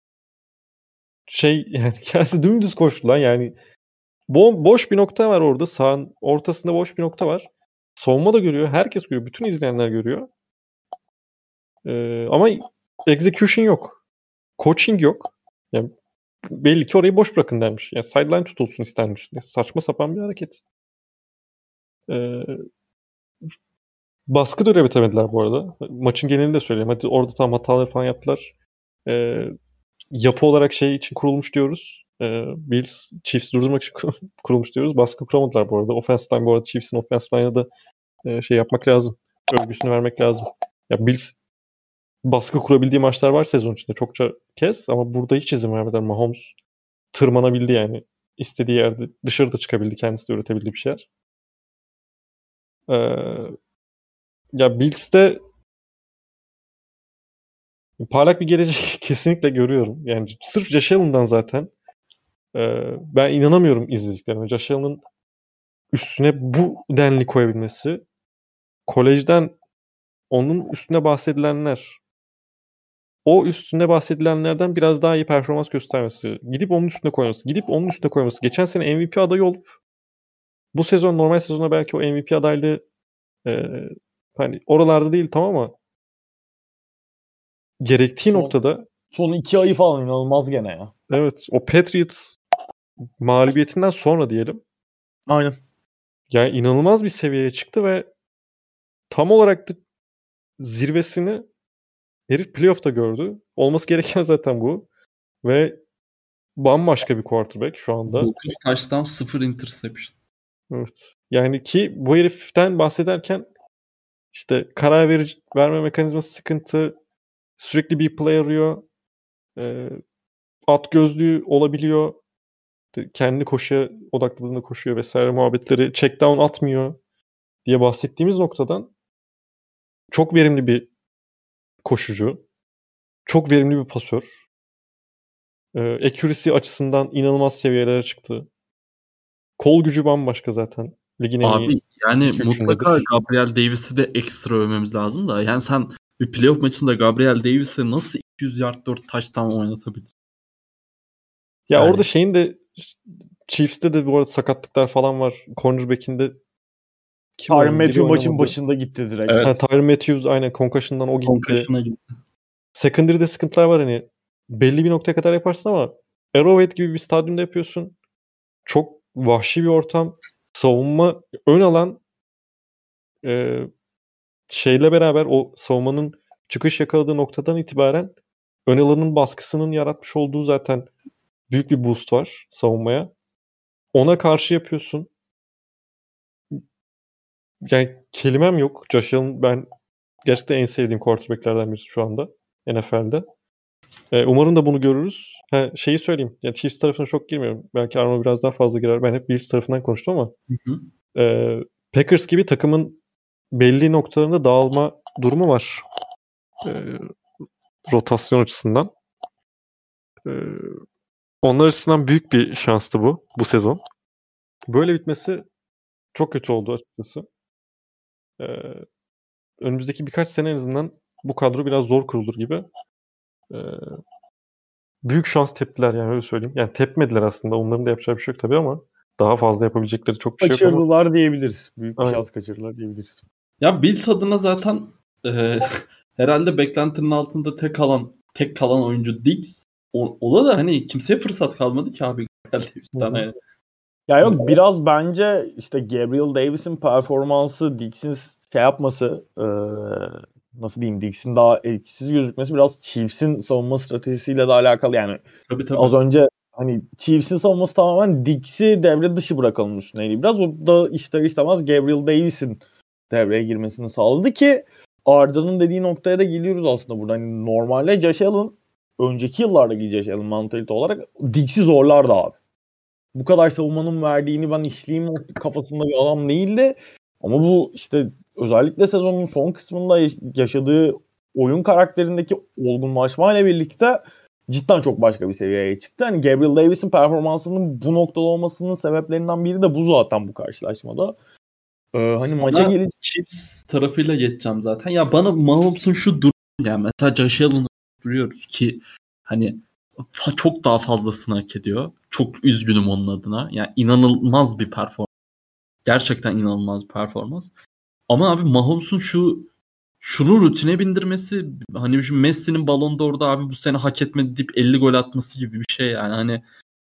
şey yani Kelsey dümdüz koştu lan yani. Bo- boş bir nokta var orada. Sahanın ortasında boş bir nokta var. Savunma da görüyor. Herkes görüyor. Bütün izleyenler görüyor. Ee, ama execution yok. Coaching yok. Yani belli ki orayı boş bırakın denmiş. Yani sideline tutulsun istenmiş. Yani saçma sapan bir hareket. Ee, baskı da üretemediler bu arada. Maçın genelini de söyleyeyim. Hadi orada tam hataları falan yaptılar. Ee, yapı olarak şey için kurulmuş diyoruz. Ee, Bills, Chiefs'i durdurmak için kurulmuş diyoruz. Baskı kuramadılar bu arada. Offensive line bu arada Chiefs'in offensive line'a da e, şey yapmak lazım. Övgüsünü vermek lazım. Ya Bills baskı kurabildiği maçlar var sezon içinde çokça kez ama burada hiç izin vermediler. Mahomes tırmanabildi yani. İstediği yerde dışarıda çıkabildi. Kendisi de üretebildi bir şeyler. Ee, ya Bills'te parlak bir gelecek kesinlikle görüyorum. Yani sırf Josh Allen'dan zaten e, ben inanamıyorum izlediklerime. Josh Allen'ın üstüne bu denli koyabilmesi, kolejden onun üstüne bahsedilenler, o üstüne bahsedilenlerden biraz daha iyi performans göstermesi, gidip onun üstüne koyması, gidip onun üstüne koyması. Geçen sene M V P adayı olup bu sezon normal sezona belki o M V P adaylığı e, hani oralarda değil tamam ama gerektiği son, noktada son iki ayı falan inanılmaz gene ya. evet o Patriots mağlubiyetinden sonra diyelim. Aynen. Yani inanılmaz bir seviyeye çıktı ve tam olarak da zirvesini herif playoff'ta gördü. Olması gereken zaten bu. Ve bambaşka bir quarterback şu anda. dokuz taştan sıfır interception. Evet. Yani ki bu heriften bahsederken işte karar ver verme mekanizması sıkıntı, sürekli bir play arıyor, e, at gözlüğü olabiliyor, kendi koşuya odakladığında koşuyor vesaire muhabbetleri, check down atmıyor diye bahsettiğimiz noktadan çok verimli bir koşucu, çok verimli bir pasör. E, accuracy açısından inanılmaz seviyelere çıktı. kol gücü bambaşka zaten. Ligin en iyi Abi yani iki mutlaka üçündedir. Gabriel Davis'i de ekstra övmemiz lazım da. Yani sen bir playoff maçında Gabriel Davis'e nasıl iki yüz yard dört touchdown oynatabilirsin? Ya Yani orada şeyin de Chiefs'te de bu arada sakatlıklar falan var. Cornerback'inde kim Tyrann oynadı? Biri Mathieu maçın oynamadı. başında gitti direkt. Evet. Ha, Tyrann Matthews aynen concussion'dan o gitti. concussion'a gitti. Secondary'de sıkıntılar var hani. Belli bir noktaya kadar yaparsın ama Arrowhead gibi bir stadyumda yapıyorsun. Çok vahşi bir ortam. Savunma ön alan e, şeyle beraber o savunmanın çıkış yakaladığı noktadan itibaren ön alanın baskısının yaratmış olduğu zaten büyük bir boost var savunmaya. Ona karşı yapıyorsun. Yani kelimem yok. Josh Allen ben gerçekten en sevdiğim quarterback'lerden birisi şu anda N F L'de. Ee, umarım da bunu görürüz. Ha, şeyi söyleyeyim. Yani Chiefs tarafına çok girmiyorum. Belki Arma biraz daha fazla girer. Ben hep Bills tarafından konuştum ama Hı hı. e, Packers gibi takımın belli noktalarında dağılma durumu var. E, rotasyon açısından. E, onlar açısından büyük bir şanstı bu. Bu sezon. Böyle bitmesi çok kötü oldu açıkçası. E, önümüzdeki birkaç sene en azından bu kadro biraz zor kurulur gibi. E, büyük şans teptiler yani öyle söyleyeyim. Yani tepmediler aslında. Onların da yapacağı bir şey yok tabii ama daha fazla yapabilecekleri çok bir şey yok ama. Kaçırdılar diyebiliriz. Büyük bir Aynen. şans kaçırdılar diyebiliriz. Ya Bills adına zaten e, herhalde beklentinin altında tek kalan tek kalan oyuncu Diggs. O, o da hani kimseye fırsat kalmadı ki abi. Davis'ten yani. Ya yok biraz bence işte Gabriel Davis'in performansı, Diggs'in şey yapması, ee, nasıl diyeyim, Diggs'in daha etkisiz gözükmesi biraz Chiefs'in savunma stratejisiyle de alakalı yani. Tabii tabii. Az önce hani Chiefs'in savunması tamamen Diggs'i devre dışı bırakalım üstüneydi. Biraz o da ister istemez Gabriel Davis'in devreye girmesini sağladı ki Arda'nın dediği noktaya da geliyoruz aslında burada. Hani normalde Josh Allen önceki yıllardaki Josh Allen mantalite olarak Diggs'i zorlardı abi. Bu kadar savunmanın verdiğini ben işleyeyim kafasında bir adam değildi. Ama bu işte özellikle sezonun son kısmında yaşadığı oyun karakterindeki olgunlaşmayla birlikte cidden çok başka bir seviyeye çıktı. Hani Gabriel Davis'in performansının bu noktada olmasının sebeplerinden biri de bu zaten bu karşılaşmada. Ee, hani Sana maça gelince Chiefs tarafıyla geçeceğim zaten. Ya bana Mahomes'un şu durum yani mesela Josh Allen'ı duruyoruz ki hani fa- çok daha fazlasını hak ediyor. Çok üzgünüm onun adına. Yani inanılmaz bir performans. Gerçekten inanılmaz bir performans. Ama abi Mahomes'un şu şunu rutine bindirmesi hani şu Messi'nin Ballon d'Or'da abi bu sene hak etmedi deyip elli gol atması gibi bir şey yani. Hani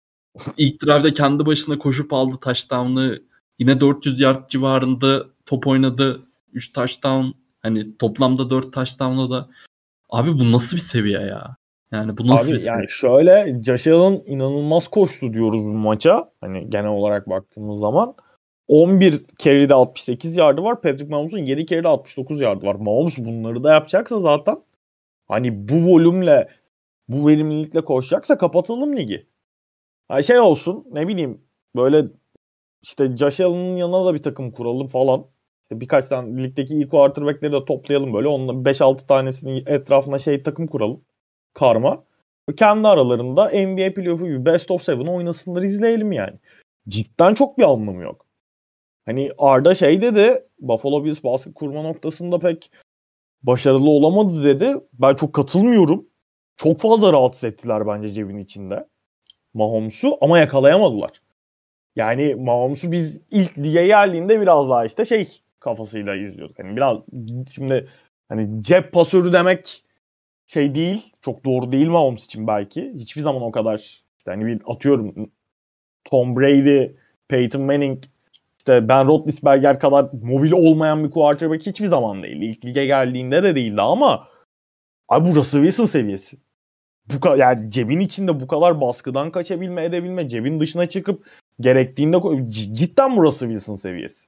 ilk drive'da kendi başına koşup aldı touchdown'ı. Yine dört yüz yard civarında top oynadı. üç touchdown. Hani toplamda dört touchdown'la da. Abi bu nasıl bir seviye ya? Yani bu nasıl abi bir seviye? yani şöyle Josh Allen inanılmaz koştu diyoruz bu maça. Hani genel olarak baktığımız zaman. on bir carry'de altmış sekiz yardı var. Patrick Mahomes'un yedi carry'de altmış dokuz yardı var. Mahomes bunları da yapacaksa zaten hani bu volümle, bu verimlilikle koşacaksa kapatalım ligi. Ha şey olsun, ne bileyim, böyle işte Josh Allen'ın yanına da bir takım kuralım falan. İşte birkaç tane ligdeki iyi quarterback'leri de toplayalım böyle. Onların beş altı tanesinin etrafına şey takım kuralım. Karma. Kendi aralarında N B A playoff'u gibi best of seven oynasınlar, izleyelim yani. Cidden çok bir anlamı yok. Hani Arda şey dedi, Buffalo Bills baskı kurma noktasında pek başarılı olamadı dedi. Ben çok katılmıyorum. Çok fazla rahatsız ettiler bence cebin içinde Mahomes'u ama yakalayamadılar. Yani Mahomes'u biz ilk lige geldiğinde biraz daha işte şey kafasıyla izliyorduk. Hani biraz şimdi hani cep pasörü demek şey değil, çok doğru değil Mahomes için belki. Hiçbir zaman o kadar işte hani bir atıyorum Tom Brady, Peyton Manning, İşte Ben Roethlisberger kadar mobil olmayan bir quarterback hiçbir zaman değil. İlk lige geldiğinde de değildi ama abi bu Russell Wilson seviyesi. Bu kadar yani cebin içinde bu kadar baskıdan kaçabilme, edebilme, cebin dışına çıkıp gerektiğinde koy- c- cidden bu Russell Wilson seviyesi.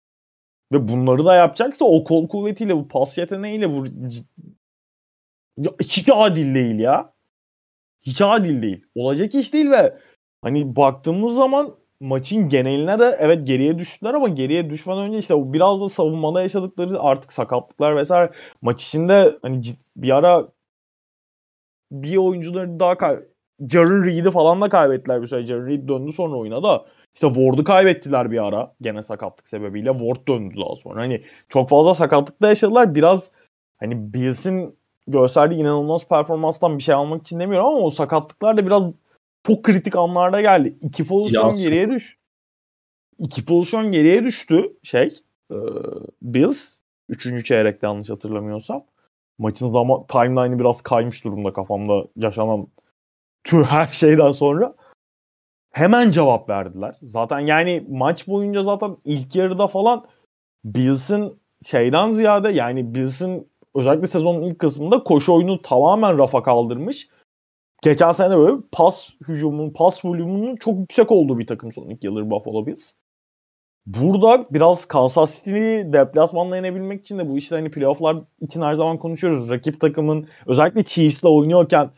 Ve bunları da yapacaksa o kol kuvvetiyle, bu pas yeteneğiyle bu c- ya hiç adil değil ya. Hiç adil değil. Olacak iş değil ve hani baktığımız zaman maçın geneline de evet geriye düştüler ama geriye düşmeden önce işte o biraz da savunmada yaşadıkları artık sakatlıklar vesaire maç içinde hani cid- bir ara bir oyuncuları daha kay Jarrell Reed'i falan da kaybettiler bir süre. Jarrell Reed döndü sonra oyuna da. İşte Ward'u kaybettiler bir ara gene sakatlık sebebiyle. Ward döndü daha sonra. Hani çok fazla sakatlık da yaşadılar. Biraz hani Bills'in gösterdiği inanılmaz performanstan bir şey almak için demiyorum ama o sakatlıklar da biraz çok kritik anlarda geldi. İki pozisyon Ya, geriye düş. İki pozisyon geriye düştü şey e, Bills. Üçüncü çeyrekte yanlış hatırlamıyorsam. Maçın zaman timeline'ı biraz kaymış durumda kafamda yaşanan tüm her şeyden sonra. Hemen cevap verdiler. Zaten yani maç boyunca zaten ilk yarıda falan Bills'in şeyden ziyade yani Bills'in özellikle sezonun ilk kısmında koşu oyunu tamamen rafa kaldırmış. Geçen sene böyle pas hücumunun, pas volümünün çok yüksek olduğu bir takım son iki yıldır Buffalo Bills. Burada biraz Kansas City'yi deplasmanla yenebilmek için de bu işte hani playoff'lar için her zaman konuşuyoruz. Rakip takımın özellikle Chiefs'le oynuyorken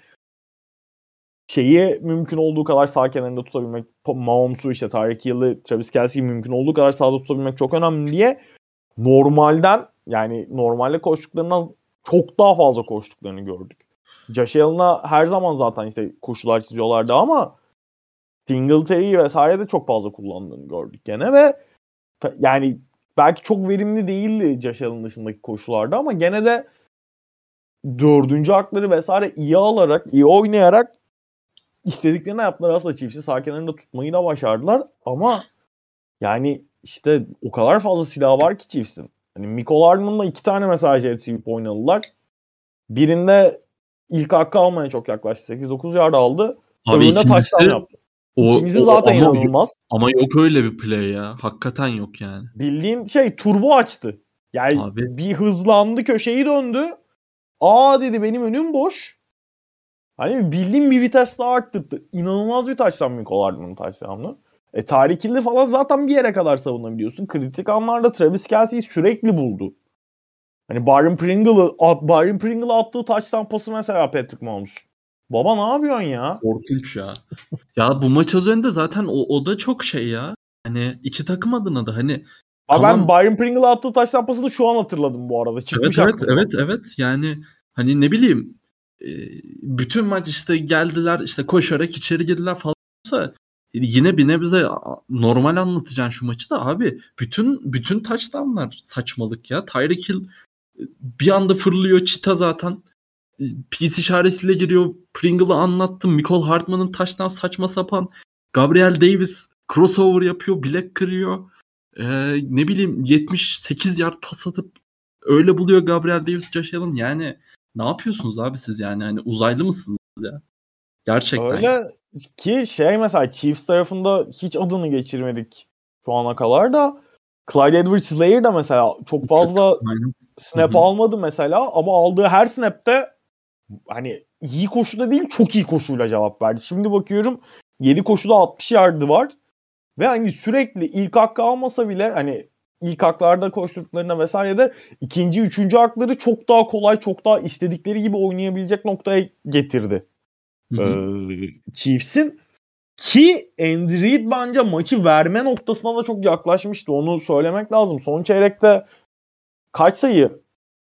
şeyi mümkün olduğu kadar sağ kenarında tutabilmek, Mahomes'u işte Tyreek Hill'i, Travis Kelce'yi mümkün olduğu kadar sağda tutabilmek çok önemli diye normalden yani normalde koştuklarından çok daha fazla koştuklarını gördük. Josh Allen'a her zaman zaten işte koşular çiziyorlardı ama Singletary'i vesaire de çok fazla kullandığını gördük gene ve yani belki çok verimli değildi Josh Allen dışındaki koşularda ama gene de dördüncü hakları vesaire iyi alarak, iyi oynayarak istediklerini yaptılar. Aslında Chiefs'i sağ kenarında tutmayı da başardılar ama yani işte o kadar fazla silah var ki Chiefs'in. Hani Mecole Hardman'la iki tane mesela jet sweep oynadılar. Birinde ilk hakkı almaya çok yaklaştı. sekiz dokuz yard aldı. Abi Öbüründe ikincisi touchdown yaptı. o, İkincisi o zaten ama, inanılmaz. ama yok öyle bir play ya. Hakikaten yok yani. Bildiğin şey turbo açtı. Yani Abi bir hızlandı, köşeyi döndü. Aa dedi benim önüm boş. Hani bildiğin bir vites daha arttırdı. İnanılmaz bir touchdown Mecole Hardman'ın touchdown'u. E Tyreek Hill'i falan zaten bir yere kadar savunabiliyorsun. Kritik anlarda Travis Kelce'yi sürekli buldu. Hani Byron Pringle'ı Byron Pringle'a attığı touchdown pası mesela Patrick Mahomes. Baba ne yapıyorsun ya? korkunç ya. Ya bu maç az önce zaten o, o da çok şey ya. Hani iki takım adına da hani Abi tamam. ben Byron Pringle'a attığı touchdown pasını şu an hatırladım bu arada. Çıkmış Evet evet aklımdan. evet evet yani hani ne bileyim e, bütün maç işte geldiler işte koşarak içeri girdiler falan olsa yine bir nebze normal anlatacaksın şu maçı da abi bütün bütün touchdownlar saçmalık ya. Tyreek Hill e, bir anda fırlıyor çita zaten. E, Peace işaretiyle giriyor. Pringle'ı anlattım. Mecole Hardman'ın touchdown saçma sapan. Gabriel Davis crossover yapıyor. Bilek kırıyor. Ee, ne bileyim yetmiş sekiz yard pas atıp öyle buluyor Gabriel Davis, Josh Allen. Yani ne yapıyorsunuz abi siz yani? Hani uzaylı mısınız ya? Gerçekten Öyle ya. ki şey mesela Chiefs tarafında hiç adını geçirmedik şu ana kadar da Clyde Edwards-Helaire de mesela çok fazla Aynen. snap Hı hı. almadı mesela ama aldığı her snap'te hani iyi koşuda değil çok iyi koşuyla cevap verdi. Şimdi bakıyorum yedi koşuda altmış yardı var ve hani sürekli ilk hakkı almasa bile hani ilk haklarda koştuklarına vesaire de ikinci, üçüncü hakları çok daha kolay, çok daha istedikleri gibi oynayabilecek noktaya getirdi. Hı Ee, hı. Chiefs'in ki Andy Reid bence maçı verme noktasına da çok yaklaşmıştı. Onu söylemek lazım. Son çeyrekte kaç sayı?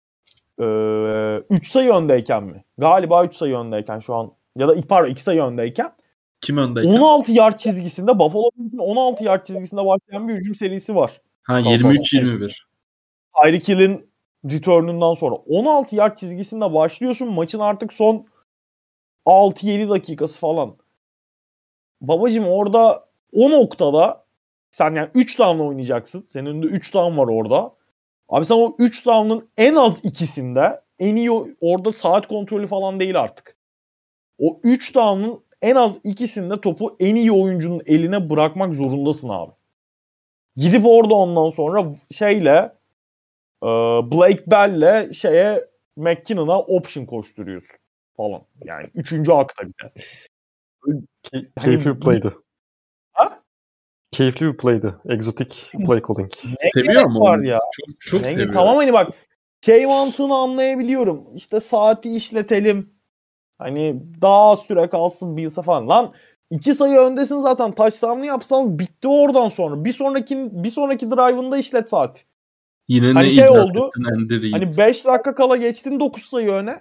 Ee, üç sayı öndeyken mi? Galiba üç sayı öndeyken şu an. Ya da pardon iki sayı öndeyken. Kim öndeyken? on altı yard çizgisinde Buffalo Bills'in on altı yard çizgisinde başlayan bir hücum serisi var. Ha Kansas yirmi üç City. yirmi bir. Tyreek Hill'in return'ünden sonra on altı yard çizgisinde başlıyorsun. Maçın artık son altı yedi dakikası falan. Babacım orada o noktada sen yani üç down'la oynayacaksın. Senin önünde üç down var orada. Abi sen o üç down'ın en az ikisinde en iyi orada saat kontrolü falan değil artık. O üç down'ın en az ikisinde topu en iyi oyuncunun eline bırakmak zorundasın abi. Gidip orada ondan sonra şeyle Blake Bell'le şeye McKinnon'a option koşturuyorsun falan. Yani üçüncü akta bir de. Key- Hani keyifli bir play'di. ha? Keyifli bir play'di. Egzotik play calling. Ne Seviyor gerek ama var onu. ya? Çok çok Ne, seviyor. tamam hani bak şey mantığını anlayabiliyorum. İşte saati işletelim. Hani daha az süre kalsın Bills'e falan. Lan iki sayı öndesin zaten. Touchdown'ı yapsanız bitti oradan sonra. Bir sonraki bir sonraki drive'ında işlet saati. Yine Hani ne şey icat oldu. ettin Andy Reid. Hani beş dakika kala geçtin dokuz sayı öne.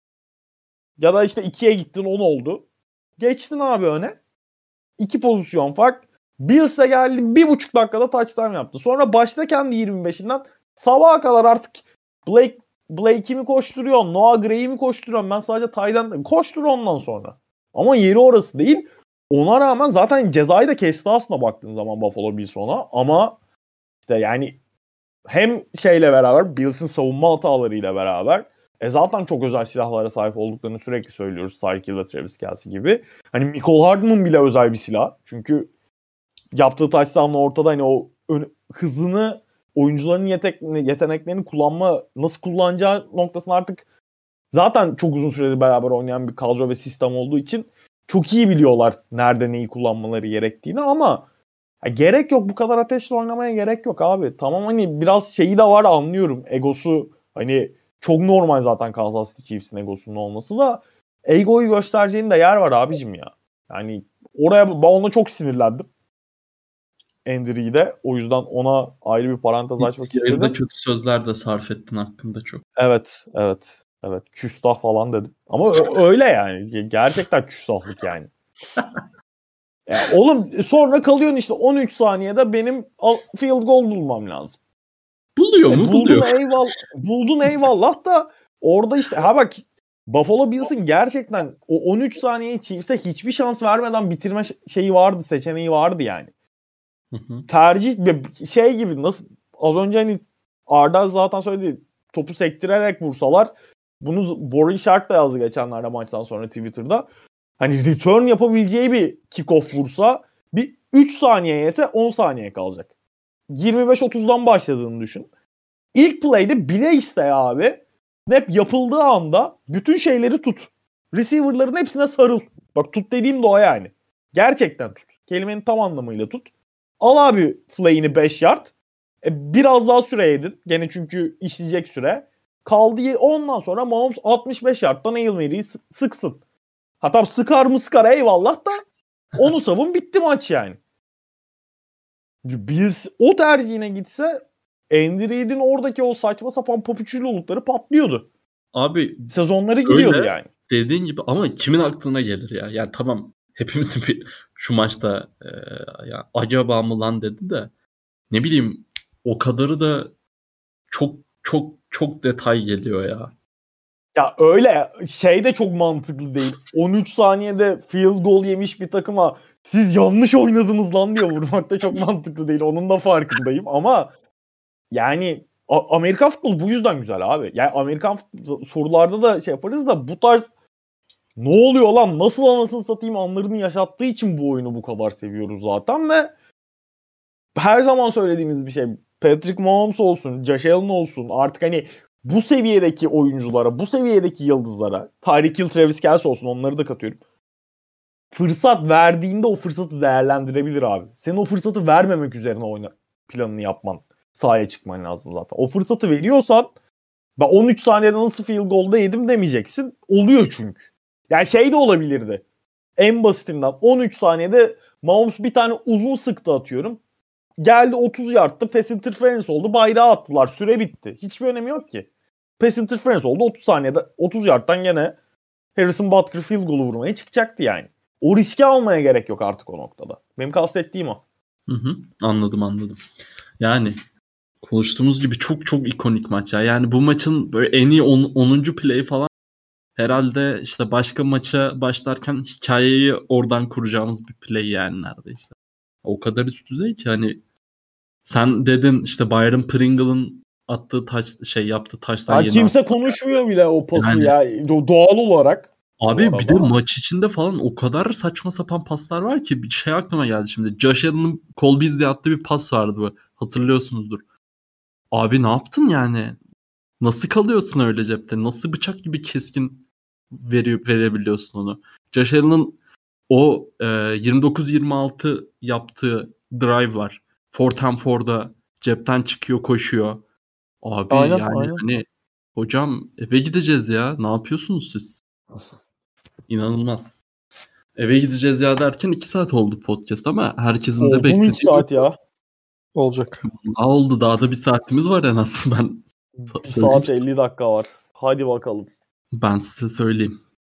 Ya da işte ikiye gittin on oldu. Geçtin abi öne. iki pozisyon fark. Bills'e geldi bir buçuk dakikada touchdown yaptı. Sonra başta kendi yirmi beşinden sabaha kadar artık Blake Blake'i mi koşturuyorsun, Noah Gray'i mi koşturuyorsun? Ben sadece Tyden koştur ondan sonra. Ama yeri orası değil. Ona rağmen zaten cezayı da kesti aslında baktığın zaman Buffalo Bills ona. Ama işte yani hem şeyle beraber Bills'in savunma hatalarıyla beraber e zaten çok özel silahlara sahip olduklarını sürekli söylüyoruz. Tyreek Hill ve Travis Kelce gibi. Hani Mecole Hardman bile özel bir silah. Çünkü yaptığı touchdown'la ortada hani o ön, hızını oyuncuların yeteneklerini, yeteneklerini kullanma nasıl kullanacağı noktasını artık zaten çok uzun süredir beraber oynayan bir kadro ve sistem olduğu için çok iyi biliyorlar nerede neyi kullanmaları gerektiğini ama ya gerek yok bu kadar ateşle oynamaya gerek yok abi. Tamam hani biraz şeyi de var anlıyorum. Egosu hani çok normal zaten Kansas City Chiefs'in egosunun olması da egoyu göstereceğin de yer var abicim ya. Yani oraya ben ona çok sinirlendim. Andrew'de. O yüzden ona ayrı bir parantez açmak istedim. Yayında kötü sözler de sarf ettin hakkında çok. Evet, evet. Evet, küstah falan dedim. Ama öyle yani. Gerçekten küstahlık yani. Ya oğlum sonra kalıyorsun işte on üç saniyede benim field goal bulmam lazım. Buluyor mu? E, buldun Buluyor. eyvallah. Buldun eyvallah da orada işte ha bak Buffalo Bills'in gerçekten o on üç saniyeyi Chiefs'e hiçbir şans vermeden bitirme şeyi vardı, seçeneği vardı yani. Hı hı. Tercih şey gibi nasıl az önce hani Arda zaten söyledi topu sektirerek vursalar bunu Warren Sharp da yazdı geçenlerde maçtan sonra Twitter'da. Hani return yapabileceği bir kickoff vursa bir üç saniye yese on saniye kalacak. yirmi beş otuzdan başladığını düşün. İlk play'de bile iste abi. Snap yapıldığı anda bütün şeyleri tut. Receiver'ların hepsine sarıl. Bak tut dediğim de o yani. Gerçekten tut. Kelimenin tam anlamıyla tut. Al abi flay'ini beş yard. E, biraz daha süre yedin. Gene çünkü işleyecek süre. Kaldı ondan sonra Mahomes altmış beş yardtan Hail Mary'yi sıksın. Hatta sıkar mı sıkar eyvallah da onu savun bitti maç yani. Biz o tercihine gitse Andy Reid'in oradaki o saçma sapan papuçlulukları patlıyordu. Abi sezonları gidiyordu öyle, yani. Dediğin gibi ama kimin aklına gelir ya? Yani tamam hepimizin bir şu maçta e, ya acaba mı lan dedi de ne bileyim o kadarı da çok çok çok detay geliyor ya. Ya öyle şey de çok mantıklı değil. on üç saniyede field goal yemiş bir takıma siz yanlış oynadınız lan diye vurmak da çok mantıklı değil. Onun da farkındayım ama yani Amerikan futbolu bu yüzden güzel abi. Yani Amerikan futbolu, sorularda da şey yaparız da bu tarz ne oluyor lan nasıl anasını satayım anlarını yaşattığı için bu oyunu bu kadar seviyoruz zaten ve her zaman söylediğimiz bir şey Patrick Mahomes olsun, Josh Allen olsun artık hani bu seviyedeki oyunculara, bu seviyedeki yıldızlara, Tyreek Hill, Travis Kelce olsun onları da katıyorum. Fırsat verdiğinde o fırsatı değerlendirebilir abi. Senin o fırsatı vermemek üzerine oyna planını yapman, sahaya çıkman lazım zaten. O fırsatı veriyorsan ben on üç saniyede nasıl field goal'da yedim demeyeceksin. Oluyor çünkü. Yani şey de olabilirdi. En basitinden on üç saniyede Mahomes bir tane uzun sıktı atıyorum. Geldi otuz yardta pass interference oldu. Bayrağı attılar. Süre bitti. Hiçbir önemi yok ki. Pass interference oldu. otuz saniyede otuz yardtan gene Harrison Butker field goal'u vurmaya çıkacaktı yani. O riski almaya gerek yok artık o noktada. Benim kastettiğim o. Hı hı, anladım anladım. Yani konuştuğumuz gibi çok çok ikonik maç ya. Yani bu maçın böyle en iyi onuncu play'i falan herhalde işte başka maça başlarken hikayeyi oradan kuracağımız bir play yani neredeyse. O kadar üst düzey ki hani sen dedin işte Byron Pringle'ın attığı taç şey yaptığı taçtan Ya yeni kimse attı. konuşmuyor bile o pası Yani, ya doğal olarak. Abi bir de maç içinde falan o kadar saçma sapan paslar var ki bir şey aklıma geldi şimdi. Josh Allen'ın Cole Beasley'e attığı bir pas vardı. Hatırlıyorsunuzdur. Abi ne yaptın yani? Nasıl kalıyorsun öyle cepte? Nasıl bıçak gibi keskin veri, verebiliyorsun onu? Josh Allen'ın o e, yirmi dokuz yirmi altı yaptığı drive var. Fourth and four'da cepten çıkıyor koşuyor. Abi Aynen, yani aynen. hani hocam eve gideceğiz ya. Ne yapıyorsunuz siz? İnanılmaz. Eve gideceğiz ya derken iki saat oldu podcast ama herkesin de Oldu mu beklediği iki saat ya? Olacak. Ne oldu? Daha da bir saatimiz var en az. Ben bir saat elli dakika var. Hadi bakalım. Ben size söyleyeyim.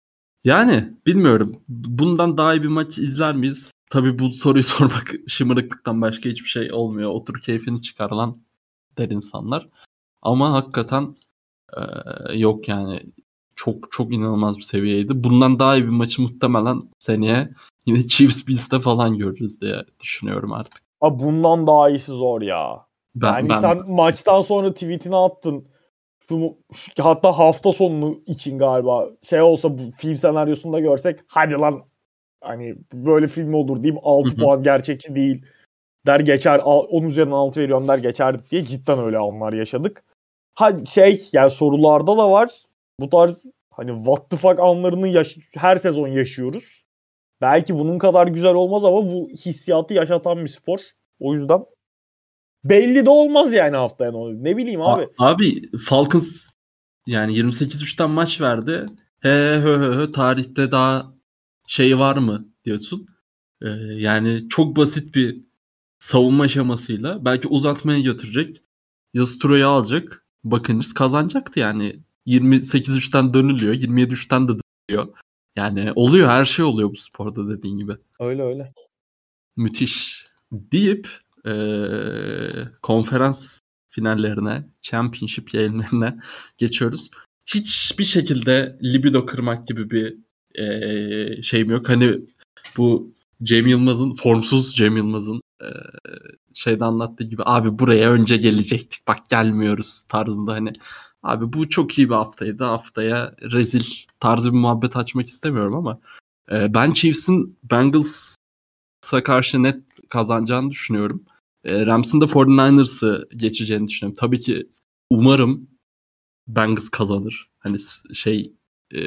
Yani bilmiyorum. Bundan daha iyi bir maç izler miyiz? Tabii bu soruyu sormak şımarıklıktan başka hiçbir şey olmuyor. Otur keyfini çıkar lan der insanlar. Ama hakikaten e, yok yani. Çok çok inanılmaz bir seviyeydi. Bundan daha iyi bir maçı muhtemelen seneye yine Chiefs Bills'te falan görürüz diye düşünüyorum artık. Abi bundan daha iyisi zor ya. Ben, yani ben sen maçtan sonra tweetini attın. Şu, şu- hatta hafta sonu için galiba şey olsa bu film senaryosunda görsek hadi lan hani böyle film olur diyeyim altı Hı hı. puan gerçekçi değil der geçer on üzerinden altı veriyorum der geçerdik diye cidden öyle anlar yaşadık. Ha şey yani sorularda da var bu tarz hani what the fuck anlarını yaş- her sezon yaşıyoruz. Belki bunun kadar güzel olmaz ama bu hissiyatı yaşatan bir spor. O yüzden belli de olmaz yani haftaya ne olur. Ne bileyim abi. A- abi Falcons yani yirmi sekiz üçten maç verdi. He he he he tarihte daha şey var mı diyorsun. Ee, yani çok basit bir savunma aşamasıyla belki uzatmaya götürecek. Yazıturo'yu alacak. Buccaneers kazanacaktı yani. yirmi sekiz üçten dönülüyor. yirmi yedi üçten de dönülüyor. Yani oluyor, her şey oluyor bu sporda dediğin gibi. Öyle öyle. Müthiş deyip eee, konferans finallerine, championship yayınlarına geçiyoruz. Hiçbir şekilde libido kırmak gibi bir eee, şeyim yok. Hani bu Cem Yılmaz'ın, formsuz Cem Yılmaz'ın eee, şeyde anlattığı gibi abi buraya önce gelecektik bak gelmiyoruz tarzında hani abi bu çok iyi bir haftaydı. Haftaya rezil tarzı bir muhabbet açmak istemiyorum ama eee, ben Chiefs'in Bengals karşı net kazanacağını düşünüyorum. E, Rams'ın da kırk dokuz'ı geçeceğini düşünüyorum. Tabii ki umarım Bengals kazanır. Hani şey e,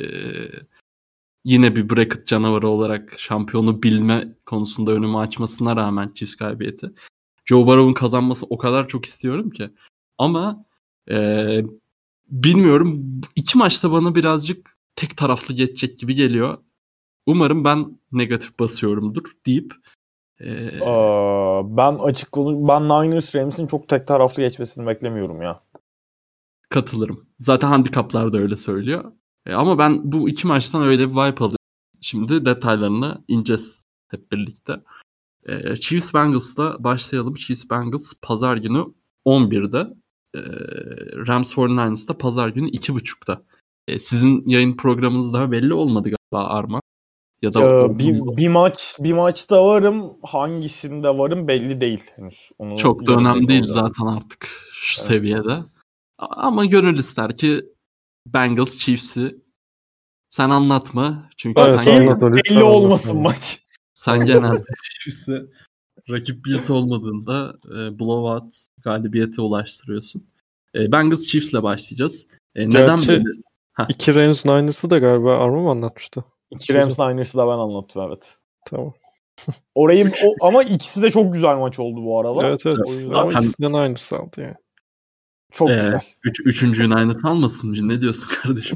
yine bir bracket canavarı olarak şampiyonu bilme konusunda önümü açmasına rağmen Chiefs galibiyeti. Joe Burrow'un kazanması o kadar çok istiyorum ki. Ama e, bilmiyorum. İki maçta bana birazcık tek taraflı geçecek gibi geliyor. Umarım ben negatif basıyorumdur deyip Ee, Ee, ben açık konu ben Niners Rams'in çok tek taraflı geçmesini beklemiyorum ya. katılırım. Zaten handikaplar da öyle söylüyor. E, ama ben bu iki maçtan öyle bir vibe alıyorum. Şimdi detaylarını ineceğiz hep birlikte. E, Chiefs Bengals'ta başlayalım. Chiefs Bengals pazar günü on birde. E, Rams kırk dokuz'da pazar günü iki buçukta. E, sizin yayın programınız daha belli olmadı galiba Arma. Ya da Ee, bir, oldu. bir maç bir maçta varım. Hangisinde varım belli değil henüz. Onu Çok da yarın önemli belli değil olacak. zaten artık şu Evet. seviyede. A- Ama gönül ister ki Bengals Chiefs'i sen anlatma. Çünkü Evet, sen anlat. Belli, lütfen belli anlat olmasın yani. maç. sen genelde Chiefs'i rakip Bills olmadığında e, blowout galibiyete ulaştırıyorsun. E, Bengals Chiefs'le başlayacağız. E, neden Gerçi böyle? Heh, iki Rams Niners'ı da galiba Arma mı anlatmıştı? İki Rams Niners'ı da ben anlattım evet. Tamam. Orayı o, ama ikisi de çok güzel maç oldu bu arada. Evet evet. O yüzden Ama zaten ikisi de Niners aldı yani. çok e, güzel. üç, üçüncüyün aynısı almasın mı? Ne diyorsun kardeşim?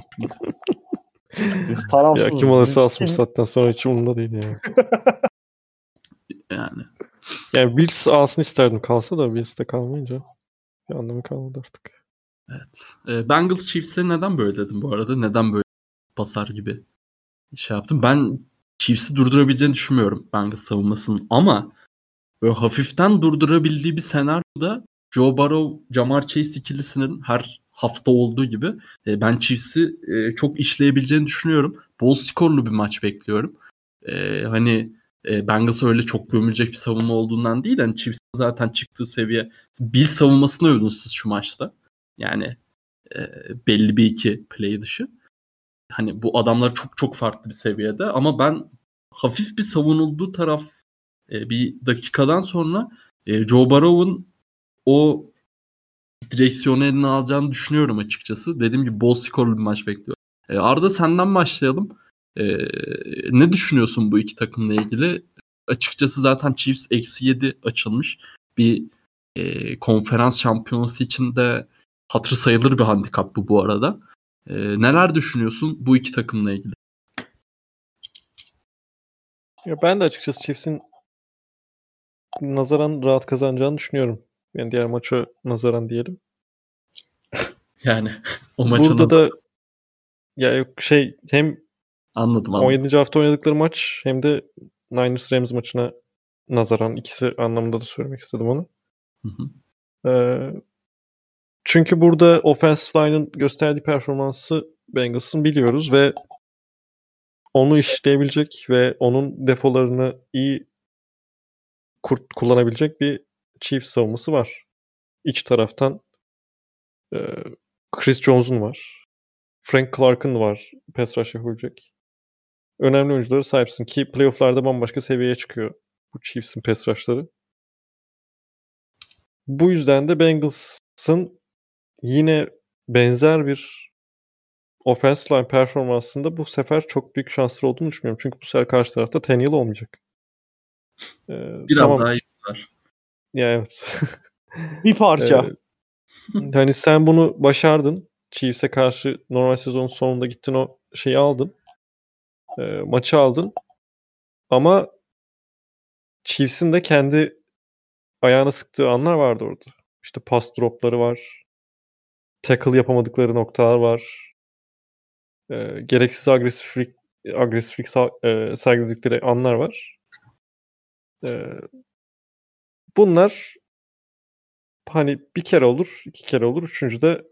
Biz Ya tarafsızız. kim alırsa Biz- alsın bu saatten sonra hiç umurumda değil yani. Yani Yani Bills alsın isterdim kalsa da Bills de kalmayınca bir anlamı kalmadı artık. evet. E, Bengals Chiefs'e neden böyle dedim bu arada? Neden böyle basar gibi şey yaptım? Ben Chiefs'i durdurabileceğini düşünmüyorum Bengals savunmasının ama böyle hafiften durdurabildiği bir senaryoda Joe Burrow, Ja'Marr Chase ikilisinin her hafta olduğu gibi e, ben Chiefs'i e, çok işleyebileceğini düşünüyorum. Bol skorlu bir maç bekliyorum. E, hani e, Bengals öyle çok gömülecek bir savunma olduğundan değil. Hani Chiefs zaten çıktığı seviye Bills savunmasına övünsüz şu maçta. Yani e, belli bir iki play dışı. Hani bu adamlar çok çok farklı bir seviyede ama ben hafif bir savunulduğu taraf e, bir dakikadan sonra e, Joe Burrow'un o direksiyonu eline alacağını düşünüyorum açıkçası. Dediğim gibi bol skorlu bir maç bekliyorum. E, Arda senden başlayalım. E, ne düşünüyorsun bu iki takımla ilgili? Açıkçası zaten Chiefs eksi yedi açılmış. Bir e, konferans şampiyonası için de hatırı sayılır bir handikap bu bu arada. E, neler düşünüyorsun bu iki takımla ilgili? Ya ben de açıkçası Chiefs'in nazaran rahat kazanacağını düşünüyorum. Yani diğer maça nazaran diyelim. Yani o maça Burada nazar. da ya yok şey hem Anladım on anladım. yedinci hafta oynadıkları maç hem de Niners Rams maçına nazaran ikisi anlamında da söylemek istedim onu. Hı hı. Ee, çünkü burada offensive line'ın gösterdiği performansı Bengals'ın biliyoruz ve onu işleyebilecek ve onun defolarını iyi kurt kullanabilecek bir Chiefs savunması var. İç taraftan e, Chris Jones'un var. Frank Clark'ın var pass rush yapabilecek. Önemli oyuncuları sahipsin ki playoff'larda bambaşka seviyeye çıkıyor bu Chiefs'in pass rush'ları. Bu yüzden de Bengals'ın yine benzer bir offensive line performansında bu sefer çok büyük şansları olduğunu düşünmüyorum. Çünkü bu sefer karşı tarafta Tannehill olmayacak. Ee, Biraz tamam. daha iyisi var. Ya evet. Bir parça. Ee, hani sen bunu başardın. Chiefs'e karşı normal sezonun sonunda gittin o şeyi aldın. Ee, maçı aldın. Ama Chiefs'in de kendi ayağına sıktığı anlar vardı orada. İşte pass dropları var. Tackle yapamadıkları noktalar var. Ee, gereksiz agresiflik agresiflik e, sergiledikleri anlar var. Ee, bunlar hani bir kere olur, iki kere olur. Üçüncü de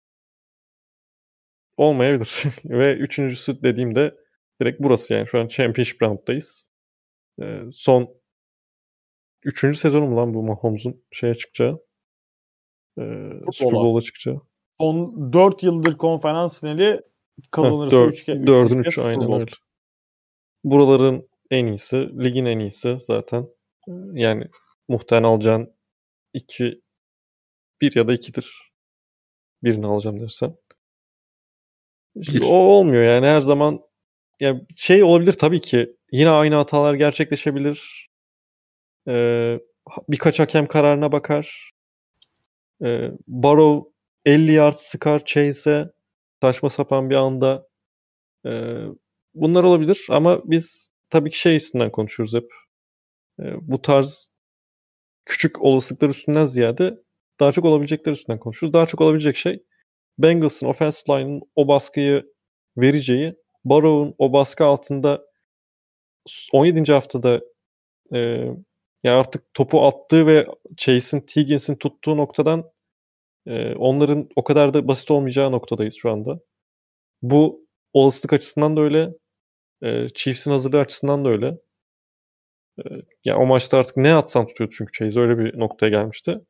olmayabilir. Ve üçüncüsü dediğimde direkt burası yani. Şu an Championship Round'dayız. Ee, son üçüncü sezonu mu lan bu Mahomes'un şeye çıkacağı? Ee, Super Bowl'a çıkacağı. Son dört yıldır konferans finali kazanırsa dör, üç kez dördün kez üçü Super aynen Bowl. öyle. Buraların en iyisi, ligin en iyisi zaten. Yani muhtemelen alacağın iki, bir ya da ikidir. Birini alacağım dersen. İşte Bir. o olmuyor yani her zaman ya şey olabilir tabii ki. Yine aynı hatalar gerçekleşebilir. Ee, birkaç hakem kararına bakar. Ee, Burrow elli yard sıkar Chase'e saçma sapan bir anda. Ee, bunlar olabilir ama biz tabii ki şey üstünden konuşuyoruz hep. Ee, bu tarz küçük olasılıklar üstünden ziyade daha çok olabilecekler üstünden konuşuyoruz. Daha çok olabilecek şey Bengals'ın offensive line'ın o baskıyı vereceği, Burrow'un o baskı altında on yedinci haftada e, ya artık topu attığı ve Chase'in, Higgins'in tuttuğu noktadan e, onların o kadar da basit olmayacağı noktadayız şu anda. Bu olasılık açısından da öyle. E, Chiefs'in hazırlığı açısından da öyle. E, yani o maçta artık ne atsan tutuyordu çünkü Chase öyle bir noktaya gelmişti.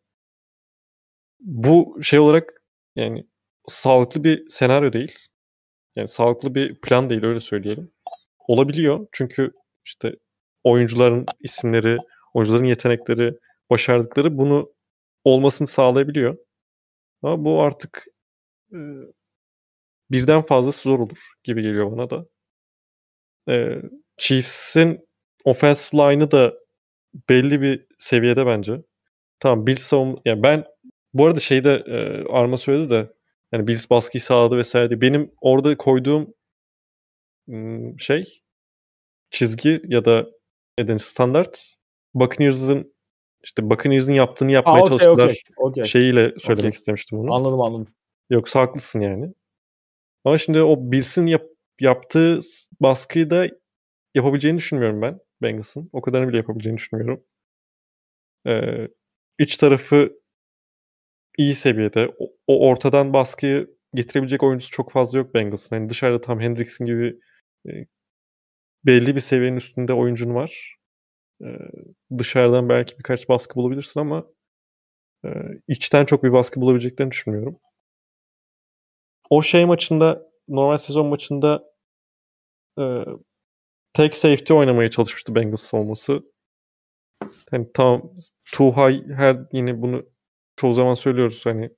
Bu şey olarak yani sağlıklı bir senaryo değil. Yani sağlıklı bir plan değil öyle söyleyelim. Olabiliyor çünkü işte oyuncuların isimleri, oyuncuların yetenekleri, başardıkları bunu olmasını sağlayabiliyor. Ama bu artık e, birden fazlası zor olur gibi geliyor bana da. E, Chiefs'in offensive line'ı da belli bir seviyede bence. Tamam Bills savunma... Yani ben bu arada şeyde e, Arma söyledi de yani Bills baskıyı sağladı vesaire diye. Benim orada koyduğum m, şey çizgi ya da ne denir standart Buccaneers'ın işte Buccaneers'ın yaptığını yapmaya Aa, okey, çalıştılar okey, okey. şeyiyle söylemek Okey. istemiştim bunu. Anladım anladım. Yoksa haklısın yani. Ama şimdi o Bills'in yap, yaptığı s- baskıyı da yapabileceğini düşünmüyorum ben Bengals'ın. O kadarını bile yapabileceğini düşünmüyorum. Ee, iç tarafı iyi seviyede. O, o ortadan baskıyı getirebilecek oyuncusu çok fazla yok Bengals'ın. Yani dışarıda tam Hendrickson gibi e, belli bir seviyenin üstünde oyuncun var. Ee, dışarıdan belki birkaç baskı bulabilirsin ama e, içten çok bir baskı bulabileceklerini düşünmüyorum. O şey maçında, normal sezon maçında e, tek safety oynamaya çalışmıştı Bengals savunması. Hani tamam too high her yine bunu çoğu zaman söylüyoruz hani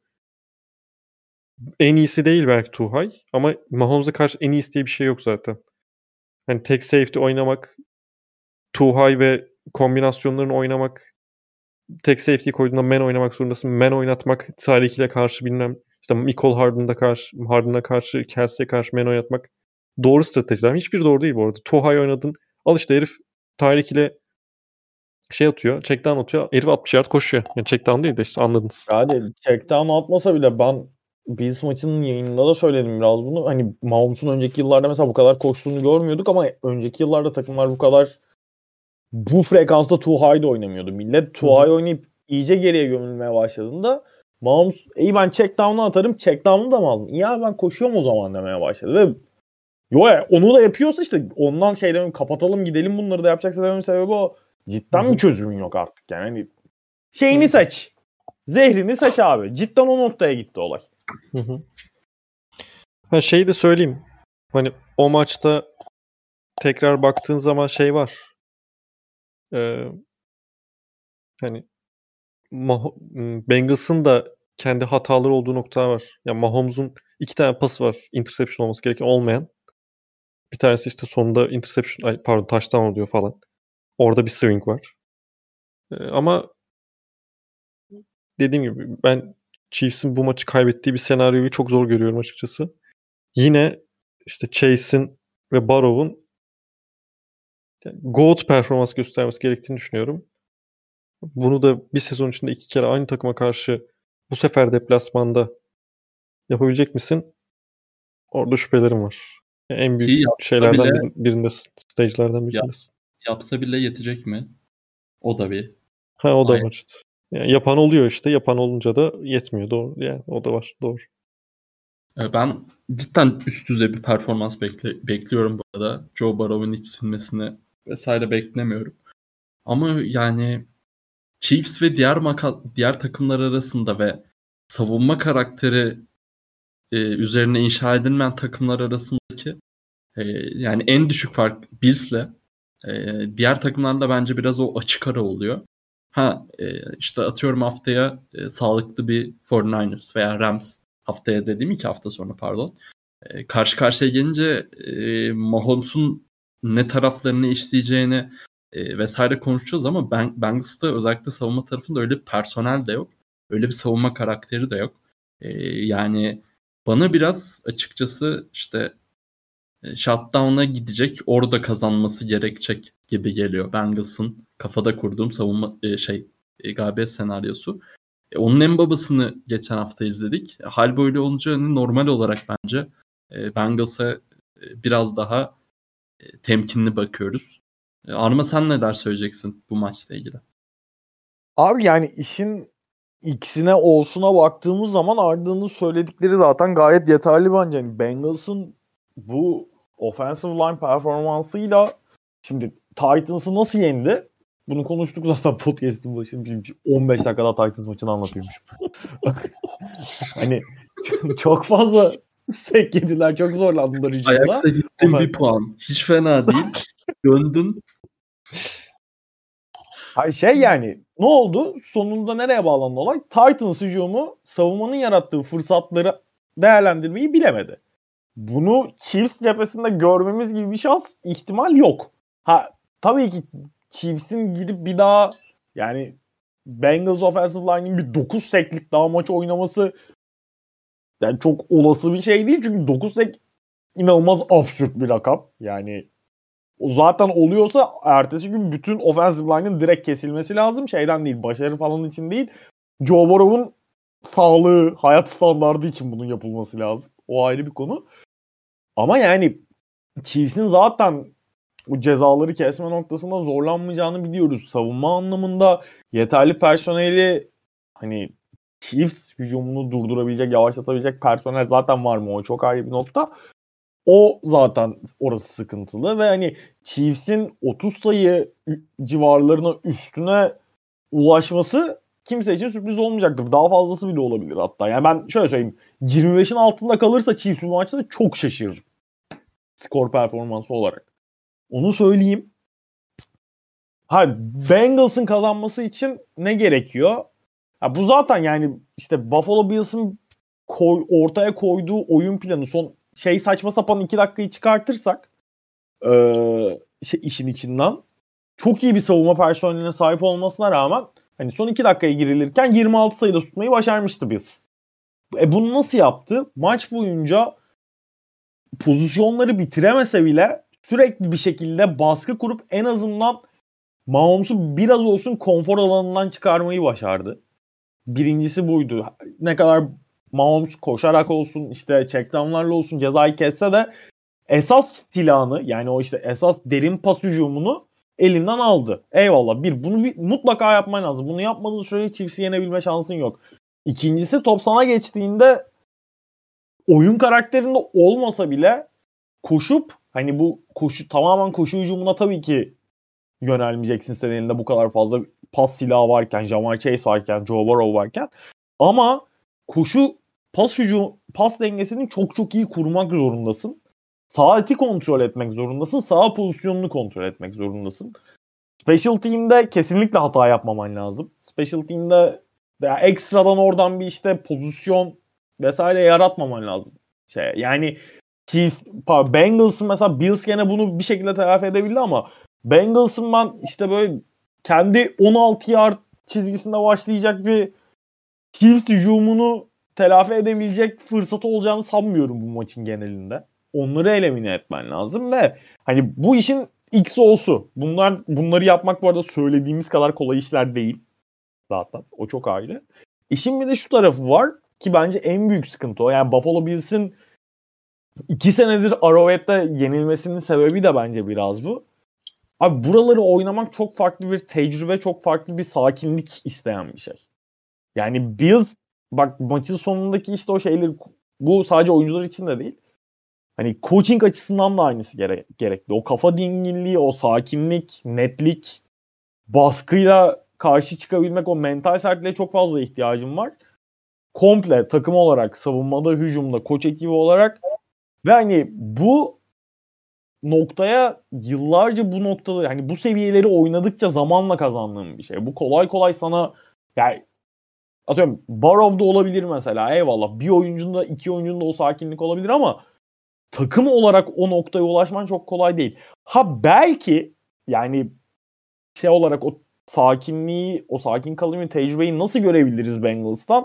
en iyisi değil belki too high ama Mahomes'a karşı en iyisi diye bir şey yok zaten. Hani tek safety oynamak, too high ve kombinasyonlarını oynamak, tek safety koyduğunda man oynamak zorundasın. Man oynatmak, Tyreek ile karşı bilmem işte Mecole Hardman'a karşı, Hardman'a karşı, Kelsey'e karşı man oynatmak doğru stratejiler. Hiçbir doğru değil bu arada. Too high oynadın. Al işte herif Tyreek ile şey atıyor, check down atıyor. Herif altmış yard koşuyor. Yani check down değil de işte anladınız. Yani check down atmasa bile ben Bills maçının yayınında da söyledim biraz bunu. Hani Mahomes'un önceki yıllarda mesela bu kadar koştuğunu görmüyorduk ama önceki yıllarda takımlar bu kadar bu frekansta too high'da oynamıyordu. Millet too high oynayıp iyice geriye gömülmeye başladığında Mahomes iyi ben check down'u atarım, check down'u da mı aldım? İyi abi ben koşuyorum o zaman demeye başladı ve yo ya onu da yapıyorsa işte ondan şey demem kapatalım gidelim bunları da yapacaksa dememin sebebi o. Cidden bir çözümün yok artık yani. Hani şeyini seç. Zehrini seç abi. Cidden o noktaya gitti olay. Hı hı. Ha şeyi de söyleyeyim. Hani o maçta tekrar baktığın zaman şey var. Ee, hani Mah- Bengals'ın da kendi hataları olduğu noktalar var. Ya Mahomes'un iki tane pası var. Interception olması gereken olmayan. Bir tanesi işte sonunda interception, ay pardon touchdown oluyor falan. Orada bir swing var. Ee, ama dediğim gibi ben Chiefs'in bu maçı kaybettiği bir senaryoyu çok zor görüyorum açıkçası. Yine işte Chase'in ve Barrow'un yani GOAT performans göstermesi gerektiğini düşünüyorum. Bunu da bir sezon içinde iki kere aynı takıma karşı bu sefer deplasmanda yapabilecek misin? Orada şüphelerim var. Yani en Ki büyük yapsa şeylerden bile bir- birinde, stage'lerden ya, birindesin. yapsa bile yetecek mi? O da bir Ha o da ayrı. var işte. Yani yapan oluyor işte. Yapan olunca da yetmiyor. Doğru. Yani o da var. Doğru. E, Ben cidden üst düzey bir performans bekle- bekliyorum bu arada. Joe Burrow'un hiç sinmesini vesaire beklemiyorum. Ama yani Chiefs ve diğer maka- diğer takımlar arasında ve savunma karakteri e, üzerine inşa edilmeyen takımlar arasındaki e, yani en düşük fark Bills'le e, diğer takımlarla bence biraz o açık ara oluyor. Ha e, işte atıyorum haftaya e, sağlıklı bir kırk dokuzlar veya Rams haftaya dediğim iki hafta sonra pardon. E, karşı karşıya gelince e, Mahomes'un ne taraflarını işleyeceğini e, vesaire konuşacağız ama ben, Bengals'ta özellikle savunma tarafında öyle bir personel de yok. Öyle bir savunma karakteri de yok. E, yani bana biraz açıkçası işte e, shutdown'a gidecek, orada kazanması gerekecek gibi geliyor Bengals'ın kafada kurduğum savunma e, şey e, galibiyet senaryosu. E, onun en babasını geçen hafta izledik. E, Hal böyle olunca hani normal olarak bence e, Bengals'a e, biraz daha e, temkinli bakıyoruz. E, Arma sen neler söyleyeceksin bu maçla ilgili? Abi yani işin ikisine olsuna baktığımız zaman Arda'nın söyledikleri zaten gayet yeterli bence. Yani Bengals'ın bu offensive line performansıyla şimdi Titans'ı nasıl yendi? Bunu konuştuk zaten podcast'ın başında. on beş dakikada Titans maçını anlatıyormuşum. Hani çok fazla sek yediler. Çok zorlandılar hücumda. Ajax'a gittin bir puan. Hiç fena değil. Döndün. Hayır şey yani ne oldu? Sonunda nereye bağlandı olay? Titans hücumu savunmanın yarattığı fırsatları değerlendirmeyi bilemedi. Bunu Chiefs cephesinde görmemiz gibi bir şans ihtimal yok. Ha tabii ki Chiefs'in gidip bir daha yani Bengals offensive line'in bir dokuz seklik daha maç oynaması yani çok olası bir şey değil. Çünkü dokuz sek inanılmaz absürt bir rakam. Yani o zaten oluyorsa ertesi gün bütün offensive line'ın direkt kesilmesi lazım. Şeyden değil, başarı falan için değil. Joe Burrow'un sağlığı, hayat standardı için bunun yapılması lazım. O ayrı bir konu. Ama yani Chiefs'in zaten bu cezaları kesme noktasında zorlanmayacağını biliyoruz. Savunma anlamında yeterli personeli hani Chiefs hücumunu durdurabilecek, yavaşlatabilecek personel zaten var mı? O çok ayrı bir nokta. O zaten orası sıkıntılı ve hani Chiefs'in otuz sayı civarlarına üstüne ulaşması kimse için sürpriz olmayacaktır. Daha fazlası bile olabilir hatta. Yani ben şöyle söyleyeyim. yirmi beşin altında kalırsa Chiefs bu maçta da çok şaşırırım. Skor performansı olarak. Onu söyleyeyim. Ha Bengals'ın kazanması için ne gerekiyor? Ha, bu zaten yani işte Buffalo Bills'ın koy, ortaya koyduğu oyun planı son şey saçma sapan iki dakikayı çıkartırsak ee, şey, işin içinden çok iyi bir savunma personeline sahip olmasına rağmen hani son iki dakikaya girilirken yirmi altı sayıda tutmayı başarmıştı biz. E bunu nasıl yaptı? Maç boyunca pozisyonları bitiremese bile sürekli bir şekilde baskı kurup en azından Mahomes'u biraz olsun konfor alanından çıkarmayı başardı. Birincisi buydu. Ne kadar Mahomes koşarak olsun, işte checkdownlarla olsun cezayı kesse de esas silahını, yani o işte esas derin pas hücumunu elinden aldı. Eyvallah. Bir, bunu bir, mutlaka yapman lazım. Bunu yapmadığın sürece Chiefs'i yenebilme şansın yok. İkincisi, top sana geçtiğinde oyun karakterinde olmasa bile koşup, hani bu koşu tamamen koşu hücumuna tabii ki yönelmeyeceksin senin elinde bu kadar fazla pas silahı varken, Ja'Marr Chase varken, Joe Burrow varken. Ama koşu pas hücum pas dengesini çok çok iyi kurmak zorundasın. Saati kontrol etmek zorundasın. Sağ pozisyonunu kontrol etmek zorundasın. Special Team'de kesinlikle hata yapmaman lazım. Special Team'de veya ekstradan oradan bir işte pozisyon vesaire yaratmaman lazım. Şey, yani Chiefs, Bengals'ın mesela Bills gene bunu bir şekilde telafi edebildi ama Bengals'ın ben işte böyle kendi on altı yard çizgisinde başlayacak bir Chiefs hücumunu telafi edebilecek fırsatı olacağını sanmıyorum bu maçın genelinde. Onları elimine etmen lazım ve hani bu işin X olsu. Bunlar bunları yapmak bu arada söylediğimiz kadar kolay işler değil zaten. O çok ayrı. İşin bir de şu tarafı var ki bence en büyük sıkıntı o. Yani Buffalo Bills'in iki senedir Arrowhead'de yenilmesinin sebebi de bence biraz bu. Abi buraları oynamak çok farklı bir tecrübe, çok farklı bir sakinlik isteyen bir şey. Yani Bills, bak maçın sonundaki işte o şeyleri, bu sadece oyuncular için de değil. Hani coaching açısından da aynısı gere- gerekli. O kafa dinginliği, o sakinlik, netlik, baskıyla karşı çıkabilmek, o mental sertliğe çok fazla ihtiyacım var. Komple takım olarak, savunmada, hücumda, koç ekibi olarak ve hani bu noktaya yıllarca bu noktada, hani bu seviyeleri oynadıkça zamanla kazandığım bir şey. Bu kolay kolay sana, yani atıyorum Burrow'da olabilir mesela, eyvallah. Bir oyuncunda, iki oyuncunda o sakinlik olabilir ama takım olarak o noktaya ulaşman çok kolay değil. Ha belki yani şey olarak o sakinliği, o sakin kalabilme tecrübeyi nasıl görebiliriz Bengals'tan?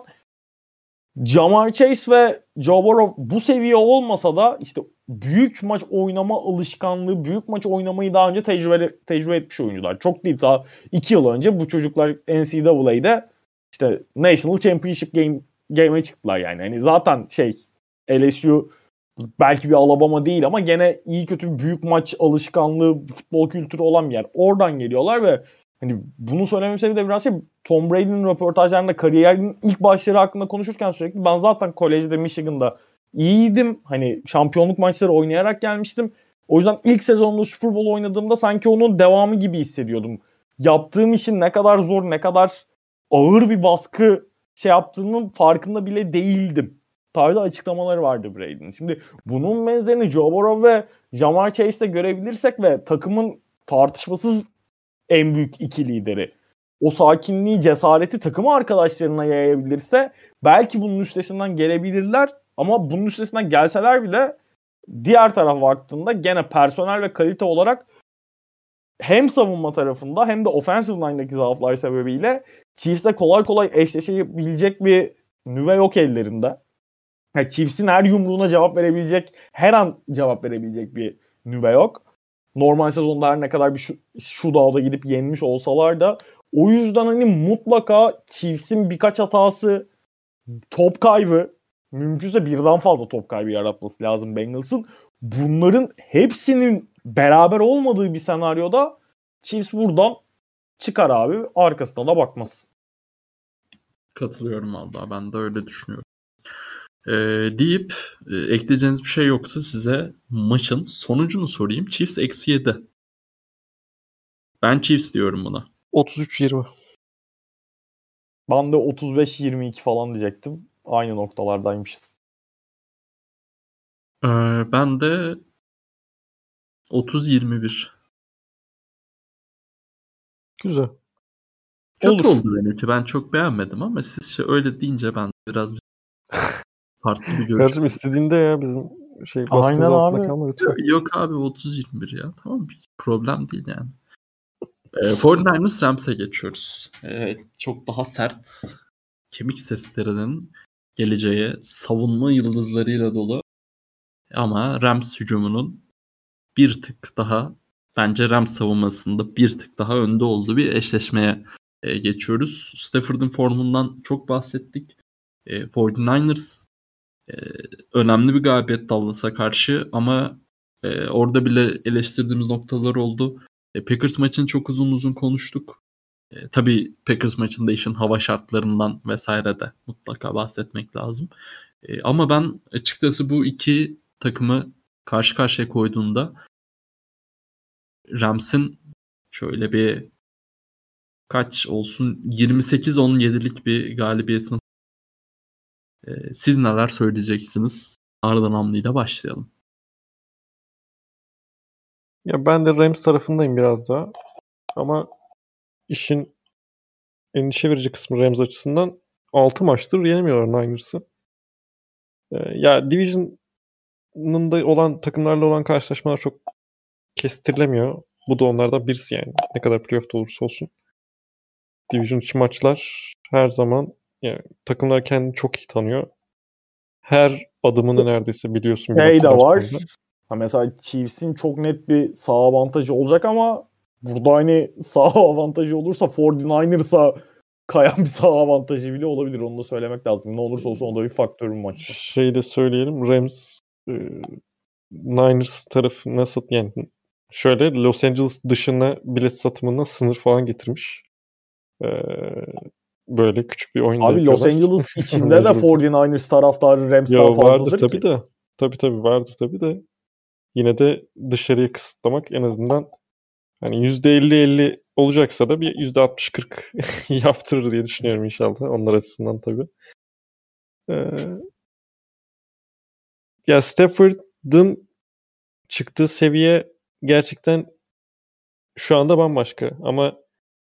Ja'Marr Chase ve Joe Burrow bu seviye olmasa da işte büyük maç oynama alışkanlığı, büyük maç oynamayı daha önce tecrübe, tecrübe etmiş oyuncular. Çok değil, daha iki yıl önce bu çocuklar N C double A'de işte National Championship Game game'e çıktılar yani. Hani zaten şey, L S U belki bir Alabama değil ama gene iyi kötü büyük maç alışkanlığı, futbol kültürü olan bir yer. Oradan geliyorlar ve hani bunu söylemem sebebi de biraz şey, Tom Brady'nin röportajlarında kariyerinin ilk başları hakkında konuşurken sürekli ben zaten kolejde Michigan'da iyiydim. Hani şampiyonluk maçları oynayarak gelmiştim. O yüzden ilk sezonda Super Bowl oynadığımda sanki onun devamı gibi hissediyordum. Yaptığım işin ne kadar zor, ne kadar ağır bir baskı şey yaptığının farkında bile değildim tarzı açıklamaları vardı Brady'nin. Şimdi bunun benzerini Joe Burrow ve Ja'Marr Chase'de görebilirsek ve takımın tartışmasız en büyük iki lideri o sakinliği, cesareti takım arkadaşlarına yayabilirse belki bunun üstesinden gelebilirler. Ama bunun üstesinden gelseler bile diğer tarafa baktığında gene personel ve kalite olarak hem savunma tarafında hem de offensive line'daki zaaflar sebebiyle Chiefs'le kolay kolay eşleşebilecek bir nüve yok ellerinde. Yani Chiefs'in her yumruğuna cevap verebilecek, her an cevap verebilecek bir nüve yok. Normal sezonda her ne kadar bir şu, şu dağda gidip yenmiş olsalar da o yüzden hani mutlaka Chiefs'in birkaç hatası, top kaybı, mümkünse birden fazla top kaybı yaratması lazım Bengals'ın. Bunların hepsinin beraber olmadığı bir senaryoda Chiefs buradan çıkar abi, arkasına da bakmaz. Katılıyorum vallahi, ben de öyle düşünüyorum. Ee, deyip e, ekleyeceğiniz bir şey yoksa size maçın sonucunu sorayım. Chiefs eksi yedi. Ben Chiefs diyorum buna. otuz üç yirmi. Ben de otuz beş yirmi iki falan diyecektim. Aynı noktalardaymışız. Ee, ben de otuz yirmi bir. Güzel. Kötü Olur. oldu benimki. Ben çok beğenmedim ama siz şey öyle deyince ben biraz farklı bir görüş. Kardeşim istediğinde ya bizim şey baskımız Aynen altında abi. kalma lütfen. Yok abi, otuz yirmi bir ya. Tamam, bir problem değil yani. Ee, kırk dokuz Rams'e geçiyoruz. Ee, çok daha sert, kemik seslerinin geleceği, savunma yıldızlarıyla dolu ama Rams hücumunun bir tık daha, bence Rams savunmasında bir tık daha önde olduğu bir eşleşmeye e, geçiyoruz. Stafford'ın formundan çok bahsettik. E, kırk dokuz ers e, önemli bir galibiyet Dallas'a karşı ama e, orada bile eleştirdiğimiz noktalar oldu. E, Packers maçını çok uzun uzun konuştuk. E, tabii Packers maçında işin hava şartlarından vesaire de mutlaka bahsetmek lazım. E, ama ben açıkçası bu iki takımı karşı karşıya koyduğunda Rams'in şöyle bir kaç olsun yirmi sekiz on yedilik bir galibiyetin. E, siz neler söyleyeceksiniz? Arda Namlı ile başlayalım. Ya ben de Rams tarafındayım biraz daha. Ama işin endişe verici kısmı Rams açısından altı maçtır yenemiyorlar Niners'ı. Ee, ya Division'ın da olan takımlarla olan karşılaşmalar çok kestirilemiyor. Bu da onlardan birisi yani. Ne kadar playoff'ta olursa olsun. Division içi maçlar her zaman yani takımlar kendini çok iyi tanıyor. Her adımını neredeyse biliyorsun bir Şey de noktadan var. sonra. Ha mesela Chiefs'in çok net bir sağ avantajı olacak ama burada hani sağ avantajı olursa kırk dokuzersa kayan bir sağ avantajı bile olabilir. Onu da söylemek lazım. Ne olursa olsun o da bir faktör bu maçta. Şey de söyleyelim. Rams e, Niners tarafı nasıl yani şöyle Los Angeles dışına bilet satımına sınır falan getirmiş. Ee, böyle küçük bir oyun da Abi Los yapıyorlar. Angeles içinde de Mecbur. kırk dokuz taraftarı Rams Ya daha vardır fazladır tabii ki. de. Tabii tabii vardır tabii de. Yine de dışarıya kısıtlamak en azından hani yüzde elli elli olacaksa da bir yüzde altmış kırk yaptırır diye düşünüyorum inşallah. Onlar açısından tabii. Ee, ya Stafford'ın çıktığı seviye gerçekten şu anda bambaşka. Ama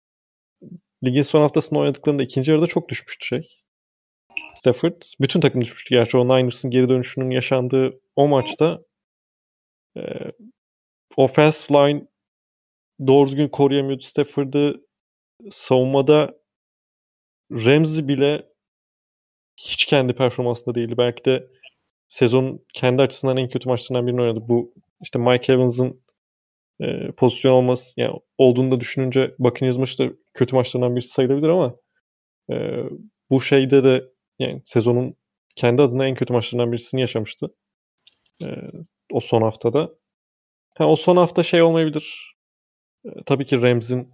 ligin son haftasında oynadıklarında ikinci yarıda çok düşmüştü şey. Stafford. Bütün takım düşmüştü. Gerçi o Niners'ın geri dönüşünün yaşandığı o maçta e, offensive line doğru düzgün koruyamıyordu Stafford'ı. Savunmada Ramsey bile hiç kendi performansında değildi. Belki de sezonun kendi açısından en kötü maçlarından birini oynadı. Bu işte Mike Evans'ın e, pozisyon olması yani olduğunu da düşününce Buccaneers maçı da kötü maçlarından birisi sayılabilir ama e, bu şeyde de yani sezonun kendi adına en kötü maçlarından birisini yaşamıştı. E, o son haftada. Ha, o son hafta şey olmayabilir. E, tabii ki Rams'in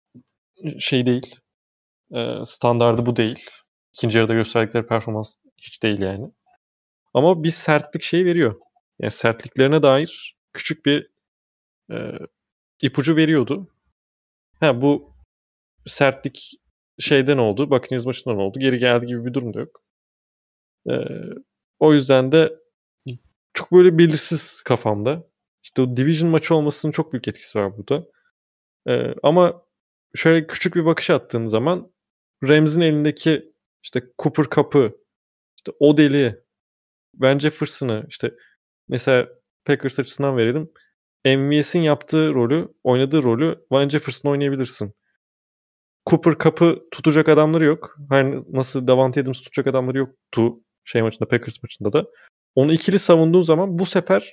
şey değil. E, standardı bu değil. İkinci yarıda gösterdikleri performans hiç değil yani. Ama bir sertlik şeyi veriyor. Yani sertliklerine dair küçük bir e, ipucu veriyordu. Ha bu sertlik şeyden oldu. Buccaneers maçından oldu. Geri geldi gibi bir durum da yok. E, o yüzden de çok böyle belirsiz kafamda. İşte o division maçı olmasının çok büyük etkisi var burada. E, ama şöyle küçük bir bakış attığın zaman Rams'in elindeki işte Cooper Cup'ı, işte Odell'i, Van Jefferson'ı işte mesela Packers açısından verelim. M V S'in yaptığı rolü, oynadığı rolü Van Jefferson oynayabilirsin. Cooper Cup'ı tutacak adamları yok. Her nasıl Davante Adams tutacak adamları yoktu şey maçında, Packers maçında da. Onu ikili savunduğun zaman bu sefer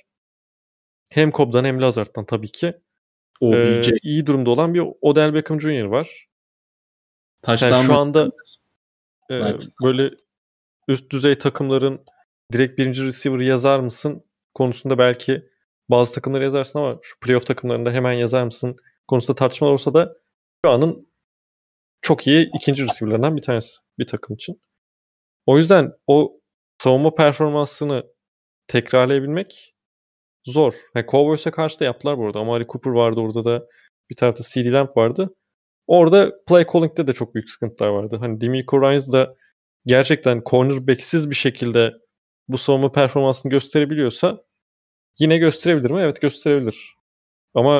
hem Cobb'dan hem Lazard'dan tabii ki O B J. e, iyi durumda olan bir Odell Beckham Junior var. Taştan Yani şu anda e, belki. böyle üst düzey takımların direkt birinci receiver yazar mısın konusunda belki bazı takımları yazarsın ama şu playoff takımlarında hemen yazar mısın konusunda tartışmalar olsa da şu anın çok iyi ikinci receiver'larından bir tanesi bir takım için. O yüzden o savunma performansını tekrarlayabilmek zor. Yani Cowboys'a karşı da yaptılar bu arada. Amari Cooper vardı orada da bir tarafta CeeDee Lamb vardı. Orada play calling'de de çok büyük sıkıntılar vardı. Hani DeMeco Ryans da gerçekten cornerback'siz bir şekilde bu savunma performansını gösterebiliyorsa yine gösterebilir mi? Evet gösterebilir. Ama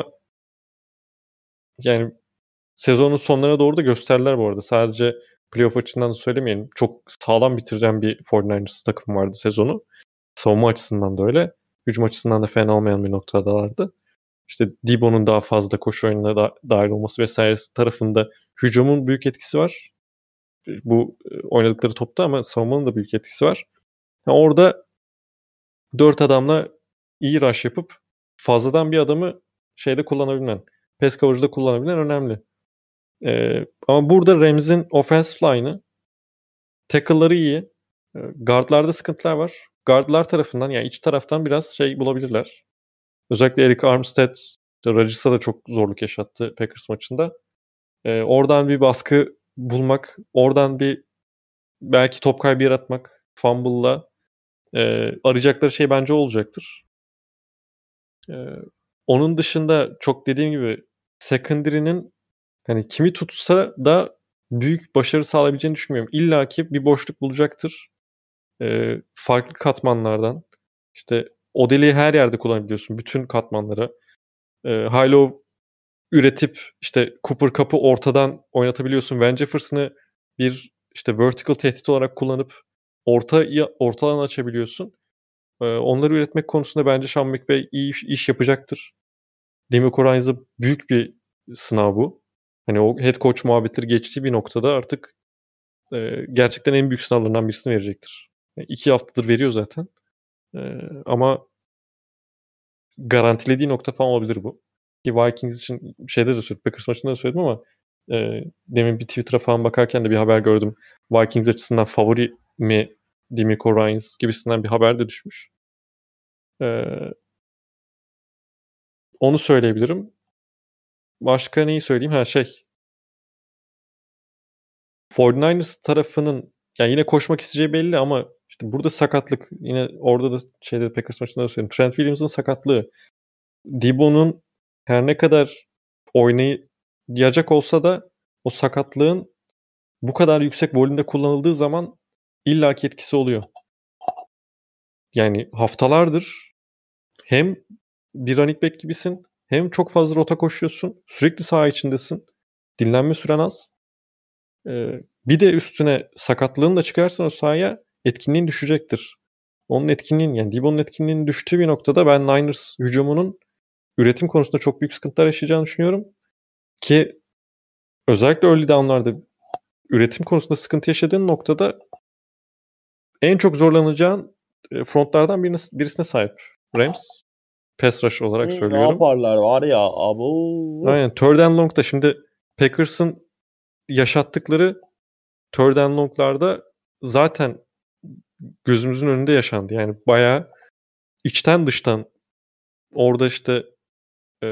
yani sezonun sonlarına doğru da gösterdiler bu arada. Sadece playoff açısından da söylemeyelim. Çok sağlam bitiren bir kırk dokuz takım vardı sezonu. Savunma açısından da öyle. Hücum açısından da fena olmayan bir noktadalardı. İşte Debo'nun daha fazla koşu oyununa da dahil olması vesairesi tarafında hücumun büyük etkisi var. Bu oynadıkları topta ama savunmanın da büyük etkisi var. Yani orada dört adamla iyi rush yapıp fazladan bir adamı şeyde kullanabilmen, pass coverage'da kullanabilmen önemli. Ee, ama burada Rams'in offensive line'ı tackle'ları iyi. Guard'larda sıkıntılar var. Guard'lar tarafından yani iç taraftan biraz şey bulabilirler. Özellikle Eric Armstead, Rodgers'a da çok zorluk yaşattı Packers maçında. Ee, oradan bir baskı bulmak, oradan bir belki top kaybı yaratmak, fumble'la e, arayacakları şey bence olacaktır. Ee, onun dışında çok dediğim gibi secondary'nin hani kimi tutsa da büyük başarı sağlayabileceğini düşünmüyorum. İlla ki bir boşluk bulacaktır. Ee, farklı katmanlardan. İşte o deliği her yerde kullanabiliyorsun. Bütün katmanlara. Ee, High-low üretip işte Cooper Cup'ı ortadan oynatabiliyorsun. Van Jefferson'ı bir işte vertical tehdit olarak kullanıp orta orta alan açabiliyorsun. Ee, onları üretmek konusunda bence Sean McVay iyi iş, iş yapacaktır. DeMeco Ryans'a büyük bir sınav bu. Hani o head coach muhabbetleri geçtiği bir noktada artık e, gerçekten en büyük sınavlarından birisini verecektir. Yani iki haftadır veriyor zaten. E, ama garantilediği nokta falan olabilir bu. Ki Vikings için şeyde de söyledim, Packers maçında da söyledim ama e, demin bir Twitter'a falan bakarken de bir haber gördüm. Vikings açısından favori mi DeMeco Ryans gibisinden bir haber de düşmüş. E, onu söyleyebilirim. Başka neyi söyleyeyim? Ha şey. kırk dokuzers tarafının yani yine koşmak isteyeceği belli ama işte burada sakatlık yine orada da şeyde Packers maçında da söyleyeyim. Trent Williams'ın sakatlığı. Debo'nun her ne kadar oynayacak olsa da o sakatlığın bu kadar yüksek volümde kullanıldığı zaman illaki etkisi oluyor. Yani haftalardır hem bir running back gibisin hem çok fazla rota koşuyorsun. Sürekli saha içindesin. Dinlenme süren az. Ee, bir de üstüne sakatlığını da çıkarsan o sahaya etkinliğin düşecektir. Onun etkinliğin yani Debo'nun etkinliğinin düştüğü bir noktada ben Niners hücumunun üretim konusunda çok büyük sıkıntılar yaşayacağını düşünüyorum. Ki özellikle early down'larda üretim konusunda sıkıntı yaşadığın noktada en çok zorlanacağın frontlardan birine, birisine sahip Rams. Pass rush olarak ne söylüyorum. yaparlar var ya abo. Aynen. Third and long'da şimdi Packers'ın yaşattıkları third and long'larda zaten gözümüzün önünde yaşandı. Yani bayağı içten dıştan orada işte e,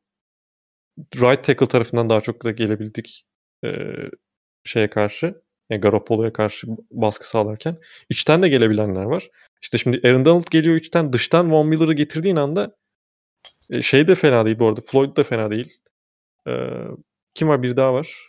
right tackle tarafından daha çok da gelebildik e, şeye karşı. Yani Garoppolo'ya karşı baskı sağlarken. İçten de gelebilenler var. İşte şimdi Aaron Donald geliyor içten. Dıştan Von Miller'ı getirdiğin anda e, şey de fena değil bu arada. Floyd da fena değil. E, kim var? Bir daha var.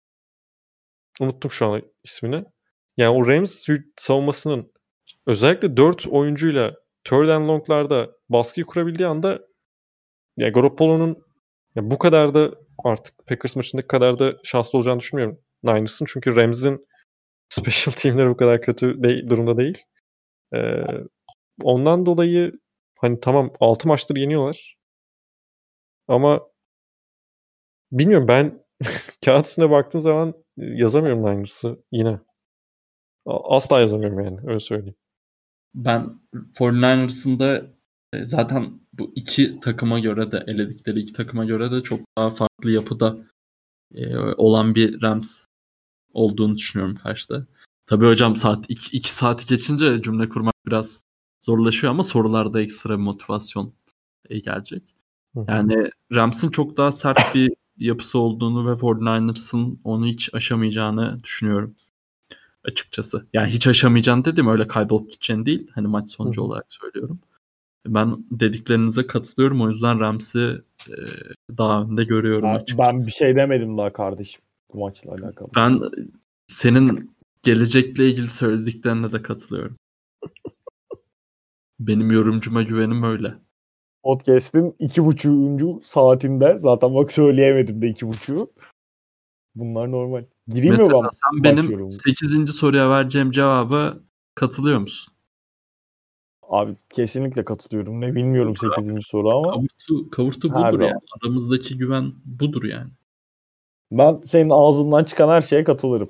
Unuttum şu an ismini. Yani o Rams savunmasının özellikle dört oyuncuyla third and long'larda baskıyı kurabildiği anda yani Garoppolo'nun ya bu kadar da artık Packers maçındaki kadar da şanslı olacağını düşünmüyorum Niners'ın. Çünkü Rams'in special teamleri bu kadar kötü değil, durumda değil. Ee, ondan dolayı hani tamam altı maçtır yeniyorlar. Ama bilmiyorum ben kağıt üstüne baktığım zaman yazamıyorum Niners'ı yine. Asla yazamıyorum yani öyle söyleyeyim. Ben kırk dokuzers'ın da zaten bu iki takıma göre de eledikleri iki takıma göre de çok daha farklı yapıda e, olan bir Rams olduğunu düşünüyorum karşıda. Tabii hocam saat iki, iki saati geçince cümle kurmak biraz zorlaşıyor ama sorularda ekstra bir motivasyon e, gelecek. Hı hı. Yani Rams'ın çok daha sert bir yapısı olduğunu ve kırk dokuzers'ın onu hiç aşamayacağını düşünüyorum. Açıkçası. Yani hiç aşamayacağını dedim öyle kaybolup gideceğini değil. Hani maç sonucu Hı-hı. olarak söylüyorum. Ben dediklerinize katılıyorum. O yüzden Rams'i e, daha önde görüyorum ben, açıkçası. Ben bir şey demedim daha kardeşim bu maçla alakalı. Ben senin gelecekle ilgili söylediklerine de katılıyorum. Benim yorumcuma güvenim öyle. Podcast'in iki buçuğuncu saatinde zaten bak söyleyemedim de iki buçuğu. Bunlar normal. Gireyim Mesela mi ben? sen benim sekizinci soruya vereceğim cevaba katılıyor musun? Abi kesinlikle katılıyorum. Ne bilmiyorum sekizinci soru ama. Kavurtu, kavurtu budur yani. Aramızdaki güven budur yani. Ben senin ağzından çıkan her şeye katılırım.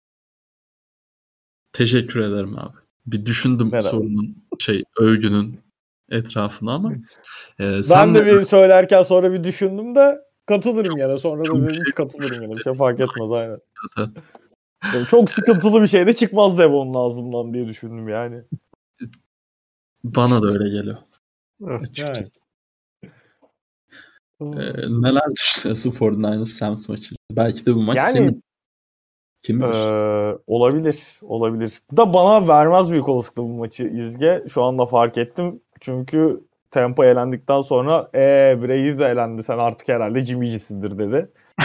Teşekkür ederim abi. Bir düşündüm Neden? sorunun şey övgünün etrafına ama. E, ben sen de bir söylerken sonra bir düşündüm de katılırım çok, yani. Sonra da dedim şey katılırım yani. Bir şey fark etmez aynen. Evet. Yani çok sıkıntılı bir şey de çıkmaz Devon'un ağzından diye düşündüm yani. Bana da öyle geliyor. Yani. Açıkçası. Ee, neler düşünüyorsun kırk dokuz ers Rams maçı? Belki de bu maç Yani senin. Kim bilir? Ee, olabilir. Olabilir. Bu da bana vermez büyük olasılıkla bu maçı İzge. Şu anda fark ettim. Çünkü Tampa elendikten sonra eee Brady de elendi. Sen artık herhalde Jimmy G'sindir dedi.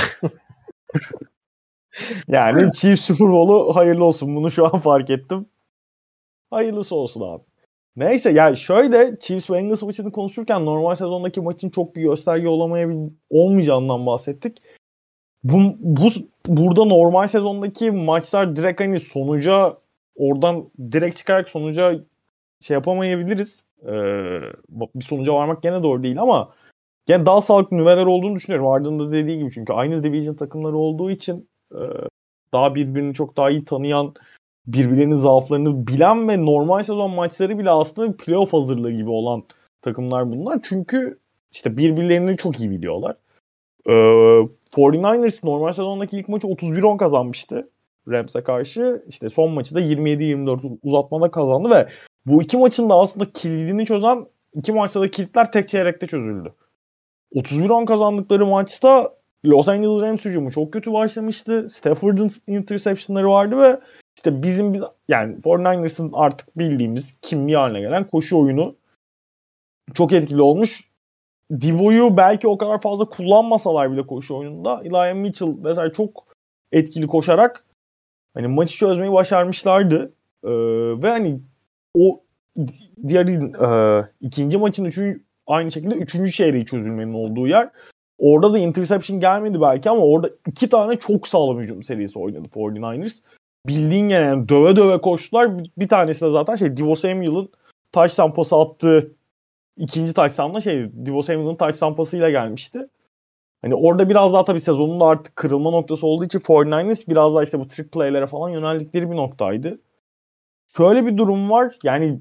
Yani Chiefs Super Bowl'u hayırlı olsun. Bunu şu an fark ettim. Hayırlısı olsun abi. Neyse yani şöyle Chiefs ve Bengals maçını konuşurken normal sezondaki maçın çok bir gösterge olamayabil olmayacağından bahsettik. Bu, bu burada normal sezondaki maçlar direkt hani sonuca oradan direkt çıkarak sonuca şey yapamayabiliriz. Ee, bir sonuca varmak gene doğru değil ama gene daha sağlıklı nüveler olduğunu düşünüyorum. Arda'nın da dediği gibi çünkü aynı division takımları olduğu için e, daha birbirini çok daha iyi tanıyan, birbirlerinin zaaflarını bilen ve normal sezon maçları bile aslında bir playoff hazırlığı gibi olan takımlar bunlar. Çünkü işte birbirlerini çok iyi biliyorlar. Ee, kırk dokuz ers normal sezondaki ilk maçı otuz bir on kazanmıştı Rams'e karşı. İşte son maçı da yirmi yedi yirmi dört uzatmada kazandı ve bu iki maçın da aslında kilidini çözen iki maçta da kilitler tek çeyrekte çözüldü. otuz bir on kazandıkları maçta Los Angeles Rams hücumu çok kötü başlamıştı. Stafford'ın interceptionları vardı ve işte bizim yani kırk dokuz ers'in artık bildiğimiz kimliği haline gelen koşu oyunu çok etkili olmuş. Divo'yu belki o kadar fazla kullanmasalar bile koşu oyununda Elijah Mitchell mesela çok etkili koşarak hani maçı çözmeyi başarmışlardı. Ee, ve hani o diğer e, ikinci maçın üçüncü, aynı şekilde üçüncü çeyreği çözülmenin olduğu yer. Orada da interception gelmedi belki ama orada iki tane çok sağlam hücum serisi oynadı kırk dokuz ers. Bildiğin gene yani döve döve koştular. Bir, bir tanesi de zaten şey Divo Samuel'ın touchdown pası attığı İkinci touchdown'da şey Divo Samuel'ın touchdown pasıyla gelmişti. Hani orada biraz daha tabii sezonun da artık kırılma noktası olduğu için kırk dokuz ers biraz daha işte bu trick play'lere falan yöneldikleri bir noktaydı. Şöyle bir durum var. Yani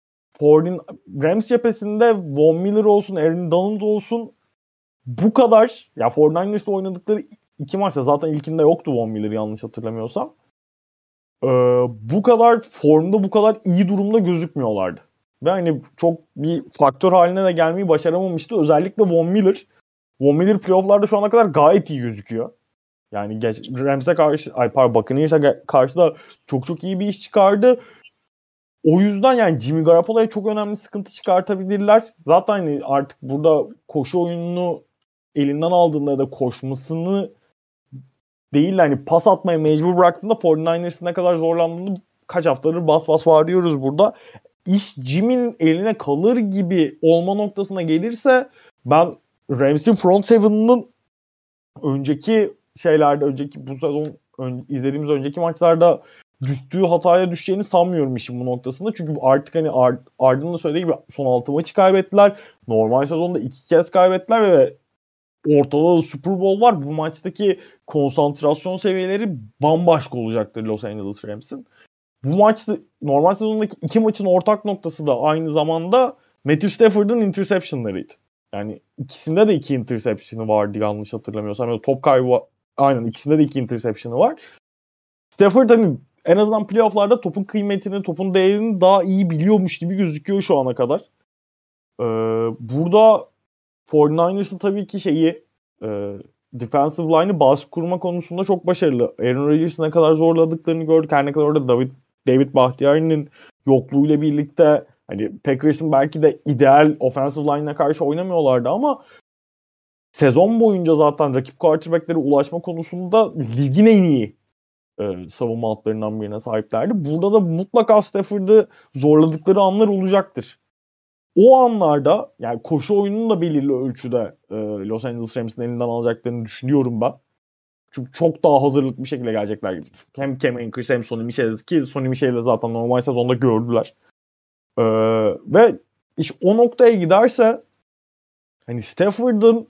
Rams cephesinde Von Miller olsun, Aaron Donald olsun bu kadar ya kırk dokuz ers'te oynadıkları iki maçta zaten ilkinde yoktu Von Miller yanlış hatırlamıyorsam. Ee, bu kadar formda bu kadar iyi durumda gözükmüyorlardı. Ve hani çok bir faktör haline de gelmeyi başaramamıştı. Özellikle Von Miller. Von Miller playoff'larda şu ana kadar gayet iyi gözüküyor. Yani geç, Rams'e karşı, ay pardon Buccaneers'e karşı da çok çok iyi bir iş çıkardı. O yüzden yani Jimmy Garoppolo'ya çok önemli sıkıntı çıkartabilirler. Zaten hani artık burada koşu oyununu elinden aldığında da koşmasını değil hani pas atmaya mecbur bıraktığında kırk dokuz ers'in ne kadar zorlandığını kaç haftadır bas bas bağırıyoruz burada. İş Jimmy'nin eline kalır gibi olma noktasına gelirse ben Rams'in front seven'ının önceki şeylerde, önceki bu sezon ön, izlediğimiz önceki maçlarda düştüğü hataya düşeceğini sanmıyorum işin bu noktasında. Çünkü artık hani Ard, Arda'nın da söylediği gibi son altı maçı kaybettiler. Normal sezonda iki kez kaybettiler ve ortada da Super Bowl var. Bu maçtaki konsantrasyon seviyeleri bambaşka olacaktır Los Angeles Rams'in. Bu maçta normal sezondaki iki maçın ortak noktası da aynı zamanda Matthew Stafford'ın interception'larıydı. Yani ikisinde de iki interception'ı vardı yanlış hatırlamıyorsam. Yani top kaybı aynen ikisinde de iki interception'ı var. Stafford hani en azından playoff'larda topun kıymetini, topun değerini daha iyi biliyormuş gibi gözüküyor şu ana kadar. Ee, burada kırk dokuz ers'ın tabii ki şeyi e, defensive line'ı baskı kurma konusunda çok başarılı. Aaron Rodgers'ı ne kadar zorladıklarını gördük. Her ne kadar orada David, David Bahtiyari'nin yokluğuyla birlikte hani Packers'ın belki de ideal offensive line'ına karşı oynamıyorlardı ama sezon boyunca zaten rakip quarterback'lere ulaşma konusunda ligin en iyi e, savunma hatlarından birine sahiplerdi. Burada da mutlaka Stafford'ı zorladıkları anlar olacaktır. O anlarda yani koşu oyununu da belirli ölçüde e, Los Angeles Rams'in elinden alacaklarını düşünüyorum ben. Çünkü çok daha hazırlıklı bir şekilde gelecekler. Hem Cam Akers hem Sonny Michel ki Sonny Michel'i zaten normal sezonda gördüler. Ee, ve iş o noktaya giderse hani Stafford'ın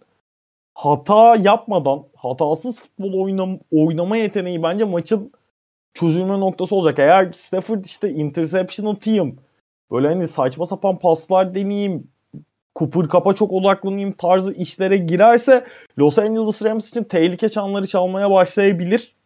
hata yapmadan hatasız futbol oynam oynama yeteneği bence maçın çözülme noktası olacak. Eğer Stafford işte interception atayım, böyle hani saçma sapan paslar deneyeyim, kupur kapa çok odaklanayım tarzı işlere girerse Los Angeles Rams için tehlike çanları çalmaya başlayabilir.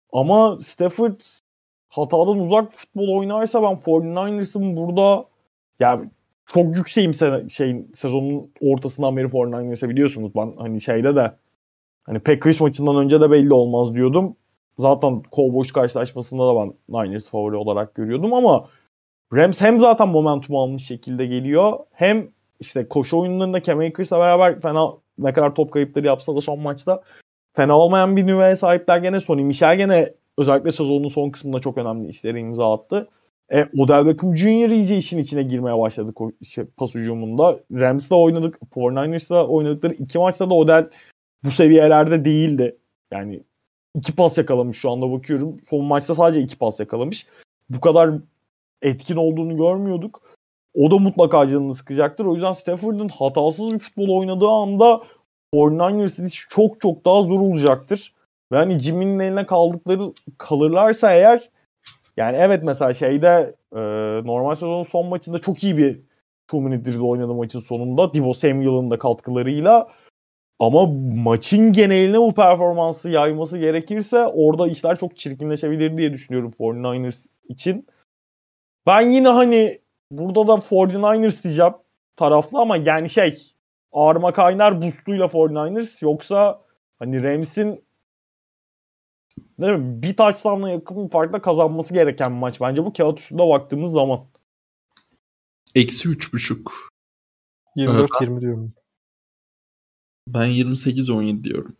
Ama Stafford hatadan uzak futbol oynarsa ben kırk dokuzların burada yani çok yükseğim se- şeyin sezonun ortasından beri kırk dokuzlara biliyorsunuz. Ben hani şeyde de hani Packers maçından önce de belli olmaz diyordum. Zaten Cowboys karşılaşmasında da ben Niners favori olarak görüyordum ama Rams hem zaten momentum almış şekilde geliyor hem işte koşu oyunlarında Cam Akers'la beraber fena ne kadar top kayıpları yapsa da son maçta fena olmayan bir nüveye sahipler gene. Sonny Michel gene özellikle sezonun son kısmında çok önemli işleri imza attı. E, Odell Beckham Junior iyice işin içine girmeye başladı şey, pas hücumunda. Rams'la oynadık, kırk dokuzlar'la oynadıkları iki maçta da Odell bu seviyelerde değildi. Yani iki pas yakalamış şu anda bakıyorum. Son maçta sadece iki pas yakalamış. Bu kadar etkin olduğunu görmüyorduk. O da mutlaka canını sıkacaktır. O yüzden Stafford'ın hatasız bir futbol oynadığı anda kırk dokuzların işi çok çok daha zor olacaktır. Ve hani Jimmy'nin eline kaldıkları kalırlarsa eğer yani evet mesela şeyde e, normal sezonun son maçında çok iyi bir two minute drill oynadı maçın sonunda. Deebo Samuel'ın da katkılarıyla. Ama maçın geneline bu performansı yayması gerekirse orada işler çok çirkinleşebilir diye düşünüyorum kırk dokuzlar için. Ben yine hani burada da kırk dokuzlar diyeceğim taraflı ama yani şey ağrıma kaynar boostuyla kırk dokuzlar yoksa hani Rams'in değil mi, bir touchdown'la yakın bir farkla kazanması gereken bir maç. Bence bu kağıt üstünde baktığımız zaman. Eksi üç buçuk. yirmi dört yirmi diyorum. Ben yirmi sekiz on yedi diyorum.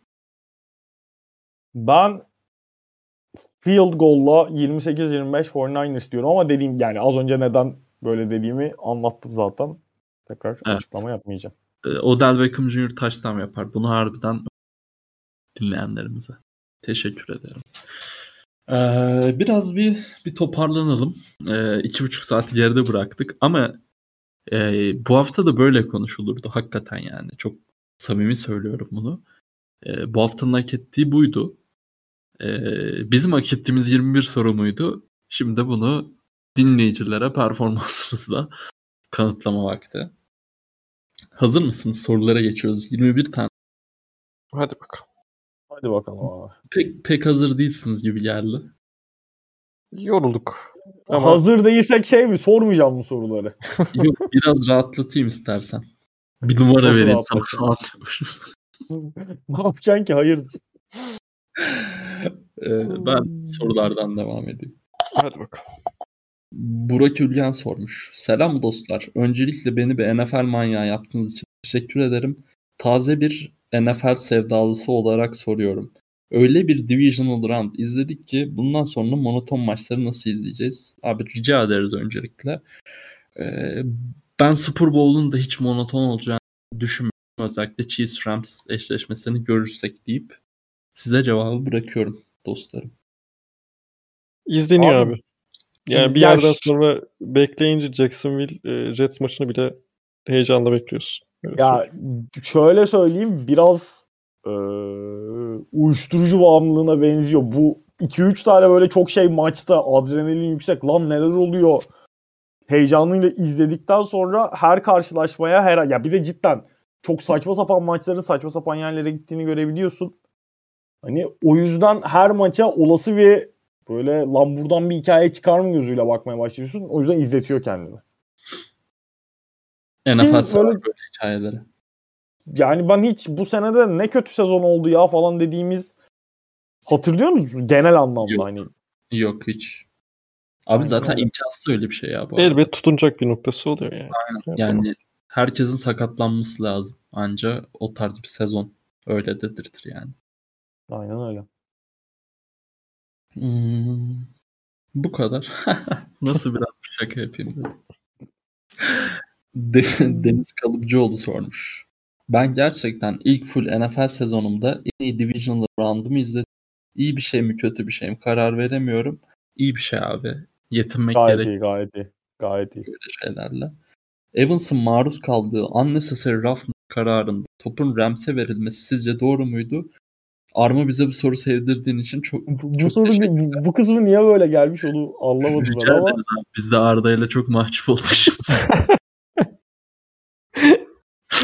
Ben field goal'la yirmi sekiz yirmi beş kırk dokuzlar diyorum ama dediğim yani az önce neden böyle dediğimi anlattım zaten. Tekrar Evet. açıklama yapmayacağım. Odell Beckham Junior touchdown yapar. Bunu harbiden dinleyenlerimize teşekkür ederim. Ee, biraz bir bir toparlanalım. Ee, iki buçuk saati geride bıraktık ama e, bu hafta da böyle konuşulurdu hakikaten yani. Çok samimi söylüyorum bunu. Ee, bu haftanın hak ettiği buydu. Ee, bizim hak ettiğimiz yirmi bir soru muydu? Şimdi bunu dinleyicilere performansımızla kanıtlama vakti. Hazır mısınız? Sorulara geçiyoruz. yirmi bir tane. Hadi bakalım. Hadi bakalım abi. Pek pek hazır değilsiniz gibi geldi. Yorulduk. Ama... Hazır değilsek şey mi? Sormayacağım bu soruları. Yok, biraz rahatlatayım istersen. Bir numara Nasıl vereyim sana. Ne yapacaksın ki? Hayırdır? ee, ben sorulardan devam edeyim. Hadi bakalım. Burak Ülgen sormuş. Selam dostlar. Öncelikle beni bir N F L manyağı yaptığınız için teşekkür ederim. Taze bir N F L sevdalısı olarak soruyorum. Öyle bir divisional round izledik ki bundan sonra monoton maçları nasıl izleyeceğiz? Abi rica ederiz öncelikle. Ee, ben Super Bowl'un da hiç monoton olacağını düşünmüyorum. Özellikle Chiefs-Rams eşleşmesini görürsek deyip size cevabı bırakıyorum dostlarım. İzleniyor abi. abi. Yani bir yerden Yaş... sonra bekleyince Jacksonville e, Jets maçını bile heyecanla bekliyorsun. Öyle ya söyleyeyim. Şöyle söyleyeyim biraz e, uyuşturucu bağımlılığına benziyor. Bu iki üç tane böyle çok şey maçta adrenalin yüksek lan neler oluyor heyecanıyla izledikten sonra her karşılaşmaya her ya bir de cidden çok saçma sapan maçların saçma sapan yerlere gittiğini görebiliyorsun. Hani o yüzden her maça olası bir böyle lan buradan bir hikaye çıkar mı gözüyle bakmaya başlıyorsun. O yüzden izletiyor kendini. N F L sever böyle hikayeleri. Yani ben hiç bu senede ne kötü sezon oldu ya falan dediğimiz hatırlıyor musunuz? Genel anlamda Yok. hani. Yok hiç. Abi aynen zaten öyle. İmkansız öyle bir şey ya bu Elbet arada. Tutunacak bir noktası oluyor yani. Aynen. Yani zaman. Herkesin sakatlanması lazım. Anca o tarz bir sezon öyle dedirtir yani. Aynen öyle. Hmm, bu kadar. Nasıl biraz bir şaka yapayım dedim. Deniz Kalıpçıoğlu sormuş. Ben gerçekten ilk full N F L sezonumda en iyi Divisional Round'umu izledim. İyi bir şey mi kötü bir şey mi karar veremiyorum. İyi bir şey abi. Yetinmek gayet gerek. Iyi, gayet iyi. Gayet iyi. Böyle şeylerle. Evans'ın maruz kaldığı unnecessary roughness kararında topun Rams'e verilmesi sizce doğru muydu? Arma bize bu soru sevdirdiğin için çok bu, çok soru bu, bu kısmı niye böyle gelmiş onu anlamadım Rica ben ama. ederiz abi. Biz de Arda'yla çok mahcup olduk şimdi.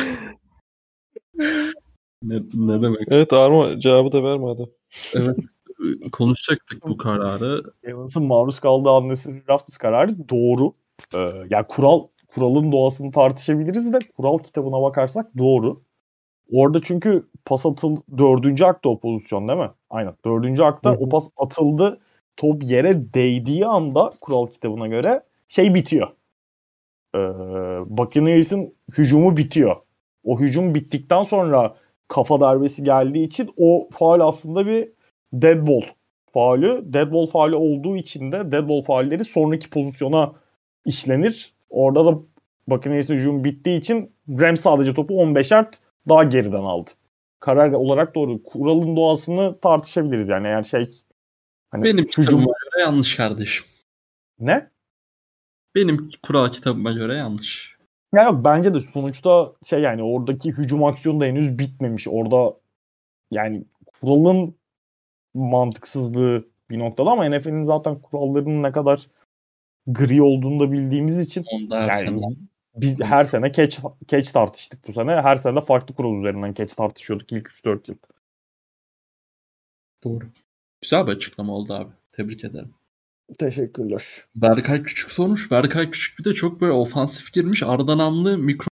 ne, ne demek? Evet Arma cevabı da verme hadi. Evet. konuşacaktık bu kararı. Evans'ın maruz kaldığı unnecessary roughness kararı doğru. Ee, yani kural kuralın doğasını tartışabiliriz de kural kitabına bakarsak doğru. Orada çünkü pas atıldı. Dördüncü akta o pozisyon değil mi? Aynen. Dördüncü akta Hı hı. o pas atıldı. Top yere değdiği anda kural kitabına göre şey bitiyor. Ee, Buccaneers'ın hücumu bitiyor. O hücum bittikten sonra kafa darbesi geldiği için o faul aslında bir dead ball faulü. Dead ball faulü olduğu için de dead ball faulleri sonraki pozisyona işlenir. Orada da Buccaneers'ın hücumu bittiği için Rams sadece topu on beş yard daha geriden aldı. Karar olarak doğru. Kuralın doğasını tartışabiliriz yani eğer şey hani Benim hücum kitabıma göre yanlış kardeşim. ne? Benim kural kitabıma göre yanlış. Ya yok bence de sonuçta şey yani oradaki hücum aksiyonu da henüz bitmemiş. Orada yani kuralın mantıksızlığı bir noktada ama N F L'in zaten kurallarının ne kadar gri olduğunu da bildiğimiz için Onda her yani sene biz her sene catch, catch tartıştık bu sene. Her sene de farklı kural üzerinden catch tartışıyorduk ilk üç dört yıl. doğru. Güzel bir açıklama oldu abi. Tebrik ederim. Teşekkürler. Berkay Küçük sormuş. Berkay Küçük bir de çok böyle ofansif girmiş. Arda Namlı mikro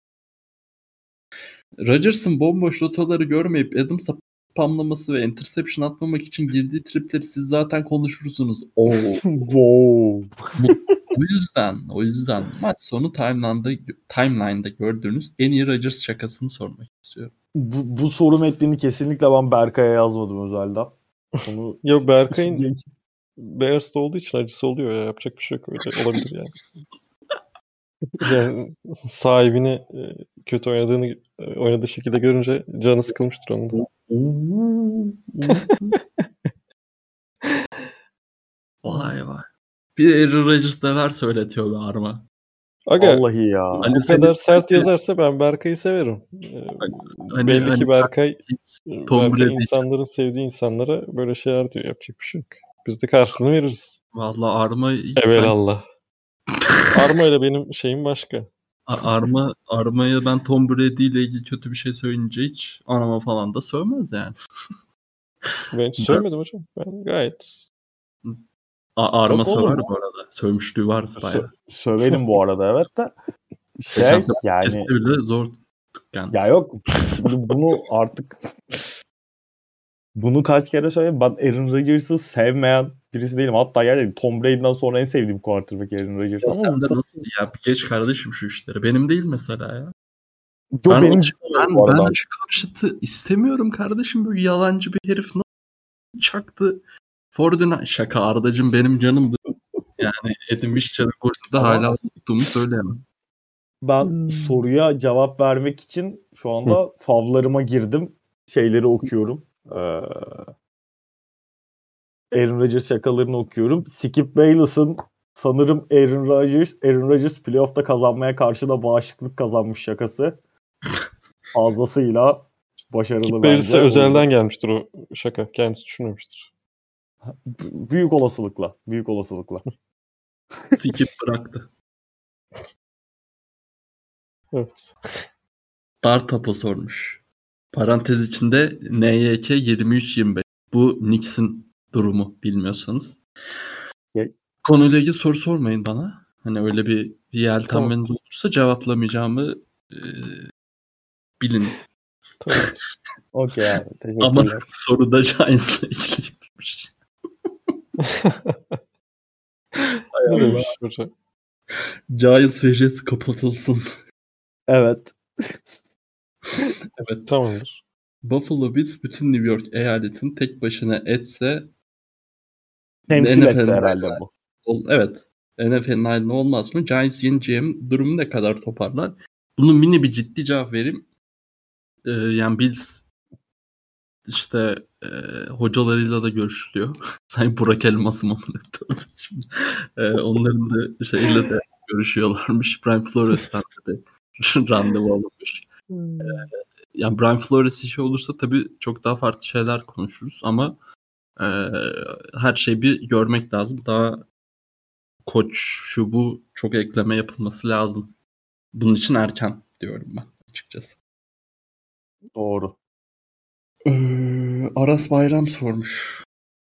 Rodgers'ın bomboş rotaları görmeyip Adams'a spamlaması ve interception atmamak için girdiği tripleri siz zaten konuşursunuz. Oo. Wow. O yüzden, o yüzden maç sonu timeline'da, timeline'da gördüğünüz en iyi Rodgers şakasını sormak istiyorum. Bu, bu soru metnini kesinlikle ben Berkay'a yazmadım özelden. Onu Ya Berkay'ın Bears'ta olduğu için acısı oluyor ya. Yapacak bir şey yok. Öyle olabilir yani. Yani sahibini e, kötü oynadığını e, oynadığı şekilde görünce canı sıkılmıştır onun da. Vay vay. Bir de Aaron Rodgers neler söyletiyor be Arma. Aga Vallahi ya. Hani bu kadar senin- sert yazarsa ben Berkay'ı severim. Ee, Hani- belli hani ki Berkay, Tom Berkay Brady için. insanların sevdiği insanlara böyle şeyler diyor. Yapacak bir şey yok. Biz de karşılığını veririz. Vallahi Arma hiç sanki- Evelallah. Arma ile benim şeyim başka. A- Arma Arma'ya ben Tom Brady ile ilgili kötü bir şey söyleyince hiç anama falan da sövmez yani. Ben hiç söylemedim hocam. Ben gayet. A- Arma Yok oğlum. söver bu arada. Sövmüşlüğü var bayağı. Sö- söverim bu arada evet de. Şey Geçen sefer yani kesti bile zor tuttuk yalnız. ya yok şimdi bunu artık bunu kaç kere söyleyeyim. Ben Aaron Rodgers'ı sevmeyen birisi değilim. Hatta yani Tom Brady'den sonra en sevdiğim quarterback Aaron Rodgers. Ya Ama sen de bu- nasıl ya bir geç kardeşim şu işleri. Benim değil mesela ya. Yo, Ben, benim açık, cidden ben, bu arada. ben açık karşıtı istemiyorum kardeşim. Böyle yalancı bir herif nasıl çaktı. Ford'un şaka Ardacığım benim canımdı. Yani Edin Mişça'nın golünde Ama- hala unuttuğumu söyleyemem. Ben Hmm. soruya cevap vermek için şu anda favlarıma girdim. Şeyleri okuyorum. Ee, Aaron Rodgers şakalarını okuyorum. Skip Bayless'ın sanırım Aaron Rodgers, Aaron Rodgers playoff'ta kazanmaya karşı da bağışıklık kazanmış şakası. Fazlasıyla başarılı Bears'e bence. O özelden yüzden- gelmiştir o şaka. Kendisi düşünmemiştir. B- büyük olasılıkla. Büyük olasılıkla. Sikip bıraktı. Evet. Dar Tapo sormuş. Parantez içinde N Y K yirmi üç yirmi beş. Bu Knicks'in durumu bilmiyorsanız. Ya- Konuyla ilgili soru sormayın bana. Hani öyle bir, bir yeltenmeniz olursa cevaplamayacağımı e, bilin. Tamam. Okey abi. Ama Teşekkürler. soru da Giants'la ilgiliymiş. Hay Ne Allah. demiş hocam? Giants vecesi kapatılsın. Evet. Evet. Tamamdır. Buffalo Bills bütün New York eyaletini tek başına etse Temsil N F L'in etse herhalde bu. ol- evet. N F L'in haline olmaz mı? Giants yeni G M durumu ne kadar toparlar? Bunu mini bir ciddi cevap vereyim. Ee, yani Bills işte e, hocalarıyla da görüşülüyor. Sanki Burak Elmas'ım onların şimdi. E, onların da şeyle de görüşüyorlarmış. Brian Flores'ten de randevu alınmış. Yani Brian Flores işi olursa tabii çok daha farklı şeyler konuşuruz ama e, her şeyi bir görmek lazım. Daha koç şu bu çok ekleme yapılması lazım. Bunun için erken diyorum ben açıkçası. Doğru. Ee, Aras Bayram sormuş.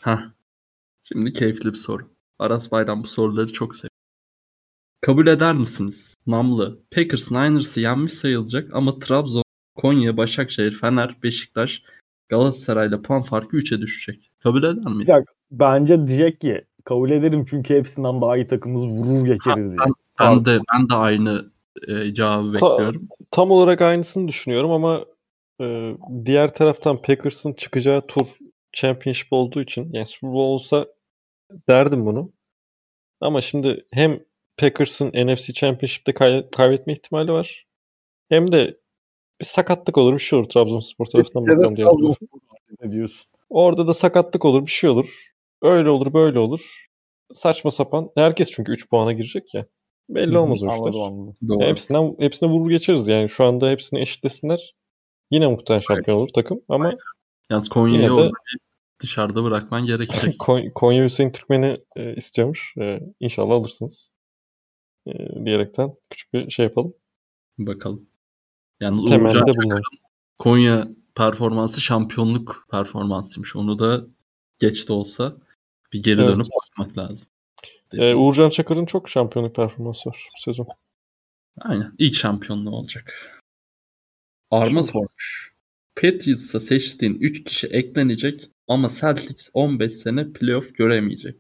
Heh. Şimdi keyifli bir soru. Aras Bayram bu soruları çok seviyor. Kabul eder misiniz? Namlı. Packers Niners'ı yenmiş sayılacak ama Trabzon, Konya, Başakşehir, Fener, Beşiktaş, Galatasaray'la puan farkı üçe düşecek. Kabul eder Bir miyiz? dakika, bence diyecek ki kabul ederim çünkü hepsinden daha iyi takımımız, vurur geçeriz diyecek. Ben, ben de ben de aynı e, cevabı Ta- bekliyorum. Tam olarak aynısını düşünüyorum ama e, diğer taraftan Packers'ın çıkacağı tur Championship olduğu için, yani Super Bowl olsa derdim bunu. Ama şimdi hem Packers'ın N F C Championship'te kay- kaybetme ihtimali var. Hem de bir sakatlık olur, bir şey olur. Trabzonspor tarafından bakalım diye. Ne diyorsun? Orada da sakatlık olur, bir şey olur. Öyle olur, böyle olur. Saçma sapan. Herkes çünkü üç puana girecek ya. Belli olmaz o işler. Anladım anladım. Doğru. Ya hepsinden, hepsine vurur geçeriz yani. Şu anda hepsini eşitlesinler. Yine muhtemelen şampiyon olur takım ama Yalnız Konya'yı yine de orada bir dışarıda bırakman gerekecek. Kon- Konya Hüseyin Türkmen'i e, istiyormuş. E, İnşallah alırsınız. E, diyerekten küçük bir şey yapalım. Bakalım. Yalnız Temelde Uğurcan bunlar. Çakır'ın Konya performansı şampiyonluk performansıymış. Onu da geç de olsa bir geri Evet. dönüp bakmak lazım. E, Uğurcan Çakır'ın çok şampiyonluk performansı var bu sezon. Aynen. İlk şampiyonluğu olacak. Arma İnşallah. sormuş. Patriots'a seçtiğin üç kişi eklenecek ama Celtics on beş sene playoff göremeyecek.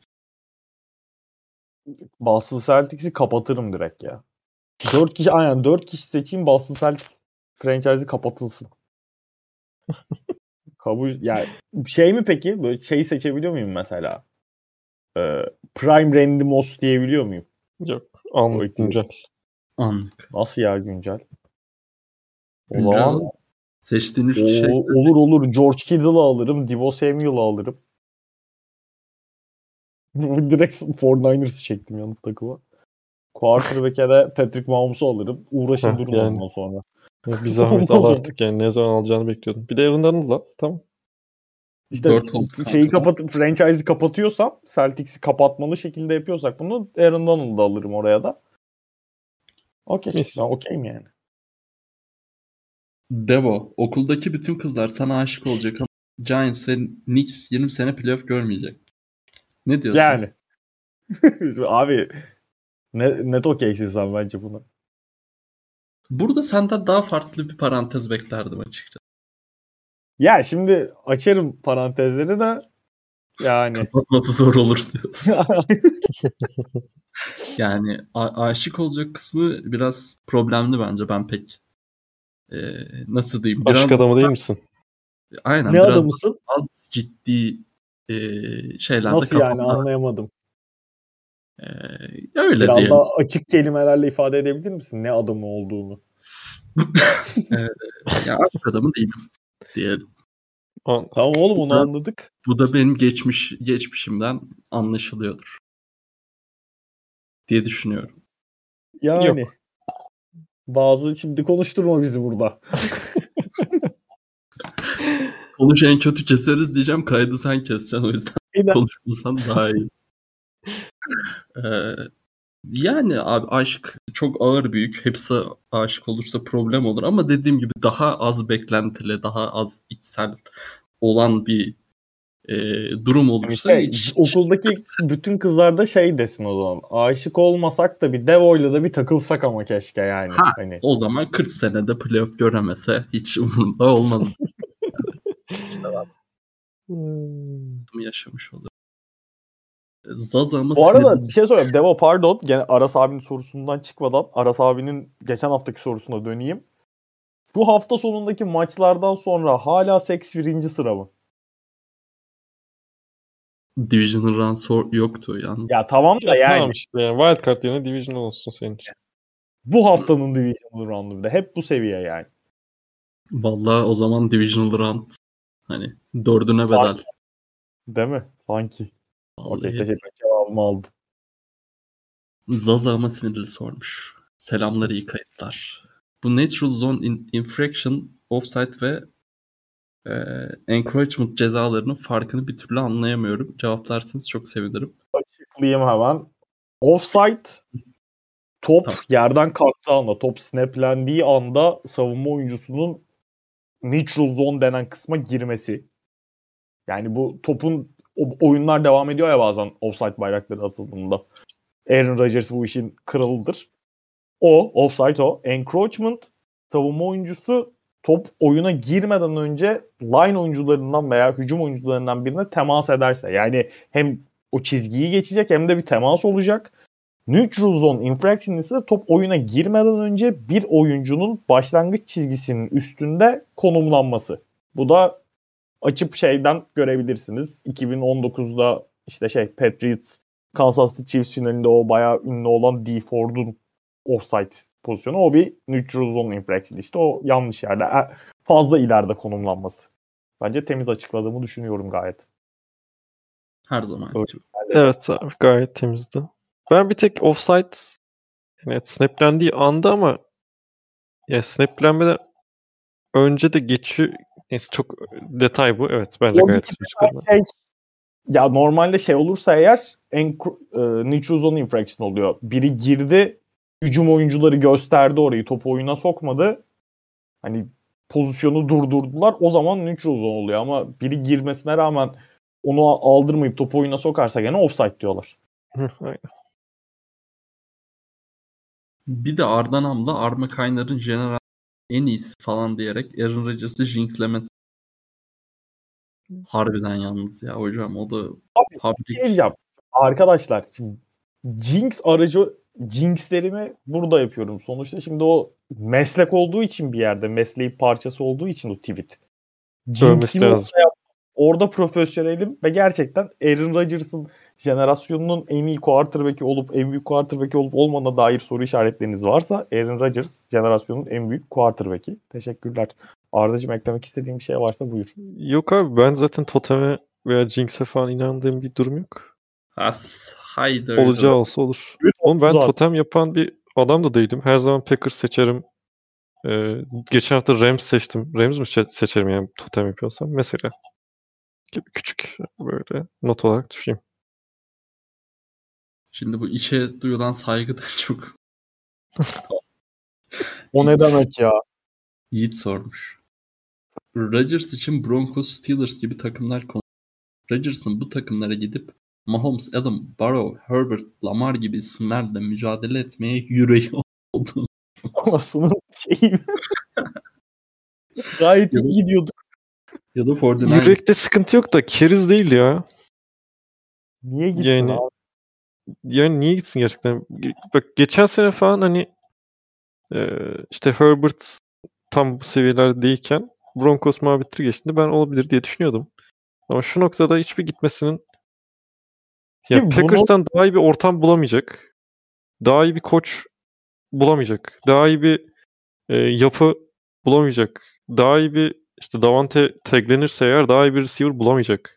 Boston Celtics'i kapatırım direkt ya. dört kişi aynen dört kişi seçeyim, Boston Celtics franchise'i kapatılsın. Kabul yani şey mi peki? Böyle şeyi seçebiliyor muyum mesela? Ee, Prime Randy Moss diyebiliyor muyum? Yok. O Anlık ikili. güncel. Anlık. Nasıl ya güncel? O Güncel zaman olan seçtiğin üç o, kişi olur olur. George Kittle'ı alırım. Deebo Samuel'ı alırım. Direkt kırk dokuzers çektim yalnız takıma. Quarterback'e de Patrick Mahomes'u alırım. Uğraşın Heh, durun yani. ondan sonra. Ya bir zahmet Ondan al sonra- artık yani. Ne zaman alacağını bekliyordum. Bir de Aaron Donald al. Tamam. İşte dört oldu kanka. şeyi kapatıp franchise'i kapatıyorsam, Celtics'i kapatmalı şekilde yapıyorsak bunu, Aaron Donald'ı alırım oraya da. Okey. Mis. Ben okeyim yani. Devo. Okuldaki bütün kızlar sana aşık olacak ama Giants ve Knicks yirmi sene playoff görmeyecek. Ne diyorsunuz? Yani. Abi ne, net okeysin sen bence buna. Burada senden daha farklı bir parantez beklerdim açıkçası. Ya şimdi açarım parantezleri de yani. Kapatması zor olur diyorsun. Yani a- aşık olacak kısmı biraz problemli bence. Ben pek e, nasıl diyeyim? Biraz Aşk adamı değil misin? aynen Ne biraz adamısın? az ciddi e, şeylerde Nasıl yani, kafamda anlayamadım. e, öyle Biraz diyelim. daha açık kelimelerle ifade edebilir misin ne adamı olduğunu? e, ya aşk adamı değilim diyelim. An- Tamam oğlum, onu Ha. anladık. Bu da benim geçmiş geçmişimden anlaşılıyordur diye düşünüyorum. Yani. Yok. Bazı şimdi konuşturma bizi burada. Konuş en kötü keseriz diyeceğim. Kaydı sen keseceksin, o yüzden Aynen. konuşmasan daha iyi. Ee, yani abi aşk çok ağır bir yük. Hepsi aşık olursa problem olur ama dediğim gibi daha az beklentili, daha az içsel olan bir e, durum olursa Şey, hiç, okuldaki bütün kızlar da şey desin o zaman. Aşık olmasak da bir Devo'yla da bir takılsak ama keşke yani. ha, Hani. o zaman kırk senede playoff göremese hiç umurunda olmaz. İşte ben Hmm. bunu yaşamış olurum. Zaza mı Bu arada sinirli- bir şey söyleyeyim. Devo pardon. Gene Aras abinin sorusundan çıkmadan Aras abinin geçen haftaki sorusuna döneyim. Bu hafta sonundaki maçlardan sonra hala Seks birinci sıra mı? Divisional run sor yoktu yani. Ya tamam da Ya yani. tamam işte yani. Wildcard yerine Divisional olsun senin için. Bu haftanın Divisional round'u bir de. Hep bu seviye yani. Vallahi o zaman Divisional round hani dördüne bedel. Sanki. Değil mi? Sanki. Okey, Vallahi. teşekkür ederim. Cevabımı aldım. Zaza ama sinirli sormuş. Selamlar, iyi kayıtlar. Bu natural zone in- infraction, offside ve e, encroachment cezalarının farkını bir türlü anlayamıyorum. Cevaplarsanız çok sevinirim. Açıklayayım hemen. Offside, top Tamam. yerden kalktığı anda, top snaplendiği anda savunma oyuncusunun neutral zone denen kısma girmesi. Yani bu topun o oyunlar devam ediyor ya bazen offside bayrakları asıldığında. Aaron Rodgers bu işin kralıdır. O, offside o. Encroachment, savunma oyuncusu top oyuna girmeden önce line oyuncularından veya hücum oyuncularından birine temas ederse. Yani hem o çizgiyi geçecek hem de bir temas olacak. Neutral zone infraction ise top oyuna girmeden önce bir oyuncunun başlangıç çizgisinin üstünde konumlanması. Bu da açıp şeyden görebilirsiniz. iki bin on dokuzda işte şey Patriots Kansas City Chiefs finalinde o bayağı ünlü olan Dee Ford'un offside pozisyonu. O bir neutral zone infraction işte. O yanlış yerde. Fazla ileride konumlanması. Bence temiz açıkladığımı düşünüyorum gayet. Her zaman. Evet. Evet abi, gayet temizdi. Ben bir tek offside evet, snaplendiği anda ama ya snaplenmeden önce de geçiyor. Neyse çok detay bu. Evet bence O gayet bir güzel çıkardım. Şey, ya normalde şey olursa eğer en e, neutral zone infraction oluyor. Biri girdi, hücum oyuncuları gösterdi orayı, topu oyuna sokmadı. Hani pozisyonu durdurdular. O zaman neutral zone oluyor ama biri girmesine rağmen onu aldırmayıp topu oyuna sokarsa gene offside diyorlar. Aynen. Bir de Ardanam'da Arma Kaynar'ın general en iyisi falan diyerek Aaron Rodgers'ı jinxlemesi. Harbiden yalnız ya hocam o da Abi public. şey diyeceğim. Arkadaşlar şimdi Jinx aracı Jinx'lerimi burada yapıyorum. Sonuçta şimdi o meslek olduğu için bir yerde mesleğin parçası olduğu için o tweet. Övmesi Jinx'imi lazım. orada, yap- orada profesyonelim ve gerçekten Aaron Rodgers'ın jenerasyonunun en iyi quarterback'i olup en büyük quarterback'i olup olmadığına dair soru işaretleriniz varsa Aaron Rodgers jenerasyonun en büyük quarterback'i. Teşekkürler. Arda'cığım eklemek istediğim bir şey varsa buyur. Yok abi ben zaten toteme veya Jinx'e falan inandığım bir durum yok. Has, haydi öyle. Olacağı olsa olur. Oğlum ben totem yapan bir adam da değilim. Her zaman Packers seçerim. Ee, geçen hafta Rams seçtim. Rams mi se- seçerim yani totem yapıyorsam? Mesela. Gibi küçük böyle not olarak düşeyim. Şimdi bu içe duyulan saygıdan çok. O ne demek ya? Yiğit sormuş. Rodgers için Broncos, Steelers gibi takımlar konu. Rodgers'ın bu takımlara gidip Mahomes, Adam, Burrow, Herbert, Lamar gibi isimlerle mücadele etmeye yüreği olduğunu. Anasının şeyi. Gayet iyi gidiyorduk. Ya da kırk dokuz. Yürekte sıkıntı yok da keriz değil ya. Niye gitsin yani, abi? Yani niye gitsin gerçekten? Bak geçen sene falan hani e, işte Herbert tam bu seviyelerde değilken Broncos muhabbetleri geçtiğinde ben olabilir diye düşünüyordum. Ama şu noktada hiçbir gitmesinin ya Ki bunu- Packers'tan daha iyi bir ortam bulamayacak. Daha iyi bir koç bulamayacak. Daha iyi bir e, yapı bulamayacak. Daha iyi bir işte Davante taglenirse eğer daha iyi bir receiver bulamayacak.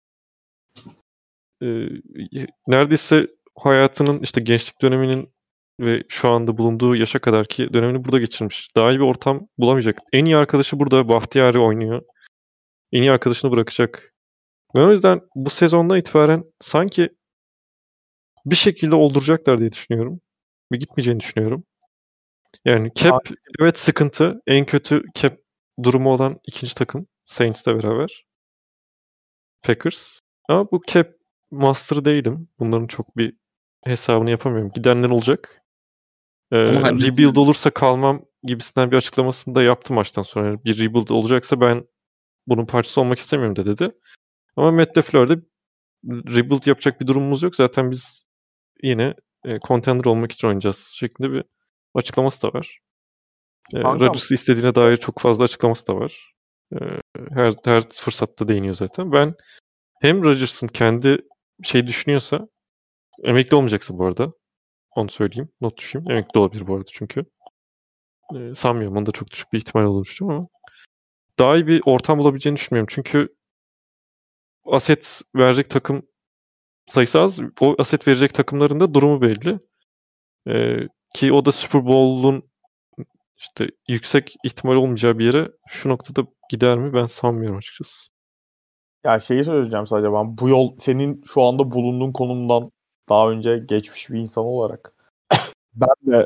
E, neredeyse hayatının işte gençlik döneminin ve şu anda bulunduğu yaşa kadarki dönemini burada geçirmiş. Daha iyi bir ortam bulamayacak. En iyi arkadaşı burada Bahtiyari oynuyor. En iyi arkadaşını bırakacak. Ve o yüzden bu sezondan itibaren sanki bir şekilde olduracaklar diye düşünüyorum. Ve gitmeyeceğini düşünüyorum. Yani cap evet sıkıntı. En kötü cap durumu olan ikinci takım Saints'le beraber. Packers. Ama bu cap master değilim. Bunların çok bir hesabını yapamıyorum. Gidenler olacak. Ee, rebuild olursa kalmam gibisinden bir açıklamasını da yaptı maçtan sonra. Yani bir rebuild olacaksa ben bunun parçası olmak istemiyorum da dedi. Ama Matt LaFleur'de rebuild yapacak bir durumumuz yok. Zaten biz yine e, contender olmak için oynayacağız şeklinde bir açıklaması da var. E, Rodgers'ı istediğine dair çok fazla açıklaması da var. E, her, her fırsatta değiniyor zaten. Ben hem Rodgers'ın kendi şey düşünüyorsa emekli olmayacaksa bu arada onu söyleyeyim. Not düşeyim. Emekli olabilir bu arada çünkü. E, sanmıyorum. Onda çok düşük bir ihtimal olduğunu düşünüyorum ama daha iyi bir ortam bulabileceğini düşünmüyorum. Çünkü aset verecek takım sayısı az. O aset verecek takımların da durumu belli. Ee, ki o da Super Bowl'un işte yüksek ihtimal olmayacağı bir yere şu noktada gider mi ben sanmıyorum açıkçası. Ya şeyi söyleyeceğim sadece ben. Bu yol senin şu anda bulunduğun konumdan daha önce geçmiş bir insan olarak ben de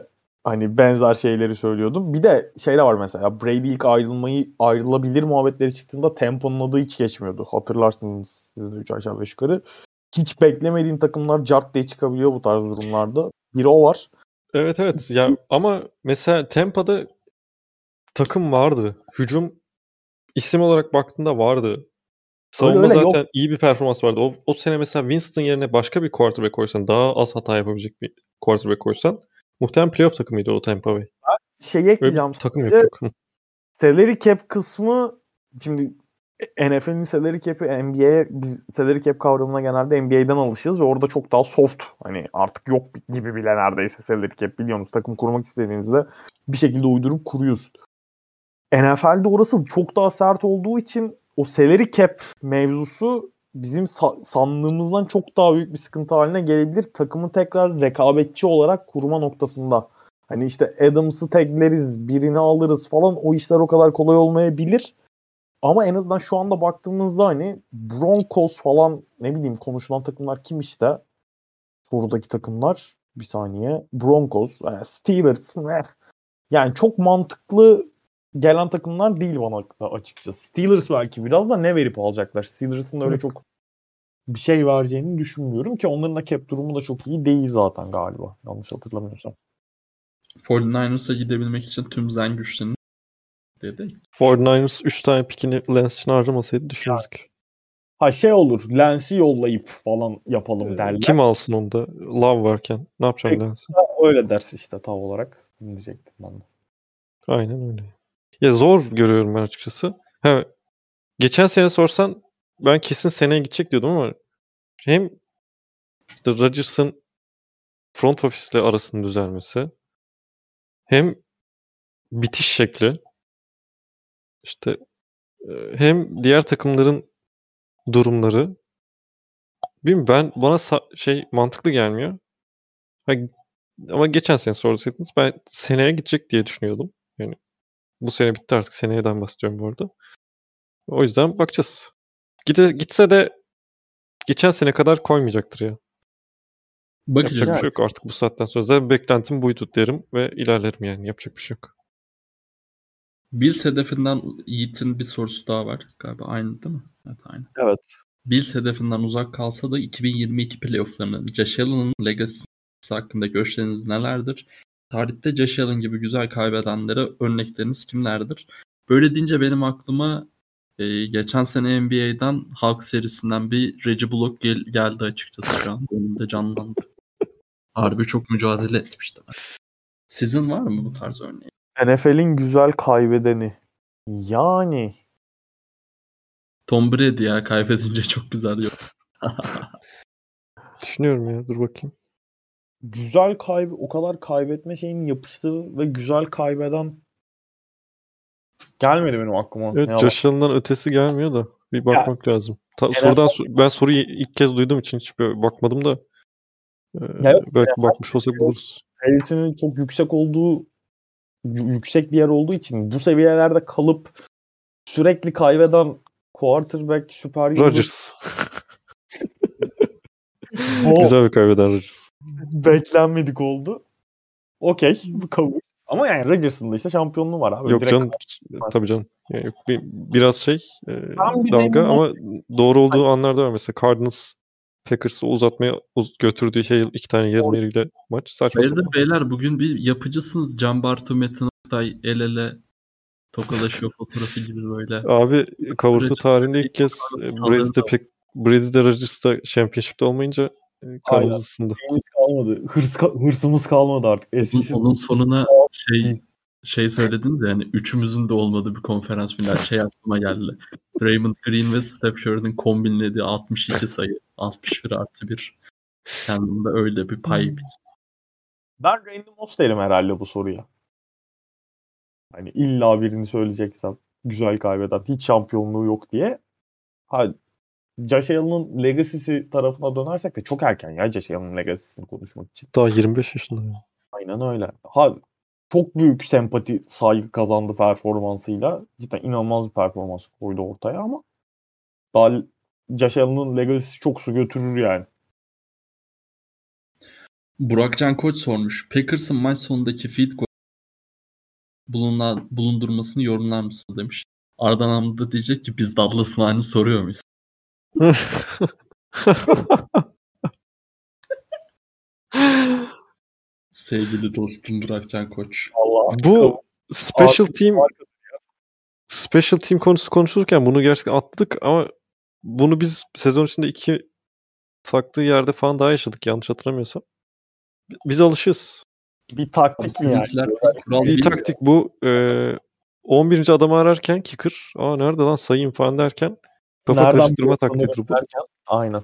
hani benzer şeyleri söylüyordum. Bir de şey de var mesela. Brady ilk ayrılmayı ayrılabilir muhabbetleri çıktığında Tampa'nın adı hiç geçmiyordu. Hatırlarsınız siz de üç aşağı beş yukarı. Hiç beklemediğin takımlar cart diye çıkabiliyor bu tarz durumlarda. Biri o var. Evet evet ya ama mesela Tampa'da takım vardı. Hücum isim olarak baktığında vardı. Savunma öyle, zaten yok. iyi bir performans vardı. O, o sene mesela Winston yerine başka bir quarterback koysan, daha az hata yapabilecek bir quarterback koysan muhtemelen playoff takımıydı o Tampa Bay. Şeyi Öyle bir ekleyeceğim takım yok sadece. çok. Hı. Salary cap kısmı şimdi N F L'in salary cap'i N B A'ye biz salary cap kavramına genelde N B A'den alışığız ve orada çok daha soft. Hani artık yok gibi bile neredeyse salary cap, biliyorsunuz. Takım kurmak istediğinizde bir şekilde uydurup kuruyorsun. N F L'de orası çok daha sert olduğu için o salary cap mevzusu bizim sa- sandığımızdan çok daha büyük bir sıkıntı haline gelebilir. Takımı tekrar rekabetçi olarak kurma noktasında. Hani işte Adams'ı tagleriz, birini alırız falan, o işler o kadar kolay olmayabilir. Ama en azından şu anda baktığımızda hani Broncos falan, ne bileyim, konuşulan takımlar kim işte? Sorudaki takımlar. Bir saniye. Broncos, e, Steelers. eh. Yani çok mantıklı gelen takımlar değil bana da açıkçası. Steelers belki biraz da ne verip alacaklar. Steelers'ın da öyle Yok. çok bir şey vereceğini düşünmüyorum ki onların da cap durumu da çok iyi değil zaten galiba. Yanlış hatırlamıyorsam. kırk dokuz ers'a gidebilmek için tüm zen güçlerini dedi. kırk dokuzers üç tane pikini Lance için harcamasaydı düşünürdük. Ha şey olur, Lens'i yollayıp falan yapalım derler. Kim alsın onu da? Love varken. Ne yapacağım Lance'i? Öyle dersi işte tam olarak. Diyecektim ben de. Aynen öyle. Ya zor görüyorum ben açıkçası. Ha, geçen sene sorsan ben kesin seneye gidecek diyordum ama hem işte Rodgers'ın front ofisle arasının düzelmesi, hem bitiş şekli, işte e, hem diğer takımların durumları, bilmiyorum, ben bana sa- şey mantıklı gelmiyor. Ha, ama geçen sene sorsaydınız ben seneye gidecek diye düşünüyordum. Yani bu sene bitti, artık seneyeden bahsediyorum bu arada. O yüzden bakacağız. Gide, gitse de geçen sene kadar koymayacaktır ya. Yapacak bir Bakacağız. şey yok artık bu saatten sonra. Zaten beklentim buydu derim ve ilerlerim yani. Yapacak bir şey yok. Bills hedefinden Yiğit'in bir sorusu daha var. Galiba aynı değil mi? Evet aynı. Evet. Bills hedefinden uzak kalsa da iki bin yirmi iki playofflarının Josh Allen'ın legacy'si hakkında görüşleriniz nelerdir? Tarihte Josh Allen gibi güzel kaybedenlere örnekleriniz kimlerdir? Böyle deyince benim aklıma e, geçen sene N B A'den Hulk serisinden bir Reggie Bullock gel- geldi açıkçası şu an. Önümde canlandı. Harbi çok mücadele etmişti. Sizin var mı bu tarz örneği? N F L'in güzel kaybedeni. Yani Tom Brady ya, kaybedince çok güzel yok. Düşünüyorum ya, dur bakayım. güzel kayb o kadar kaybetme şeyinin yapıştığı ve güzel kaybeden gelmedi benim aklıma. Evet, Ne yalan. Josh Allen'dan ötesi gelmiyor da bir bakmak lazım. Ta- N F L sorudan so- ben soruyu ilk kez duyduğum için hiç böyle bakmadım da e, Ya yok, belki bakmış olsak buluruz. Kalitesinin çok yüksek olduğu, y- yüksek bir yer olduğu için bu seviyelerde kalıp sürekli kaybeden quarterback, süper yıldız Rodgers. bu Güzel bir kaybeden Rodgers. beklenmedik oldu. Okey, bu kabul. Ama yani Rodgers'ın da işte şampiyonluğu var abi. Yok Direkt canım, tabii canım. Yani yok, bir, biraz şey e, Tam bir dalga Raymond ama doğru olduğu anlarda var. Mesela Cardinals Packers'ı uzatmaya uz- götürdüğü şey iki tane yarım yeriyle maç saçma Hayırdır sapan. beyler, bugün bir yapıcısınız. Can Bartu, Metin Oktay el ele tokalaşıyor fotoğrafı gibi böyle. Abi kavurtu Rodgers tarihinde ve ilk kez Rodgers e, tadını Brady'de da- pek Brady'de Rodgers'ta Championship'te olmayınca e, Aynen. kanımız ısındı. Şeyimiz kalmadı. Hırs, hırsımız kalmadı artık. Onun, Eskisi onun sonuna şey değil. şey söylediniz ya, yani üçümüzün de olmadığı bir konferans final, şey aklıma geldi. Draymond Green ve Steph Curry'nin kombinlediği altmış iki sayı. altmış bir artı bir. Kendimde öyle bir pay. Ben Randy Moss derim herhalde bu soruya. Hani illa birini söyleyeceksem güzel kaybeden, hiç şampiyonluğu yok diye. Ha, Josh Allen'ın legacy'si tarafına dönersek de çok erken ya Josh Allen'ın legacy'sini konuşmak için. Daha yirmi beş yaşında. ya. Aynen öyle. Ha, çok büyük sempati, saygı kazandı performansıyla. Cidden inanılmaz bir performans koydu ortaya ama daha Josh Allen'ın legacy'si çok su götürür yani. Burakcan Koç sormuş. Packers'ın maç sonundaki field goal bulunan, bulundurmasını yorumlar mısın demiş. Ardan Hamdi da diyecek ki biz Dallas'ın aynı soruyor muyuz? Sevgili dostum Burakcan Koç. Allah. Bu special Artık team special team konusu konuşulurken bunu gerçekten atladık ama bunu biz sezon içinde iki farklı yerde falan daha yaşadık yanlış hatırlamıyorsam. Biz alışığız. bir taktik mi yani? Sizinkiler kural Bir değil. taktik bu. E, on birinci adamı ararken kicker. Aa nerede lan sayayım falan derken kafa Nereden karıştırma biliyorsun taktiğidir bu. derken, aynen.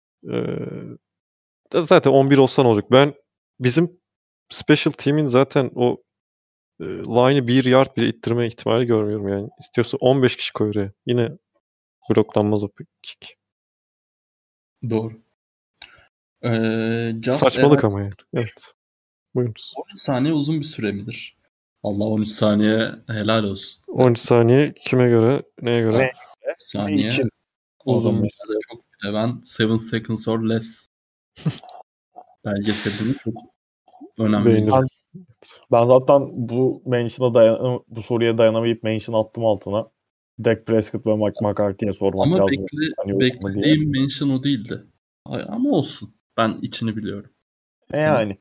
Ee, zaten on bir olsan olacak. Ben bizim special team'in zaten o e, line'ı bir yard bile ittirme ihtimali görmüyorum yani. İstiyorsa on beş kişi koy oraya. Yine bloklanmaz o kick. Doğru. Ee, Just Saçmalık Eray- ama yani. Evet. Buyurunuz. on üç saniye uzun bir süre midir? Allah on üç saniye helal olsun. on üç saniye kime göre, neye göre? Ne? saniye için uzun uzun bir bir süre. Çok bile ben seven seconds or less belgeselini çok önemli. Beğenirim. Ben, ben zaten bu mention'a dayan bu soruya dayanamayıp mention attım altına. Dak Prescott ve Mike McCarthy'ye sormak Ama lazım. bekle, Hani yok mu diye. beklediğim mention o değildi. Ay, ama olsun. Ben içini biliyorum. E yani.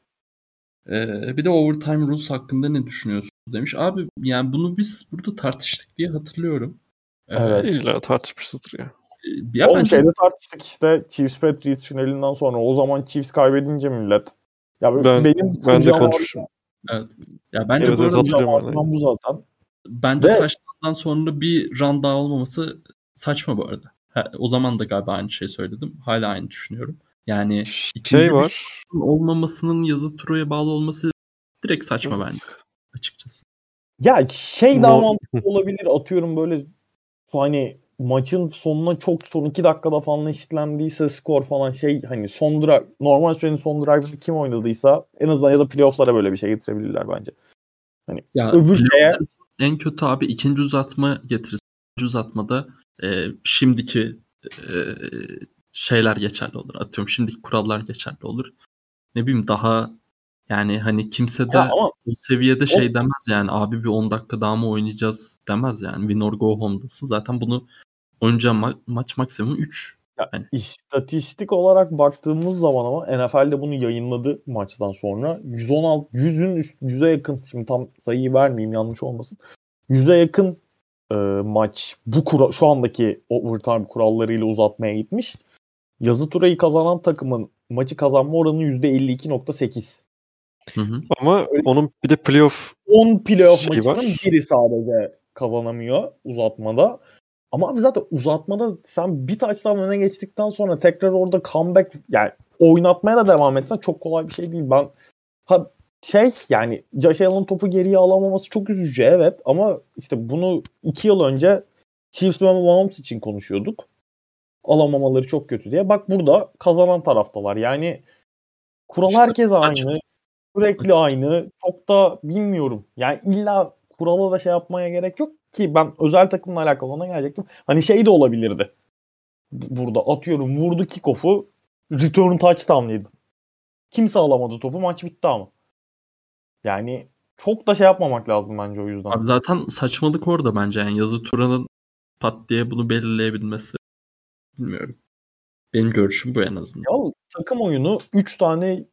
Ee, bir de overtime rules hakkında ne düşünüyorsun demiş. Abi yani bunu biz burada tartıştık diye hatırlıyorum. Ee, Evet. İlla tartışmışızdır ya. Ya Oğlum bence şeyde tartıştık işte Chiefs Patriots finalinden sonra. O zaman Chiefs kaybedince millet. Ya Ben benim ben de kılacağım konuşurum. evet. Ya bence Evet, bu evet, arada hatırlıyorum ben. ağrıdan bu zaten. bence Ve- taştan sonra bir run daha olmaması saçma bu arada. Ha, o zaman da galiba aynı şey söyledim. Hala aynı düşünüyorum. Yani ikinci Şey bir var. şutun olmamasının yazı turoya bağlı olması direkt saçma Evet. bence açıkçası. Ya şey daha Mo- mantıklı olabilir. Atıyorum böyle hani maçın sonuna çok son iki dakikada falan eşitlendiyse skor falan şey hani son drive normal sürenin son drive'ını kim oynadıysa en azından ya da playoff'lara böyle bir şey getirebilirler bence. Hani Ya öbür şeye playoff'ların en kötü abi ikinci uzatma getirirsin. İkinci uzatmada e, şimdiki e, şeyler geçerli olur. Atıyorum şimdiki kurallar geçerli olur. Ne bileyim daha yani hani kimse de ya ama o seviyede şey o- demez yani abi bir on dakika daha mı oynayacağız demez yani. Win or go home'dasın. Zaten bunu oynayacağın ma- maç maksimum üç. ya Yani. istatistik olarak baktığımız zaman ama N F L'de bunu yayınladı maçtan sonra. yüz on altı yüzün üst yüze yakın şimdi tam sayıyı vermeyeyim yanlış olmasın. yüze yakın e, maç bu kura, şu andaki overtime kurallarıyla uzatmaya gitmiş. Yazı turayı kazanan takımın maçı kazanma oranı yüzde elli iki nokta sekiz. Hı hı. Ama onun bir de playoff on playoff Şey maçının var. biri sadece kazanamıyor uzatmada. Ama abi zaten uzatmada sen bir taçtan öne geçtikten sonra tekrar orada comeback yani oynatmaya da devam etsen çok kolay bir şey değil. Ben ha şey yani Josh Allen'ın topu geriye alamaması çok üzücü evet ama işte bunu iki yıl önce Chiefs ve Mahomes için konuşuyorduk. Alamamaları çok kötü diye. Bak burada kazanan taraftalar. Yani kural İşte herkes saçma. aynı. Sürekli aynı. Çok da bilmiyorum. Yani illa kurala da şey yapmaya gerek yok ki ben özel takımla alakalı ona gelecektim. Hani şey de olabilirdi. Burada atıyorum vurdu kickoff'u return touchdown'lıydı. Kimse alamadı topu maç bitti ama. Yani çok da şey yapmamak lazım bence o yüzden. Abi zaten saçmalık orada bence yani yazı turanın pat diye bunu belirleyebilmesi bilmiyorum. Benim görüşüm bu en azından. Ya takım oyunu üç tane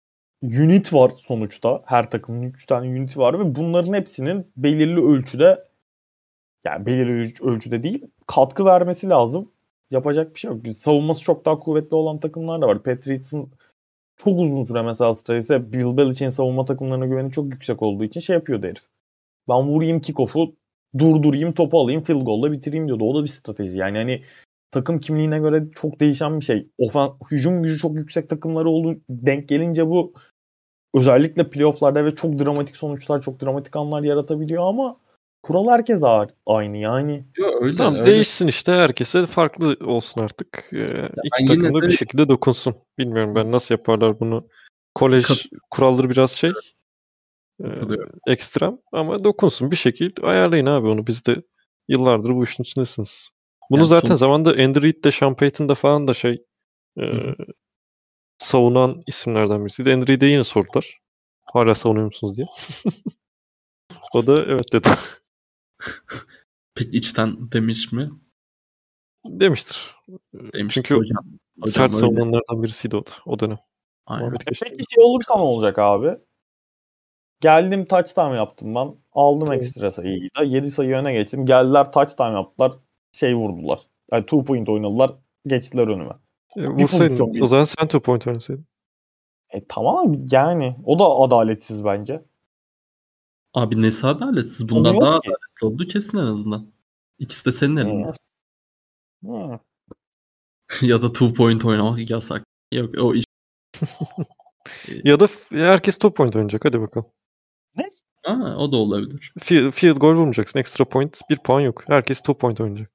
unit var sonuçta. Her takımın üç tane unit var ve bunların hepsinin belirli ölçüde yani belirli ölçüde değil katkı vermesi lazım. Yapacak bir şey yok. Savunması çok daha kuvvetli olan takımlar da var. Patriots'ın çok uzun süre mesela stratejisi Bill Belichick'in savunma takımlarına güveni çok yüksek olduğu için şey yapıyordu herif. Ben vurayım kickoff'u durdurayım topu alayım field goal'la bitireyim diyordu. O da bir strateji. Yani hani takım kimliğine göre çok değişen bir şey. Ofen, hücum gücü çok yüksek takımları oldu. Denk gelince bu özellikle playoff'larda ve çok dramatik sonuçlar, çok dramatik anlar yaratabiliyor ama kural herkes aynı yani. Yok öyle Tamam öyle. değişsin işte herkese farklı olsun artık. Ee, iki ben yine takım da de- bir şekilde dokunsun. Bilmiyorum ben nasıl yaparlar bunu. Kolej Kat- kuralları biraz şey e, Katılıyorum. ekstrem ama dokunsun bir şekilde ayarlayın abi onu. Biz de yıllardır bu işin içindesiniz. Bunu Yani zaten sonuç- zamanında Andy Reid'de, Sean Payton'da falan da şey e, Hı hı. savunan isimlerden birisiydi. Henry'i de yine sordular. Hala savunuyor musunuz diye. O da evet dedi. Pek içten demiş mi? Demiştir. Demiştir Çünkü hocam. Hocam sert öyle. savunanlardan birisiydi o da. O dönem. Aynen. Muhabbet geçti. Peki şey olursa ne olacak abi? Geldim touchdown yaptım ben. Aldım Tamam. ekstra sayıyı da. yedi sayı öne geçtim. Geldiler touchdown yaptılar. Şey vurdular. Yani two point oynadılar. Geçtiler önüme. E, pozisyon vursaydın. değil. O zaman sen two point oynasaydın. E tamam yani. O da adaletsiz bence. Abi nesi adaletsiz? Tabii Bundan yok daha ki. adaletli oldu kesin en azından. İkisi de senin elinde. Hı. Ya da two point oynamak yasak. Yok o iş. Ya da f- herkes two point oynayacak. Hadi bakalım. Aa, o da olabilir. Field, field goal vurmayacaksın. Extra point. Bir puan yok. Herkes two point oynayacak.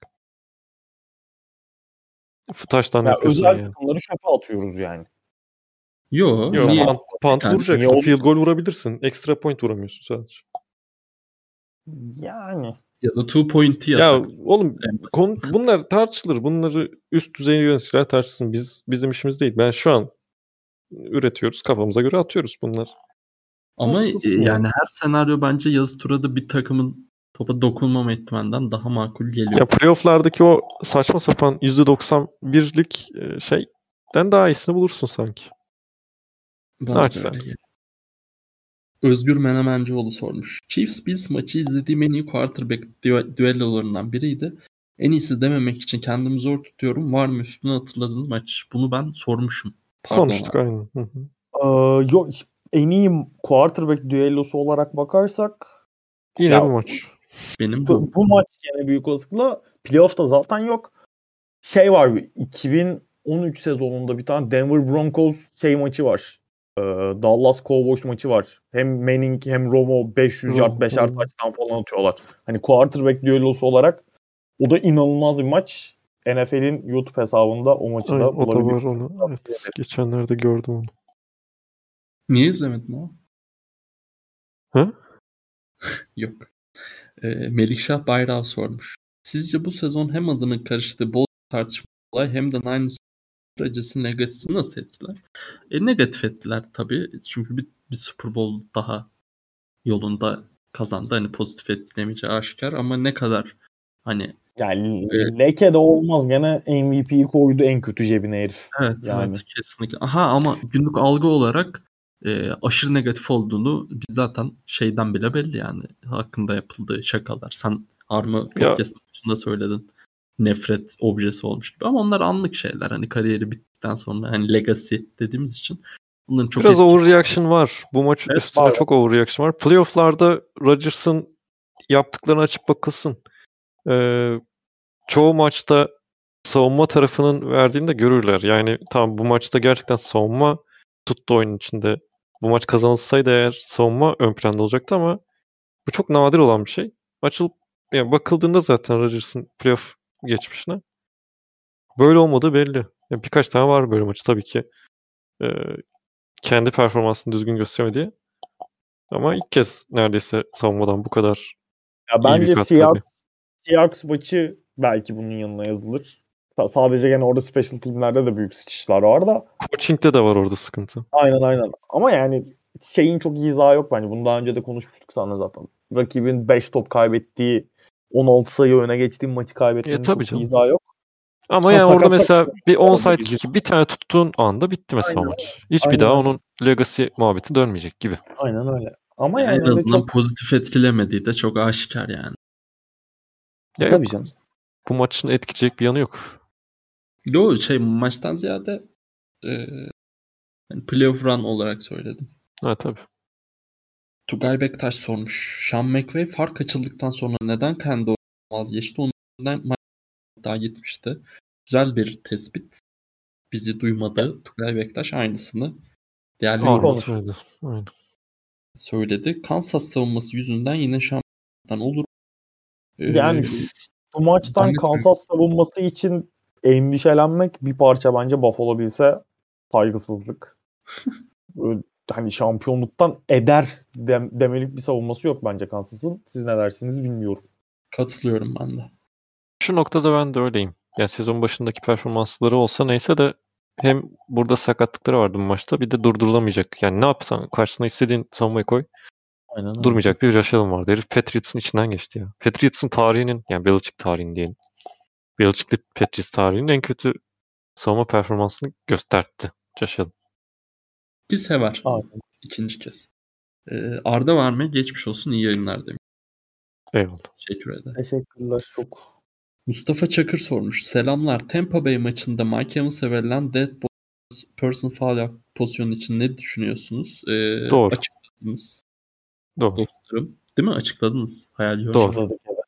Taştan Ya yapıyorsun özel yani. takımları çöpe atıyoruz yani. Yo, Yok, niye? punt, punt Yani vuracaksın. niye olur? Field goal vurabilirsin. Extra point vuramıyorsun sadece. Yani. Ya da two point'i Ya yasak. oğlum En basit. konu, bunlar tartışılır. Bunları üst düzey yöneticiler tartışsın. Biz bizim işimiz değil. Ben şu an üretiyoruz. Kafamıza göre atıyoruz bunlar. Ama Haklısın e, ya. yani her senaryo bence yazı turada bir takımın topa dokunmama ihtimalinden daha makul geliyor. Ya playoff'lardaki o saçma sapan yüzde doksan birlik e, şeyden daha iyisini bulursun sanki. Bana da Naçizane. öyle geliyor. Özgür Menemencioğlu sormuş. Chiefs Bills maçı izlediğim en iyi quarterback dü- düellolarından biriydi. En iyisi dememek için kendimi zor tutuyorum. Var mı üstüne hatırladığınız maç? Bunu ben sormuşum. Pardon Konuştuk abi. aynen. Hı hı. Ee, yok en iyi quarterback düellosu olarak bakarsak Yine ya bu maç. Benim bu, bu. bu maç gene büyük olasılıkla playoff'ta zaten yok. Şey var iki bin on üç sezonunda bir tane Denver Broncos şey maçı var. Ee, Dallas Cowboys maçı var. Hem Manning hem Romo beş yüz yard Romo, beşer aynen. touchdown falan atıyorlar. Hani quarterback düellosu olarak o da inanılmaz bir maç. N F L'in YouTube hesabında o maçı Aynen, da o da var bulabiliyorsunuz. onu. Evet, geçenlerde gördüm onu. Niye izlemedin o? Hı? Yok. Ee, Melikşah Bayrağı sormuş. Sizce bu sezon hem adının karıştığı bol tartışmalı olay hem de Niners Rodgers'ın legacy'si nasıl etkiler? E, negatif etkiler tabii. Çünkü bir, bir Super Bowl daha yolunda kazandı. Hani pozitif etkilemeyeceği aşikar ama ne kadar hani Yani e, leke de olmaz. Gene M V P'yi koydu en kötü cebine herif. evet Yani. evet kesinlikle. Aha ama günlük algı olarak e, aşırı negatif olduğunu biz zaten şeyden bile belli yani. Hakkında yapıldığı şakalar. Sen Arma Ya podcast'ın başında söyledin. Nefret objesi olmuş gibi. Ama onlar anlık şeyler. Hani kariyeri bittikten sonra hani legacy dediğimiz için bunların çok biraz etkili. overreaction var. Bu maç Evet, üstüne var. çok overreaction var. Playoff'larda Rodgers'ın yaptıklarını açıp bakılsın. Ee, çoğu maçta savunma tarafının verdiğini de görürler. Yani tamam bu maçta gerçekten savunma tuttu oyunun içinde. Bu maç kazanılsaydı eğer savunma ön planda olacaktı ama bu çok nadir olan bir şey. Açılıp yani bakıldığında zaten Rodgers'ın playoff geçmişine böyle olmadığı belli. Yani birkaç tane var böyle maçı tabii ki. Ee, kendi performansını düzgün göstermedi. Ama ilk kez neredeyse savunmadan bu kadar Ya iyi bir bence katkı Seahawks, alıyor. Seahawks maçı belki bunun yanına yazılır. Sa- Sadece gene orada special teamlerde de büyük sıçışlar var da. Coaching'de de var orada sıkıntı. Aynen aynen. Ama yani şeyin çok iyi izahı yok bence. Bunu daha önce de konuşmuştuk sana zaten. Rakibin beş top kaybettiği, on altı sayı öne geçtiği maçı Ya kaybetmenin tabii çok iyi canım. izahı yok. Ama Ha, yani orada sakat mesela sakat bir arada onside bizi. kick'i bir tane tuttuğun anda bitti mesela Aynen maç. Hiç bir aynen daha öyle. onun legacy muhabbeti dönmeyecek gibi. Aynen öyle. Ama Ya en yani öyle azından çok pozitif etkilemediği de çok aşikar yani. Ya tabii yok. canım. Bu maçın etkileyecek bir yanı yok. Yo şey maçtan ziyade e, hani playoff run olarak söyledim. Ha tabii. Tugay Bektaş sormuş. Sean McVay fark açıldıktan sonra neden kendi oyunundan vazgeçti? Ondan maç daha gitmişti. Güzel bir tespit. Bizi duymadı. Tugay Bektaş aynısını değerli Aa, yorum Konuş. söyledi. Aynen. söyledi. Kansas savunması yüzünden yine şampiyondan olur. Ee, Yani şu, şu maçtan zannetmiyorum. Kansas savunması için endişelenmek bir parça bence Buffalo Bills'e saygısızlık. Böyle, hani şampiyonluktan eder dem- demelik bir savunması yok bence Kansas'ın. Siz ne dersiniz bilmiyorum. Katılıyorum ben de. Şu noktada ben de öyleyim. Yani sezon başındaki performansları olsa neyse de hem burada sakatlıkları vardı bu maçta, bir de durdurulamayacak. Yani ne yapsan karşısına istediğin savunmayı koy. Aynen öyle. Durmayacak bir Josh Allen vardı. Herif Patriots'ın içinden geçti ya. Patriots'ın tarihinin, yani Belichick tarihinin diyelim. Belichick'li Patriots tarihinin en kötü savunma performansını gösterdi Josh Allen. Bir sever. Aynen. İkinci kez. Ee, Arda var mı? Geçmiş olsun, iyi yayınlar demiş. Eyvallah. Teşekkür ederim. Teşekkürler çok. Mustafa Çakır sormuş. Selamlar. Tampa Bay maçında Mike Evans'a verilen dead person foul pozisyonu için ne düşünüyorsunuz? Ee, Doğru. Açıkladınız. Doğru. Dostlarım. Değil mi? Açıkladınız. Hayal Doğru. Açıkladık, evet.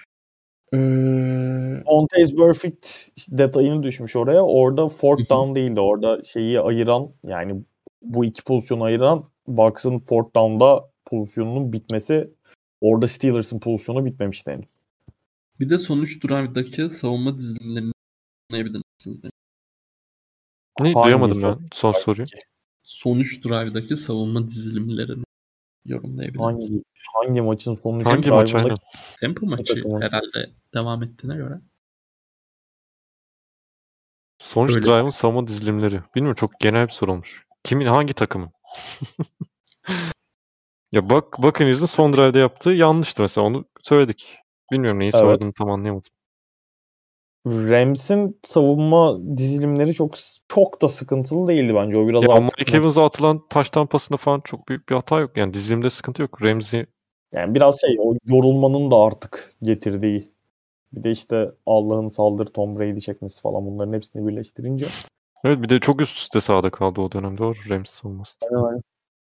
Ee, Montez Perfect detayını düşmüş oraya. Orada fourth Hı hı. down değildi. Orada şeyi ayıran, yani bu iki pozisyonu ayıran Bucks'ın fourth down'da pozisyonunun bitmesi, orada Steelers'ın pozisyonu bitmemişti henüz. bir de son üç drive'daki savunma dizilimlerini anlayabilir misiniz? demiş. Ne Hangi duyamadım son- ben son soruyu. Son üç drive'daki savunma dizilimlerini yorumlayabilir misiniz? Hangi hangi maçın sonu? Hangi maç aynen? Tempo maçı takımın? herhalde devam ettiğine göre. Sonuç Öyle. drive'ın savunma dizilimleri. Bilmiyorum, çok genel bir soru olmuş. Kimin, hangi takımın? Ya bak, Buccaneers'ın son drive'da yaptığı yanlıştı mesela, onu söyledik. Bilmiyorum neyi Evet. sorduğunu tam anlayamadım. Rams'in savunma dizilimleri çok çok da sıkıntılı değildi bence. O biraz Ya artık Mike Evans'a atılan taştan pasında falan çok büyük bir hata yok. Yani dizilimde sıkıntı yok. Ramsey yani biraz şey, o yorulmanın da artık getirdiği. Bir de işte Allah'ın saldır Tom Brady çekmesi falan, bunların hepsini birleştirince. evet, bir de çok üst üste sahada kaldı o dönemde. Doğru, Ramsey savunması. Aynen.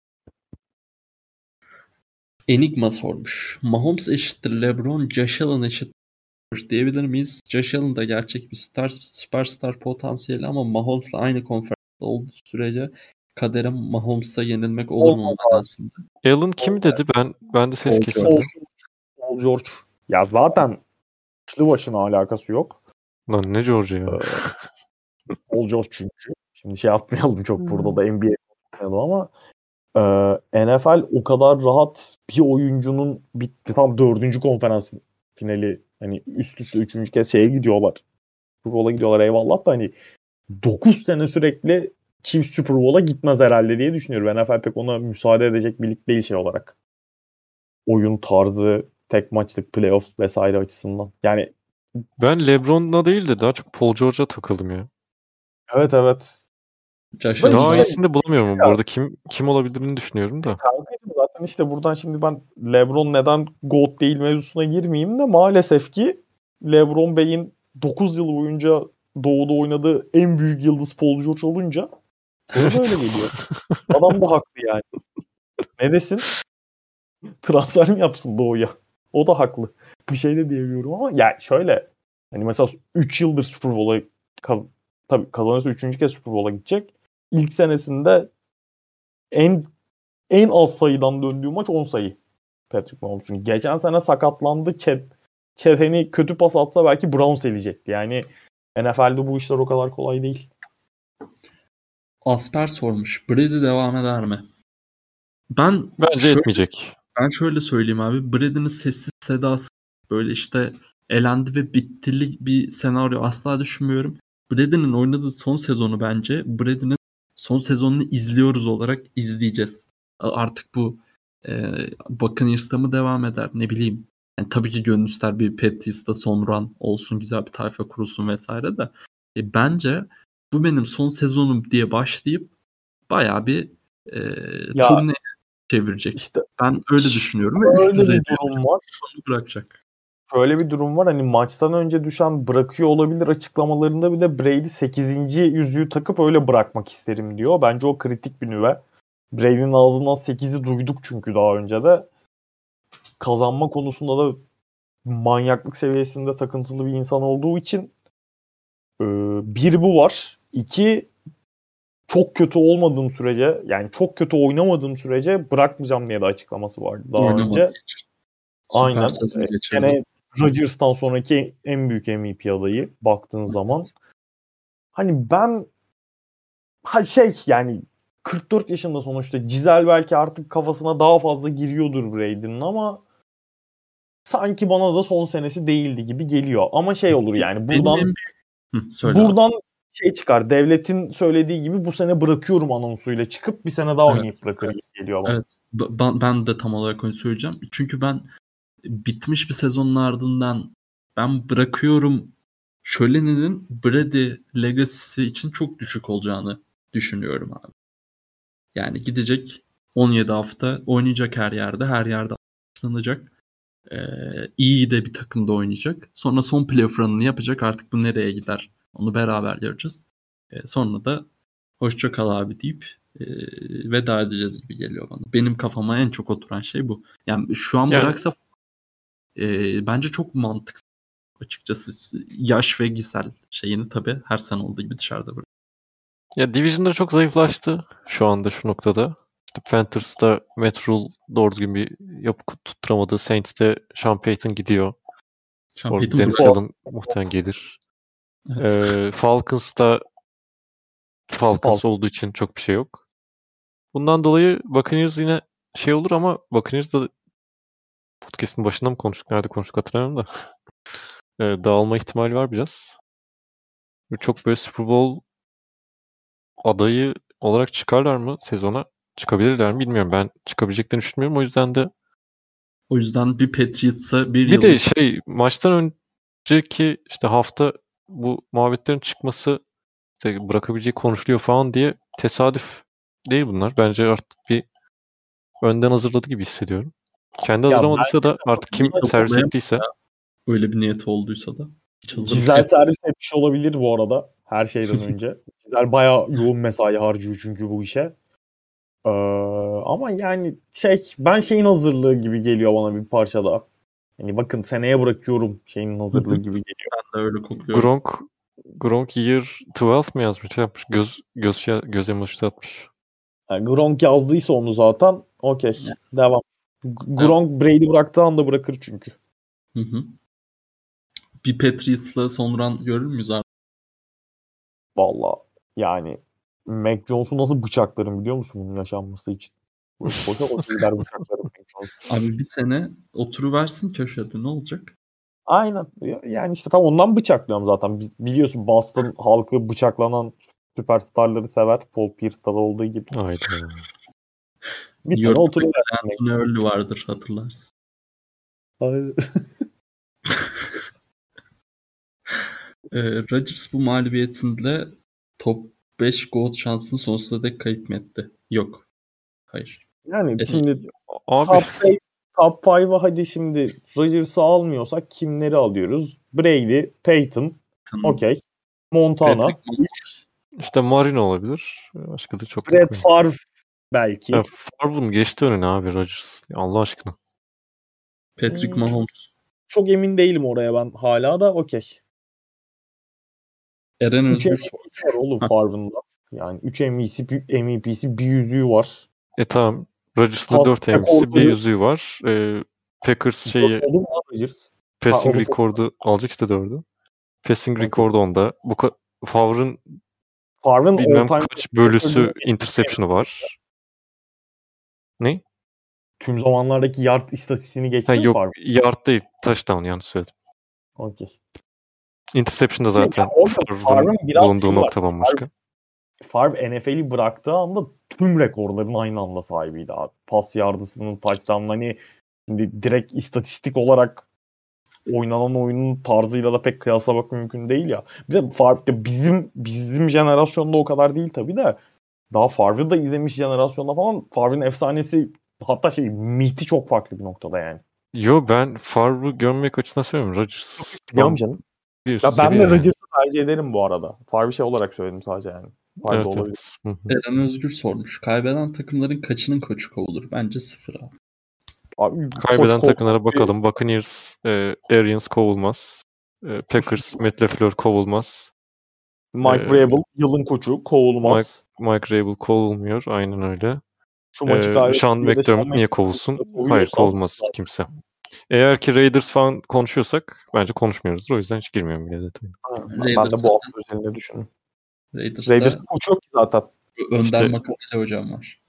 Enigma sormuş. Mahomes eşittir LeBron, Josh Allen eşittir diyebilir miyiz? Josh Allen da gerçek bir star, süperstar potansiyeli ama Mahomes'la aynı konferansta olduğu sürece kadere Mahomes'a yenilmek olur mu manasında? Allen kimi dedi? Ben ben de ses Paul kesildi. George. Paul George. Ya zaten başlı başına alakası yok. Lan ne George ya? Ee, Paul George çünkü. Şimdi şey yapmayalım çok, burada da N B A yapmayalım ama e, N F L o kadar rahat bir oyuncunun bitti. Tam dördüncü konferans finali. Hani üst üste üçüncü kez şeye gidiyorlar. Super Bowl'a gidiyorlar, eyvallah da hani dokuz sene sürekli Chiefs Super Bowl'a gitmez herhalde diye düşünüyorum. N F L pek ona müsaade edecek bir lig değil şey olarak. Oyun tarzı, tek maçlık playoff vesaire açısından. Yani Ben LeBron'la değil de daha çok Paul George'a takıldım ya. evet evet. Josh Ve Daha Allen'dan işte- iyisini de bulamıyorum Ya. bu arada. Kim kim olabilirini düşünüyorum da. Kankacığım zaten işte buradan şimdi ben LeBron neden GOAT değil mevzusuna girmeyeyim de, maalesef ki LeBron Bey'in dokuz yıl boyunca Doğu'da oynadığı en büyük yıldız Paul George olunca bana da öyle geliyor. Adam da haklı yani. Ne desin? Transfer mi yapsın Doğu'ya? O da haklı. Bir şey de diyemiyorum ama yani şöyle, hani mesela üç yıldır Super Bowl'a kaz- tabii kazanırsa üçüncü kez Super Bowl'a gidecek. İlk senesinde en en az sayıdan döndüğü maç on sayı Patrick Mahomes'un. Geçen sene sakatlandı. Chet, Chet'ini kötü pas atsa belki Browns elecekti. Yani N F L'de bu işler o kadar kolay değil. Asper sormuş. Brady devam eder mi? Ben Bence şöyle, etmeyecek. ben şöyle söyleyeyim abi. Brady'nin sessiz sedası böyle işte elendi ve bittili bir senaryo asla düşünmüyorum. Brady'nin oynadığı son sezonu bence Brady'nin son sezonunu izliyoruz olarak izleyeceğiz. Artık bu e, Buccaneers'ta mı devam eder ne bileyim. Yani tabii ki gönül ister bir Patriots'ta son run olsun, güzel bir tayfa kurulsun vesaire de. E, bence bu benim son sezonum diye başlayıp bayağı bir e, Ya, turne çevirecek. İşte Ben öyle düşünüyorum ve üst öyle düzey bir durum var. sonu bırakacak. Şöyle bir durum var. Hani maçtan önce düşen bırakıyor olabilir açıklamalarında bile Brady sekizinci yüzüğü takıp öyle bırakmak isterim diyor. Bence o kritik bir nüve. Brady'nin ağzından sekizi duyduk çünkü daha önce de. Kazanma konusunda da manyaklık seviyesinde takıntılı bir insan olduğu için e, bir bu var. İki, çok kötü olmadığım sürece, yani çok kötü oynamadığım sürece bırakmayacağım diye de açıklaması vardı daha Oynamadığı önce. için. Süper Aynen. sezon E, geçirdi. Gene Rodgers'tan sonraki en büyük M V P adayı baktığın zaman. Hani ben ha şey yani kırk dört yaşında sonuçta, Cizel belki artık kafasına daha fazla giriyordur Brady'nin ama sanki bana da son senesi değildi gibi geliyor. Ama şey olur yani Benim buradan en büyük... Hı, söyle abi. buradan şey çıkar. Devletin söylediği gibi bu sene bırakıyorum anonsuyla çıkıp bir sene daha Evet, oynayıp bırakır evet, gibi geliyor bana. Evet. B- Ben, ben de tam olarak onu söyleyeceğim. Çünkü ben bitmiş bir sezonun ardından ben bırakıyorum şölenenin Brady legacy'si için çok düşük olacağını düşünüyorum abi. Yani gidecek on yedi hafta oynayacak her yerde. Her yerde başlanacak. Ee, iyi de bir takımda oynayacak. Sonra son playoff run'ını yapacak. Artık bu nereye gider? Onu beraber göreceğiz. Ee, sonra da hoşça kal abi deyip e, veda edeceğiz gibi geliyor bana. Benim kafama en çok oturan şey bu. Yani şu an Yani- bıraksa e, bence çok mantıksız açıkçası. Yaş ve Gisel şeyini tabii her sene olduğu gibi dışarıda bırak. Ya Division'da çok zayıflaştı şu anda şu noktada. İşte Panthers'ta Matt Rule doğru düzgün bir yapı tutturamadı. Saints'te Sean Payton gidiyor. Sean Orada Payton Dennis bırak- Allen muhtemelen gelir. Evet. Ee, Falcons'ta Falcons Falcons. olduğu için çok bir şey yok. Bundan dolayı Buccaneers yine şey olur ama Buccaneers da podcast'ın başında mı konuştuk? Nerede konuştuk hatırlamıyorum da. Ee, dağılma ihtimali var biraz. Çok böyle Super Bowl adayı olarak çıkarlar mı sezona? Çıkabilirler mi bilmiyorum. Ben çıkabileceklerini düşünmüyorum. O yüzden de O yüzden bir Patriots'a bir, bir de yıllık şey maçtan önceki işte hafta bu muhabbetlerin çıkması işte bırakabileceği konuşuluyor falan diye tesadüf değil bunlar. Bence artık bir önden hazırladı gibi hissediyorum. Kendi Ya hazırlamadıysa da artık kim Hiç servis hazırlayamaz ettiyse öyle bir niyeti olduysa da. Hiç hazırlık Cisel yap- servis etmiş olabilir bu arada her şeyden önce. Cisel bayağı yoğun mesai harcıyor çünkü bu işe. Ee, ama yani şey ben şeyin hazırlığı gibi geliyor bana bir parça daha. Yani bakın seneye bırakıyorum şeyin hazırlığı gibi geliyor. Ben de öyle kokluyorum. Gronk Gronk Year on iki mi yazmış? Şey yapmış. Göz göz göz emojisi atmış. Yani Gronk yazdıysa onu zaten okey. Yani. Devam. Gronk Brady bıraktığı anda bırakır çünkü. Hı hı. Bir Patriots'la son run görür müyüz abi? Valla yani Mac Jones'u nasıl bıçaklarım biliyor musun bunun yaşanması için? Böyle koşa koşa gider bıçaklarım Mac Jones'u. Abi bir sene oturuversin köşede ne olacak? Aynen. Ya- Yani işte tam ondan bıçaklıyorum zaten. Bi- Biliyorsun Boston halkı bıçaklanan süperstarları sever. Paul Pierce'da da olduğu gibi. Hayda. Bir New sene York'ta oturuyor. Anthony Early vardır hatırlarsın. Aynen. Ee, Rodgers bu mağlubiyetinde top beş gol şansını sonsuza dek kayıp mı etti? Yok. Hayır. Yani E, şimdi Abi top beş, top beşe hadi şimdi Rodgers'ı almıyorsak kimleri alıyoruz? Brady, Peyton, Tamam. okey. Montana, Patrick Mahomes. işte Marino olabilir. Başka da çok Brett yok. Favre belki. Ya Favre'ın geçti önüne abi Rodgers. Allah aşkına. Patrick Hmm. Mahomes. Çok emin değilim oraya ben hala da okey. Eren üç Özgür M V P'si var oğlum Ha. Favre'ın da. Yani üç M V P'si, M V P'si bir yüzüğü var. E tamam. Rodgers'la Pas dört M V P'si bir rekorları- yüzüğü var. Ee, Packers şeyi Oldu mu lan Rodgers? passing onu- record'u alacak işte dördü. Passing Okey. record onda. Bu ka- Favre'ın Favre'ın bilmem all-time kaç bölüsü record'unu- interception'ı var. Ne? Tüm zamanlardaki yard istatistiğini geçti Ha, mi yok Favre? yard değil. Touchdown yanlış söyledim. Okey. Interception da zaten Ya orada Favre'ın Favre'ın biraz bulunduğu şeyi var. nokta bambaşka. Favre N F L'i bıraktığı anda tüm rekorların aynı anda sahibiydi abi. Pas yardısının, touchdown'ın hani şimdi direkt istatistik olarak oynanan oyunun tarzıyla da pek kıyaslamak mümkün değil ya. Bir de Favre bizim bizim jenerasyonda o kadar değil tabii de daha Favre'ı da izlemiş jenerasyonda falan Favre'ın efsanesi hatta şey miti çok farklı bir noktada yani. Yo ben Favre'ı görmek açısından söylüyorum. Rodgers Biliyorum canım. bir üst Ya ben seviye de yani. Rodgers'ı tercih ederim bu arada. Favre şey olarak söyledim sadece yani. Favre Evet, olabilir. evet. Hı hı. Eren Özgür sormuş. Kaybeden takımların kaçının koçu kovulur? Bence sıfır abi. Abi, Kaybeden koç takımlara kovmak bir- bakalım. Buccaneers, e, Arians kovulmaz. E, Packers, Matt LaFleur kovulmaz. Mike Ee, Vrabel yılın koçu kovulmaz. Mike Rabel kovulmuyor. Aynen öyle. Şu maçı Ee, kaybettiğinde Sean de McDermott Sean niye McDermott'u kovulsun? kovuyorsan- Hayır kovulmaz kimse. Eğer ki Raiders falan konuşuyorsak bence konuşmuyoruzdur. O yüzden hiç girmiyorum bile detayına. Ha, ben Raiders de bu hafta üzerinde düşündüm. Raiders'ta Raiders koçu yok ki zaten. Önder İşte- Makamele hocam var.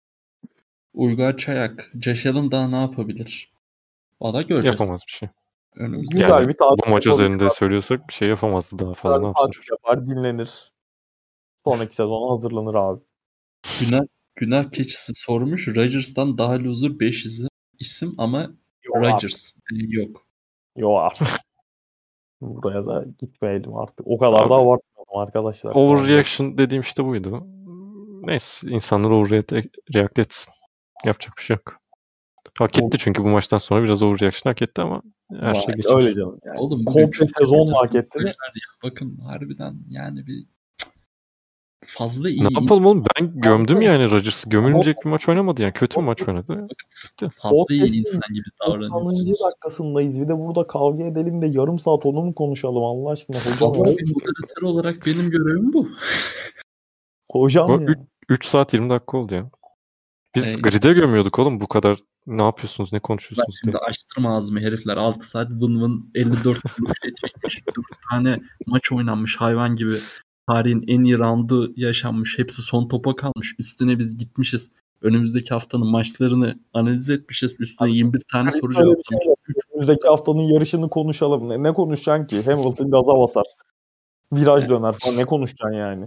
Uygar Çayak. Josh Allen daha ne yapabilir? Valla göreceğiz. Yapamaz bir şey. Önümüzde. Güzel Yani bir tatil bu maç yapabilir özelinde abi. söylüyorsak bir şey yapamazdı daha fazla. Güzel Ne bir yapsın tatil çocuk? yapar, dinlenir. Sonraki sezona hazırlanır abi. Günah, günah keçisi sormuş. Rodgers'tan daha loser beş isim, isim ama Yok artık. Rodgers yani yok. Yok artık. Buraya da gitmeyelim artık. O kadar Abi, da abartmayalım arkadaşlar. Overreaction dediğim işte buydu. Neyse insanlar overreact etsin. Yapacak bir şey yok. Hak etti çünkü bu maçtan sonra biraz overreaction hak etti ama her şey Vay, geçer. öyle canım. Yani. Oğlum bugün Komple çok sezon mu kötü hak etti? ya. Bakın harbiden yani bir fazla iyi. Ne yapalım oğlum? Ben gömdüm Abi, yani Rodgers'ı. Gömülecek bir maç oynamadı yani. Kötü bir maç oynadı. Bitti. Fazla iyi Podcast'in insan gibi doksanıncı davranıyorsunuz. dakikasındayız. Bir de burada kavga edelim de yarım saat onu mu konuşalım Allah aşkına hocam Ama ya. bir moderatör olarak benim görevim bu. Hocam ya. üç saat yirmi dakika oldu ya. Biz Ee, grid'e gömüyorduk oğlum bu kadar. Ne yapıyorsunuz, ne Ben konuşuyorsunuz şimdi diye. açtırma ağzımı herifler. altı saat vın vın elli dört turluk şey çekmiş. dört tane maç oynanmış hayvan gibi. Tarihin en iyi roundu yaşanmış. Hepsi son topa kalmış. Üstüne biz gitmişiz. Önümüzdeki haftanın maçlarını analiz etmişiz. Üstüne yirmi bir tane soru Şöyle bir şey cevaplamışız. var. Önümüzdeki haftanın yarışını konuşalım. Ne, ne konuşacaksın ki? Hamilton gaza basar. Viraj döner falan. Ne konuşacaksın yani?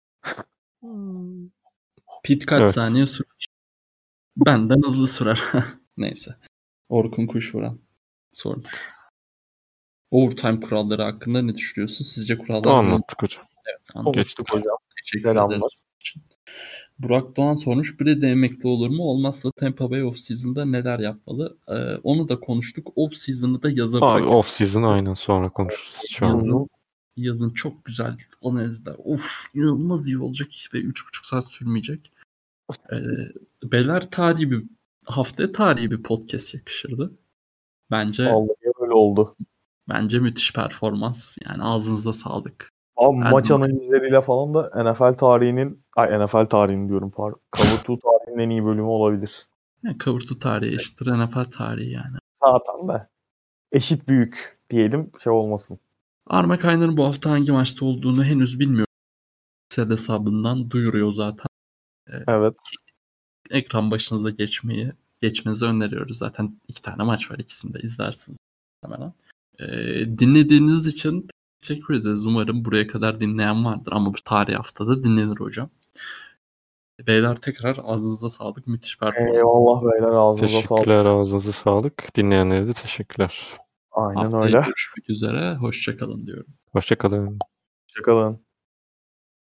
Pit kaç Evet. saniye sürer? Benden hızlı sürer. Neyse. Orkun Kuşvuran sormuş. Overtime kuralları hakkında ne düşünüyorsun? Sizce kurallar Anlattık hocam. Evet, anladım. Konuştuk hocam. Teşekkür Selamlar. ederiz. Burak Doğan sormuş. Brady emekli olur mu? Olmazsa Tampa Bay off-season'da neler yapmalı? Ee, onu da konuştuk. Off-season'ı da yaza Abi bırakıyoruz. off season aynen sonra konuşuruz. Şu an. Yazın, yazın çok güzel analizler. Of inanılmaz iyi olacak ve üç buçuk saat sürmeyecek. Ee, Beyler tarihi bir haftaya tarihi bir podcast yakışırdı. Bence Vallahi öyle oldu. bence müthiş performans. Yani ağzınıza sağlık. Abi Her maç zaman- analizleriyle falan da N F L tarihinin ay N F L tarihini diyorum pardon. Cover two tarihinin en iyi bölümü olabilir. Yani kıvırtı tarihi eşittir N F L tarihi yani. Zaten de eşit büyük diyelim şey olmasın. Arma Kaynar'ın bu hafta hangi maçta olduğunu henüz bilmiyorum. Set hesabından duyuruyor zaten. Evet. Ekran başınıza geçmeyi geçmenizi öneriyoruz. Zaten iki tane maç var. İkisini de izlersiniz hemen. Ee, dinlediğiniz için teşekkür ederiz. Umarım buraya kadar dinleyen vardır. Ama bu tarih haftada dinlenir hocam. Beyler tekrar ağzınıza sağlık. Müthiş performans. Eyvallah beyler ağzınıza sağlık. Teşekkürler, ağzınıza sağlık. Dinleyenlere de teşekkürler. Aynen Haftaya öyle. görüşmek üzere. Hoşça kalın diyorum. Hoşça kalın. Hoşçakalın.